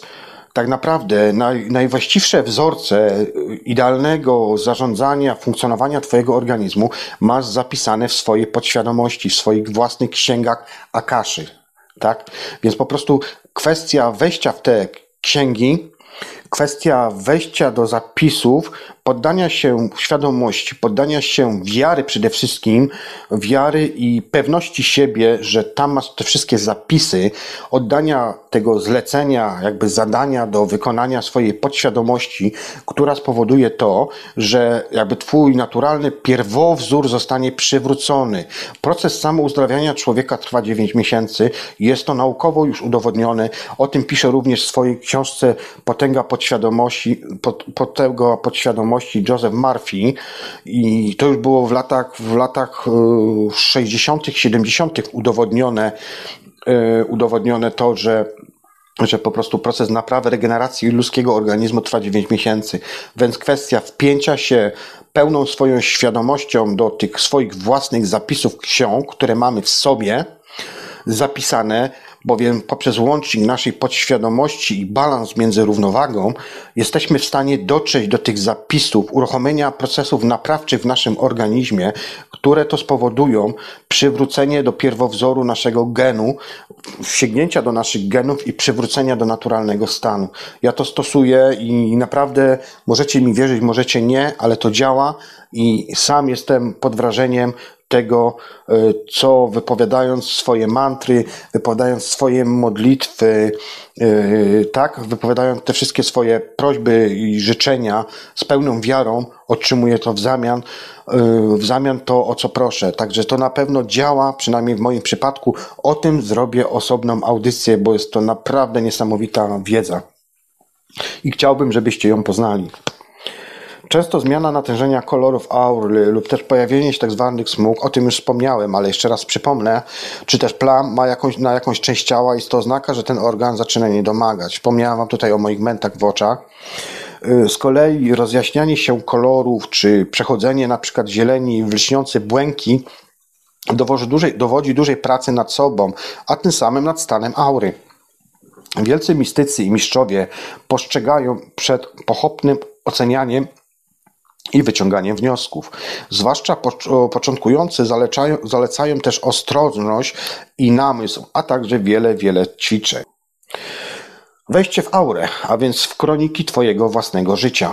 Tak naprawdę naj, najwłaściwsze wzorce idealnego zarządzania, funkcjonowania Twojego organizmu masz zapisane w swojej podświadomości, w swoich własnych księgach Akaszy. Tak? Więc po prostu kwestia wejścia w te księgi, kwestia wejścia do zapisów, poddania się świadomości, poddania się wiary przede wszystkim, wiary i pewności siebie, że tam masz te wszystkie zapisy, oddania tego zlecenia, jakby zadania do wykonania swojej podświadomości, która spowoduje to, że jakby twój naturalny pierwowzór zostanie przywrócony. Proces samouzdrawiania człowieka trwa dziewięć miesięcy. Jest to naukowo już udowodnione. O tym pisze również w swojej książce Potęga podświadomości, Potęga podświadomości Joseph Murphy i to już było w latach, w latach sześćdziesiątych, siedemdziesiątych udowodnione, udowodnione to, że że po prostu proces naprawy, regeneracji ludzkiego organizmu trwa dziewięć miesięcy. Więc kwestia wpięcia się pełną swoją świadomością do tych swoich własnych zapisów ksiąg, które mamy w sobie zapisane, bowiem poprzez łącznik naszej podświadomości i balans między równowagą jesteśmy w stanie dotrzeć do tych zapisów, uruchomienia procesów naprawczych w naszym organizmie, które to spowodują przywrócenie do pierwowzoru naszego genu, sięgnięcia do naszych genów i przywrócenia do naturalnego stanu. Ja to stosuję i naprawdę możecie mi wierzyć, możecie nie, ale to działa i sam jestem pod wrażeniem tego, co wypowiadając swoje mantry, wypowiadając swoje modlitwy, tak, wypowiadając te wszystkie swoje prośby i życzenia z pełną wiarą, otrzymuję to w zamian, w zamian to, o co proszę. Także to na pewno działa, przynajmniej w moim przypadku. O tym zrobię osobną audycję, bo jest to naprawdę niesamowita wiedza. I chciałbym, żebyście ją poznali. Często zmiana natężenia kolorów aury lub też pojawienie się tak zwanych smug, o tym już wspomniałem, ale jeszcze raz przypomnę, czy też plam ma jakąś, na jakąś część ciała, jest to oznaka, że ten organ zaczyna niedomagać. Wspomniałem wam tutaj o moich mętach w oczach. Z kolei rozjaśnianie się kolorów, czy przechodzenie na przykład zieleni w lśniące błęki dowodzi dużej, dowodzi dużej pracy nad sobą, a tym samym nad stanem aury. Wielcy mistycy i mistrzowie postrzegają przed pochopnym ocenianiem i wyciąganiem wniosków. Zwłaszcza początkujący zalecają, zalecają też ostrożność i namysł, a także wiele, wiele ćwiczeń. Wejście w aurę, a więc w kroniki Twojego własnego życia.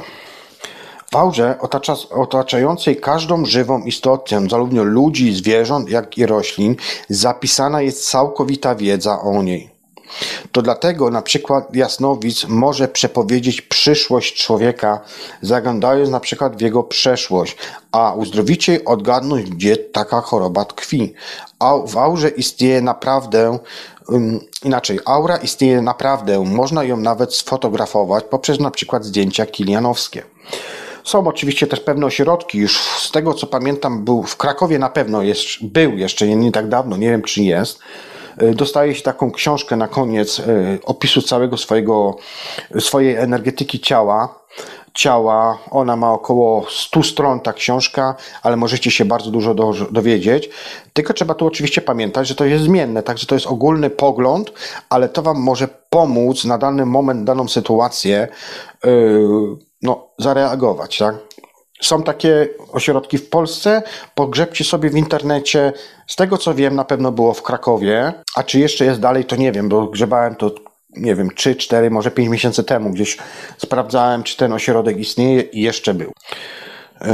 W aurze otacza, otaczającej każdą żywą istotę, zarówno ludzi, zwierząt, jak i roślin, zapisana jest całkowita wiedza o niej. To dlatego na przykład jasnowidz może przepowiedzieć przyszłość człowieka, zaglądając na przykład w jego przeszłość, a uzdrowiciel odgadnąć, gdzie taka choroba tkwi. A w aurze istnieje naprawdę, um, inaczej, aura istnieje naprawdę, można ją nawet sfotografować poprzez na przykład zdjęcia kilianowskie. Są oczywiście też pewne ośrodki, już z tego co pamiętam, był w Krakowie na pewno jest, był jeszcze nie tak dawno, nie wiem czy jest. Dostaje się taką książkę na koniec opisu całego swojego, swojej energetyki ciała. Ciała, ona ma około stu stron ta książka, ale możecie się bardzo dużo do, dowiedzieć. Tylko trzeba tu oczywiście pamiętać, że to jest zmienne, także to jest ogólny pogląd, ale to wam może pomóc na dany moment, daną sytuację yy, no, zareagować, tak? Są takie ośrodki w Polsce, pogrzebcie sobie w internecie. Z tego co wiem, na pewno było w Krakowie, a czy jeszcze jest dalej, to nie wiem, bo grzebałem to, nie wiem, trzy, cztery, może pięć miesięcy temu. Gdzieś sprawdzałem, czy ten ośrodek istnieje i jeszcze był. Yy,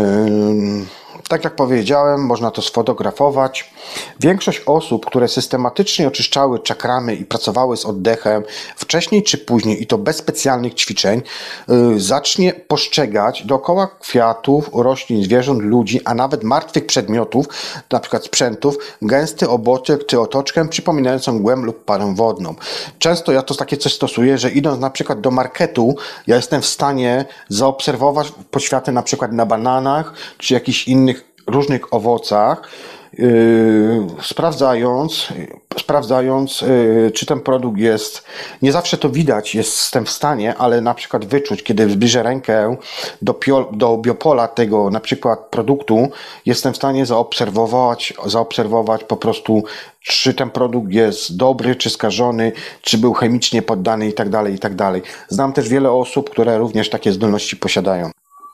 tak jak powiedziałem, można to sfotografować. Większość osób, które systematycznie oczyszczały czakramy i pracowały z oddechem, wcześniej czy później, i to bez specjalnych ćwiczeń, yy, zacznie postrzegać dookoła kwiatów, roślin, zwierząt, ludzi, a nawet martwych przedmiotów, na przykład sprzętów, gęsty obłoczek czy otoczkę przypominającą mgłę lub parę wodną. Często ja to takie coś stosuję, że idąc na przykład do marketu, ja jestem w stanie zaobserwować poświaty na przykład na bananach, czy jakichś innych różnych owocach yy, sprawdzając, sprawdzając yy, czy ten produkt jest, nie zawsze to widać, jestem w stanie, ale na przykład wyczuć, kiedy zbliżę rękę do, pio, do biopola tego na przykład produktu, jestem w stanie zaobserwować, zaobserwować po prostu, czy ten produkt jest dobry, czy skażony, czy był chemicznie poddany i tak dalej, i tak dalej. Znam też wiele osób, które również takie zdolności posiadają.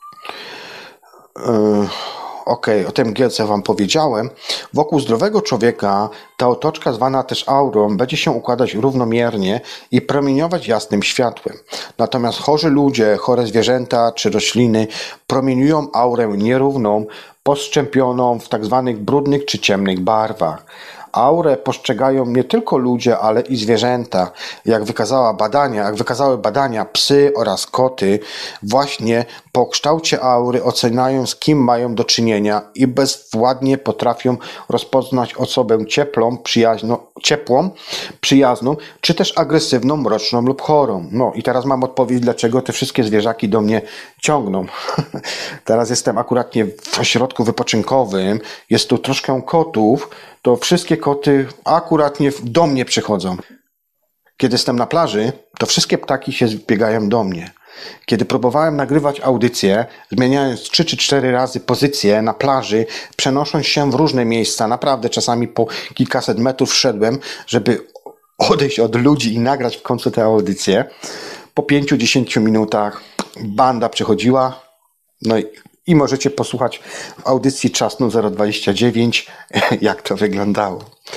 Yy. Okej, okay, o tym G C wam powiedziałem. Wokół zdrowego człowieka ta otoczka zwana też aurą będzie się układać równomiernie i promieniować jasnym światłem. Natomiast chorzy ludzie, chore zwierzęta czy rośliny promieniują aurę nierówną, postrzępioną w tak zwanych brudnych czy ciemnych barwach. Aurę postrzegają nie tylko ludzie, ale i zwierzęta. Jak wykazała badania, jak wykazały badania, psy oraz koty właśnie po kształcie aury oceniają, z kim mają do czynienia i bezwładnie potrafią rozpoznać osobę cieplą, przyjaźną, ciepłą, przyjazną, czy też agresywną, mroczną lub chorą. No i teraz mam odpowiedź, dlaczego te wszystkie zwierzaki do mnie ciągną. Teraz jestem akuratnie w ośrodku wypoczynkowym, jest tu troszkę kotów, to wszystkie koty akuratnie do mnie przychodzą. Kiedy jestem na plaży, to wszystkie ptaki się zbiegają do mnie. Kiedy próbowałem nagrywać audycję, zmieniając trzy czy cztery razy pozycję na plaży, przenosząc się w różne miejsca, naprawdę czasami po kilkaset metrów szedłem, żeby odejść od ludzi i nagrać w końcu tę audycję. Po pięciu do dziesięciu minutach banda przychodziła, no i I możecie posłuchać w audycji Czasnu zero dwadzieścia dziewięć, jak to wyglądało.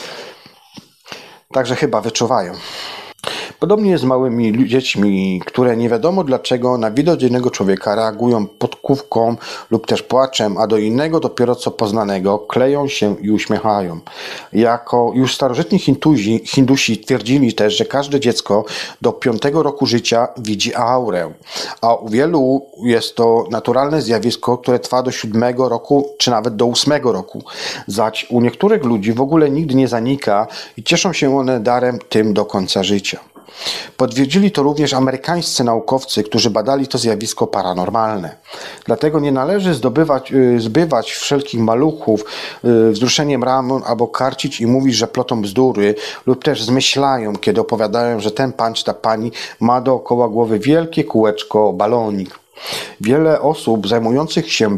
Także chyba wyczuwają. Podobnie jest z małymi dziećmi, które nie wiadomo dlaczego na widok innego człowieka reagują podkówką lub też płaczem, a do innego dopiero co poznanego kleją się i uśmiechają. Jako już starożytni Hinduzi, Hindusi twierdzili też, że każde dziecko do piątego roku życia widzi aurę, a u wielu jest to naturalne zjawisko, które trwa do siódmego roku czy nawet do ósmego roku. Zaś u niektórych ludzi w ogóle nigdy nie zanika i cieszą się one darem tym do końca życia. Potwierdzili to również amerykańscy naukowcy, którzy badali to zjawisko paranormalne. Dlatego nie należy zdobywać, zbywać wszelkich maluchów wzruszeniem ramion albo karcić i mówić, że plotą bzdury lub też zmyślają, kiedy opowiadają, że ten pan czy ta pani ma dookoła głowy wielkie kółeczko, balonik. Wiele osób zajmujących się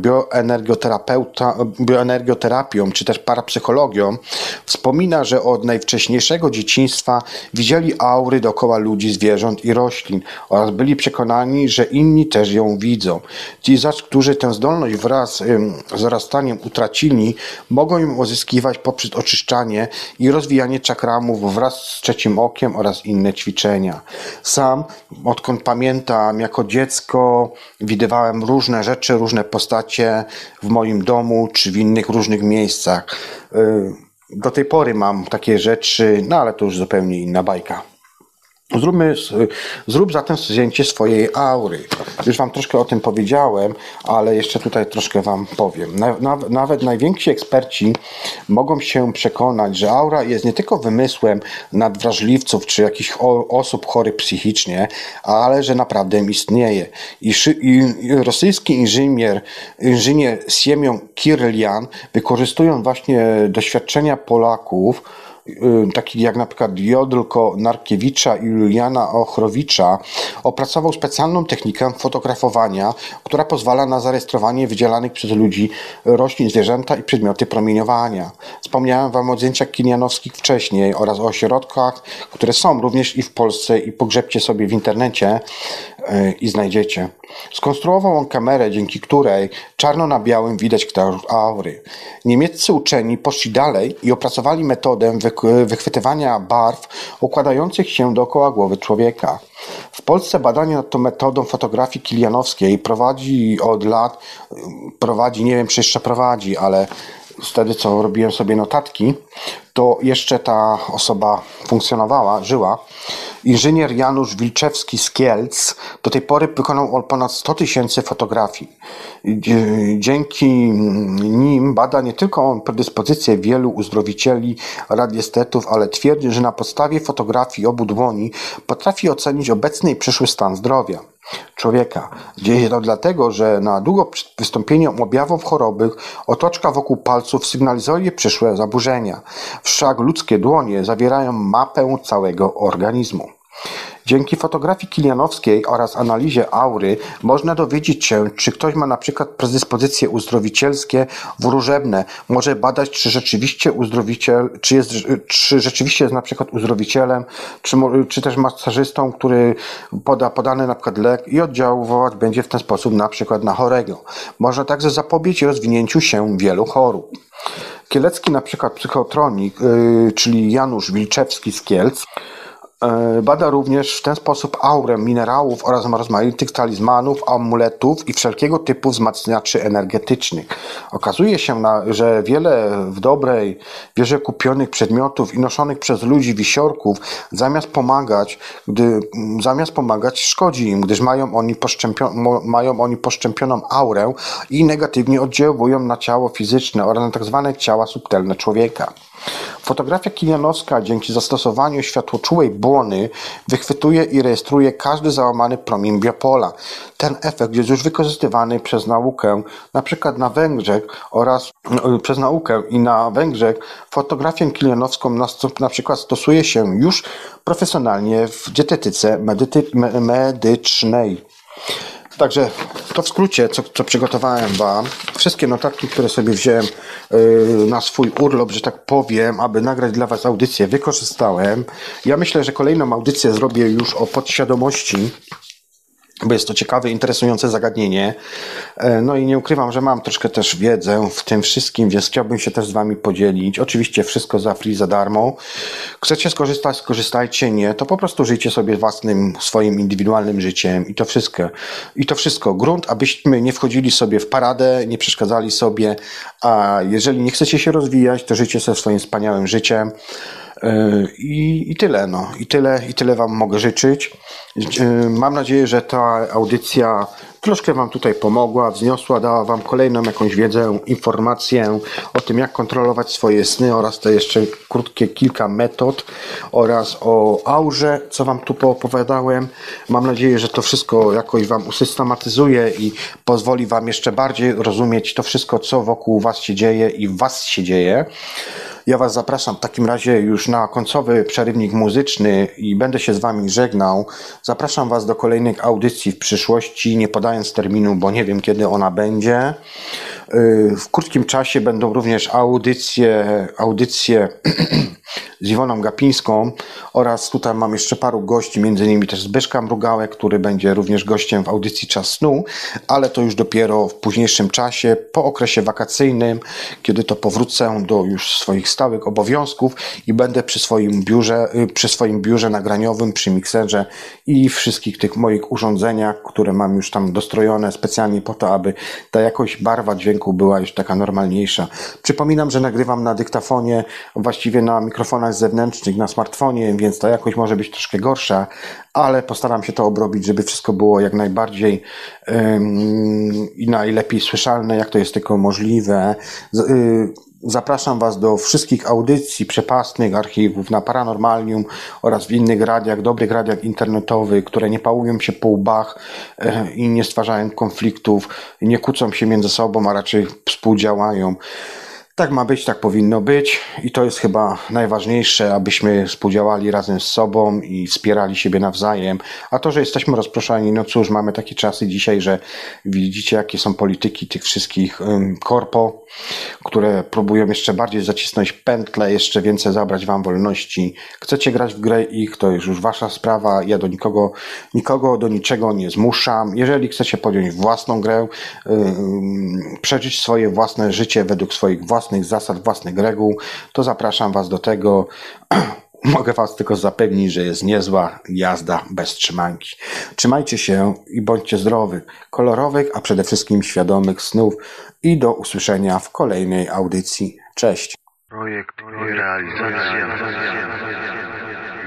bioenergioterapią czy też parapsychologią wspomina, że od najwcześniejszego dzieciństwa widzieli aury dookoła ludzi, zwierząt i roślin oraz byli przekonani, że inni też ją widzą. Ci zaś, którzy tę zdolność wraz z rastaniem utracili, mogą ją uzyskiwać poprzez oczyszczanie i rozwijanie czakramów wraz z trzecim okiem oraz inne ćwiczenia. Sam, odkąd pamiętam, jako dziecko widywałem różne rzeczy, różne postacie w moim domu czy w innych różnych miejscach. Do tej pory mam takie rzeczy, no ale to już zupełnie inna bajka. Zróbmy, zrób zatem zdjęcie swojej aury. Już wam troszkę o tym powiedziałem, ale jeszcze tutaj troszkę wam powiem. Nawet, nawet najwięksi eksperci mogą się przekonać, że aura jest nie tylko wymysłem nadwrażliwców czy jakichś osób chorych psychicznie, ale że naprawdę istnieje. I, i rosyjski inżynier, inżynier Siemion Kirlian, wykorzystując właśnie doświadczenia Polaków, takich jak na przykład Jodlko Narkiewicza i Juliana Ochrowicza, opracował specjalną technikę fotografowania, która pozwala na zarejestrowanie wydzielanych przez ludzi roślin, zwierzęta i przedmioty promieniowania. Wspomniałem wam o zdjęciach kilianowskich wcześniej oraz o ośrodkach, które są również i w Polsce, i pogrzebcie sobie w internecie i znajdziecie. Skonstruował on kamerę, dzięki której czarno na białym widać kształt aury. Niemieccy uczeni poszli dalej i opracowali metodę wychwytywania barw układających się dookoła głowy człowieka. W Polsce badania nad tą metodą fotografii kilianowskiej prowadzi od lat, prowadzi, nie wiem czy jeszcze prowadzi, ale wtedy co robiłem sobie notatki, to jeszcze ta osoba funkcjonowała, żyła. Inżynier Janusz Wilczewski z Kielc do tej pory wykonał ponad sto tysięcy fotografii. Dzięki nim bada nie tylko on predyspozycje wielu uzdrowicieli, radiestetów, ale twierdzi, że na podstawie fotografii obu dłoni potrafi ocenić obecny i przyszły stan zdrowia. człowieka. Dzieje się to dlatego, że na długo przed wystąpieniem objawów choroby otoczka wokół palców sygnalizuje przyszłe zaburzenia. Wszak ludzkie dłonie zawierają mapę całego organizmu. Dzięki fotografii kilianowskiej oraz analizie aury można dowiedzieć się, czy ktoś ma na przykład predyspozycje uzdrowicielskie, wróżebne. Może badać, czy rzeczywiście uzdrowiciel, czy, jest, czy rzeczywiście jest na przykład uzdrowicielem, czy, czy też masażystą, który poda podany na przykład lek i oddziaływać będzie w ten sposób na przykład na chorego. Można także zapobiec rozwinięciu się wielu chorób. Kielecki na przykład psychotronik, yy, czyli Janusz Wilczewski z Kielc, bada również w ten sposób aurę minerałów oraz rozmaitych talizmanów, amuletów i wszelkiego typu wzmacniaczy energetycznych. Okazuje się, że wiele w dobrej wierze kupionych przedmiotów i noszonych przez ludzi wisiorków zamiast pomagać, gdy, zamiast pomagać szkodzi im, gdyż mają oni, poszczępio, mają oni poszczępioną aurę i negatywnie oddziałują na ciało fizyczne oraz na tak zwane ciała subtelne człowieka. Fotografia kilianowska dzięki zastosowaniu światłoczułej błony wychwytuje i rejestruje każdy załamany promień biopola. Ten efekt jest już wykorzystywany przez naukę, na przykład na Węgrzech oraz no, przez naukę i na Węgrzech fotografię kilianowską na, na przykład stosuje się już profesjonalnie w dietetyce medy- medycznej. Także to w skrócie, co, co przygotowałem Wam. Wszystkie notatki, które sobie wziąłem yy, na swój urlop, że tak powiem, aby nagrać dla Was audycję, wykorzystałem. Ja myślę, że kolejną audycję zrobię już o podświadomości, bo jest to ciekawe, interesujące zagadnienie. No i nie ukrywam, że mam troszkę też wiedzę w tym wszystkim, więc chciałbym się też z Wami podzielić. Oczywiście wszystko za free, za darmo. Chcecie skorzystać, skorzystajcie, nie, to po prostu żyjcie sobie własnym, swoim indywidualnym życiem i to wszystko. I to wszystko. Grunt, abyśmy nie wchodzili sobie w paradę, nie przeszkadzali sobie, a jeżeli nie chcecie się rozwijać, to żyjcie sobie swoim wspaniałym życiem. I, I tyle, no. I tyle, i tyle Wam mogę życzyć. Mam nadzieję, że ta audycja troszkę Wam tutaj pomogła, wzniosła, dała Wam kolejną jakąś wiedzę, informację o tym, jak kontrolować swoje sny oraz te jeszcze krótkie kilka metod oraz o aurze, co Wam tu poopowiadałem. Mam nadzieję, że to wszystko jakoś Wam usystematyzuje i pozwoli Wam jeszcze bardziej rozumieć to wszystko, co wokół Was się dzieje i w Was się dzieje. Ja Was zapraszam w takim razie już na końcowy przerywnik muzyczny i będę się z Wami żegnał. Zapraszam Was do kolejnych audycji w przyszłości, nie podając terminu, bo nie wiem, kiedy ona będzie. W krótkim czasie będą również audycje, audycje z Iwoną Gapińską oraz tutaj mam jeszcze paru gości, między innymi też Zbyszka Mrugałek, który będzie również gościem w audycji Czas Snu, ale to już dopiero w późniejszym czasie, po okresie wakacyjnym, kiedy to powrócę do już swoich stałych obowiązków i będę przy swoim biurze, przy swoim biurze nagraniowym, przy mikserze i wszystkich tych moich urządzeniach, które mam już tam dostrojone specjalnie po to, aby ta jakość barwa dźwięku była już taka normalniejsza. Przypominam, że nagrywam na dyktafonie, właściwie na mikrofonach zewnętrznych, na smartfonie, więc ta jakość może być troszkę gorsza, ale postaram się to obrobić, żeby wszystko było jak najbardziej ym, i najlepiej słyszalne, jak to jest tylko możliwe. Z, y, Zapraszam Was do wszystkich audycji przepastnych, archiwów na Paranormalium oraz w innych radiach, dobrych radiach internetowych, które nie pałują się po łbach e, i nie stwarzają konfliktów, nie kłócą się między sobą, a raczej współdziałają. Tak ma być, tak powinno być i to jest chyba najważniejsze, abyśmy współdziałali razem z sobą i wspierali siebie nawzajem. A to, że jesteśmy rozproszeni, no cóż, mamy takie czasy dzisiaj, że widzicie, jakie są polityki tych wszystkich um, korpo, które próbują jeszcze bardziej zacisnąć pętlę, jeszcze więcej zabrać wam wolności. Chcecie grać w grę ich, to jest już wasza sprawa, ja do nikogo, nikogo do niczego nie zmuszam. Jeżeli chcecie podjąć własną grę, um, przeżyć swoje własne życie według swoich własnych własnych zasad, własnych reguł, to zapraszam Was do tego. Mogę Was tylko zapewnić, że jest niezła jazda bez trzymanki. Trzymajcie się i bądźcie zdrowych, kolorowych, a przede wszystkim świadomych snów i do usłyszenia w kolejnej audycji. Cześć. Projekt i realizacja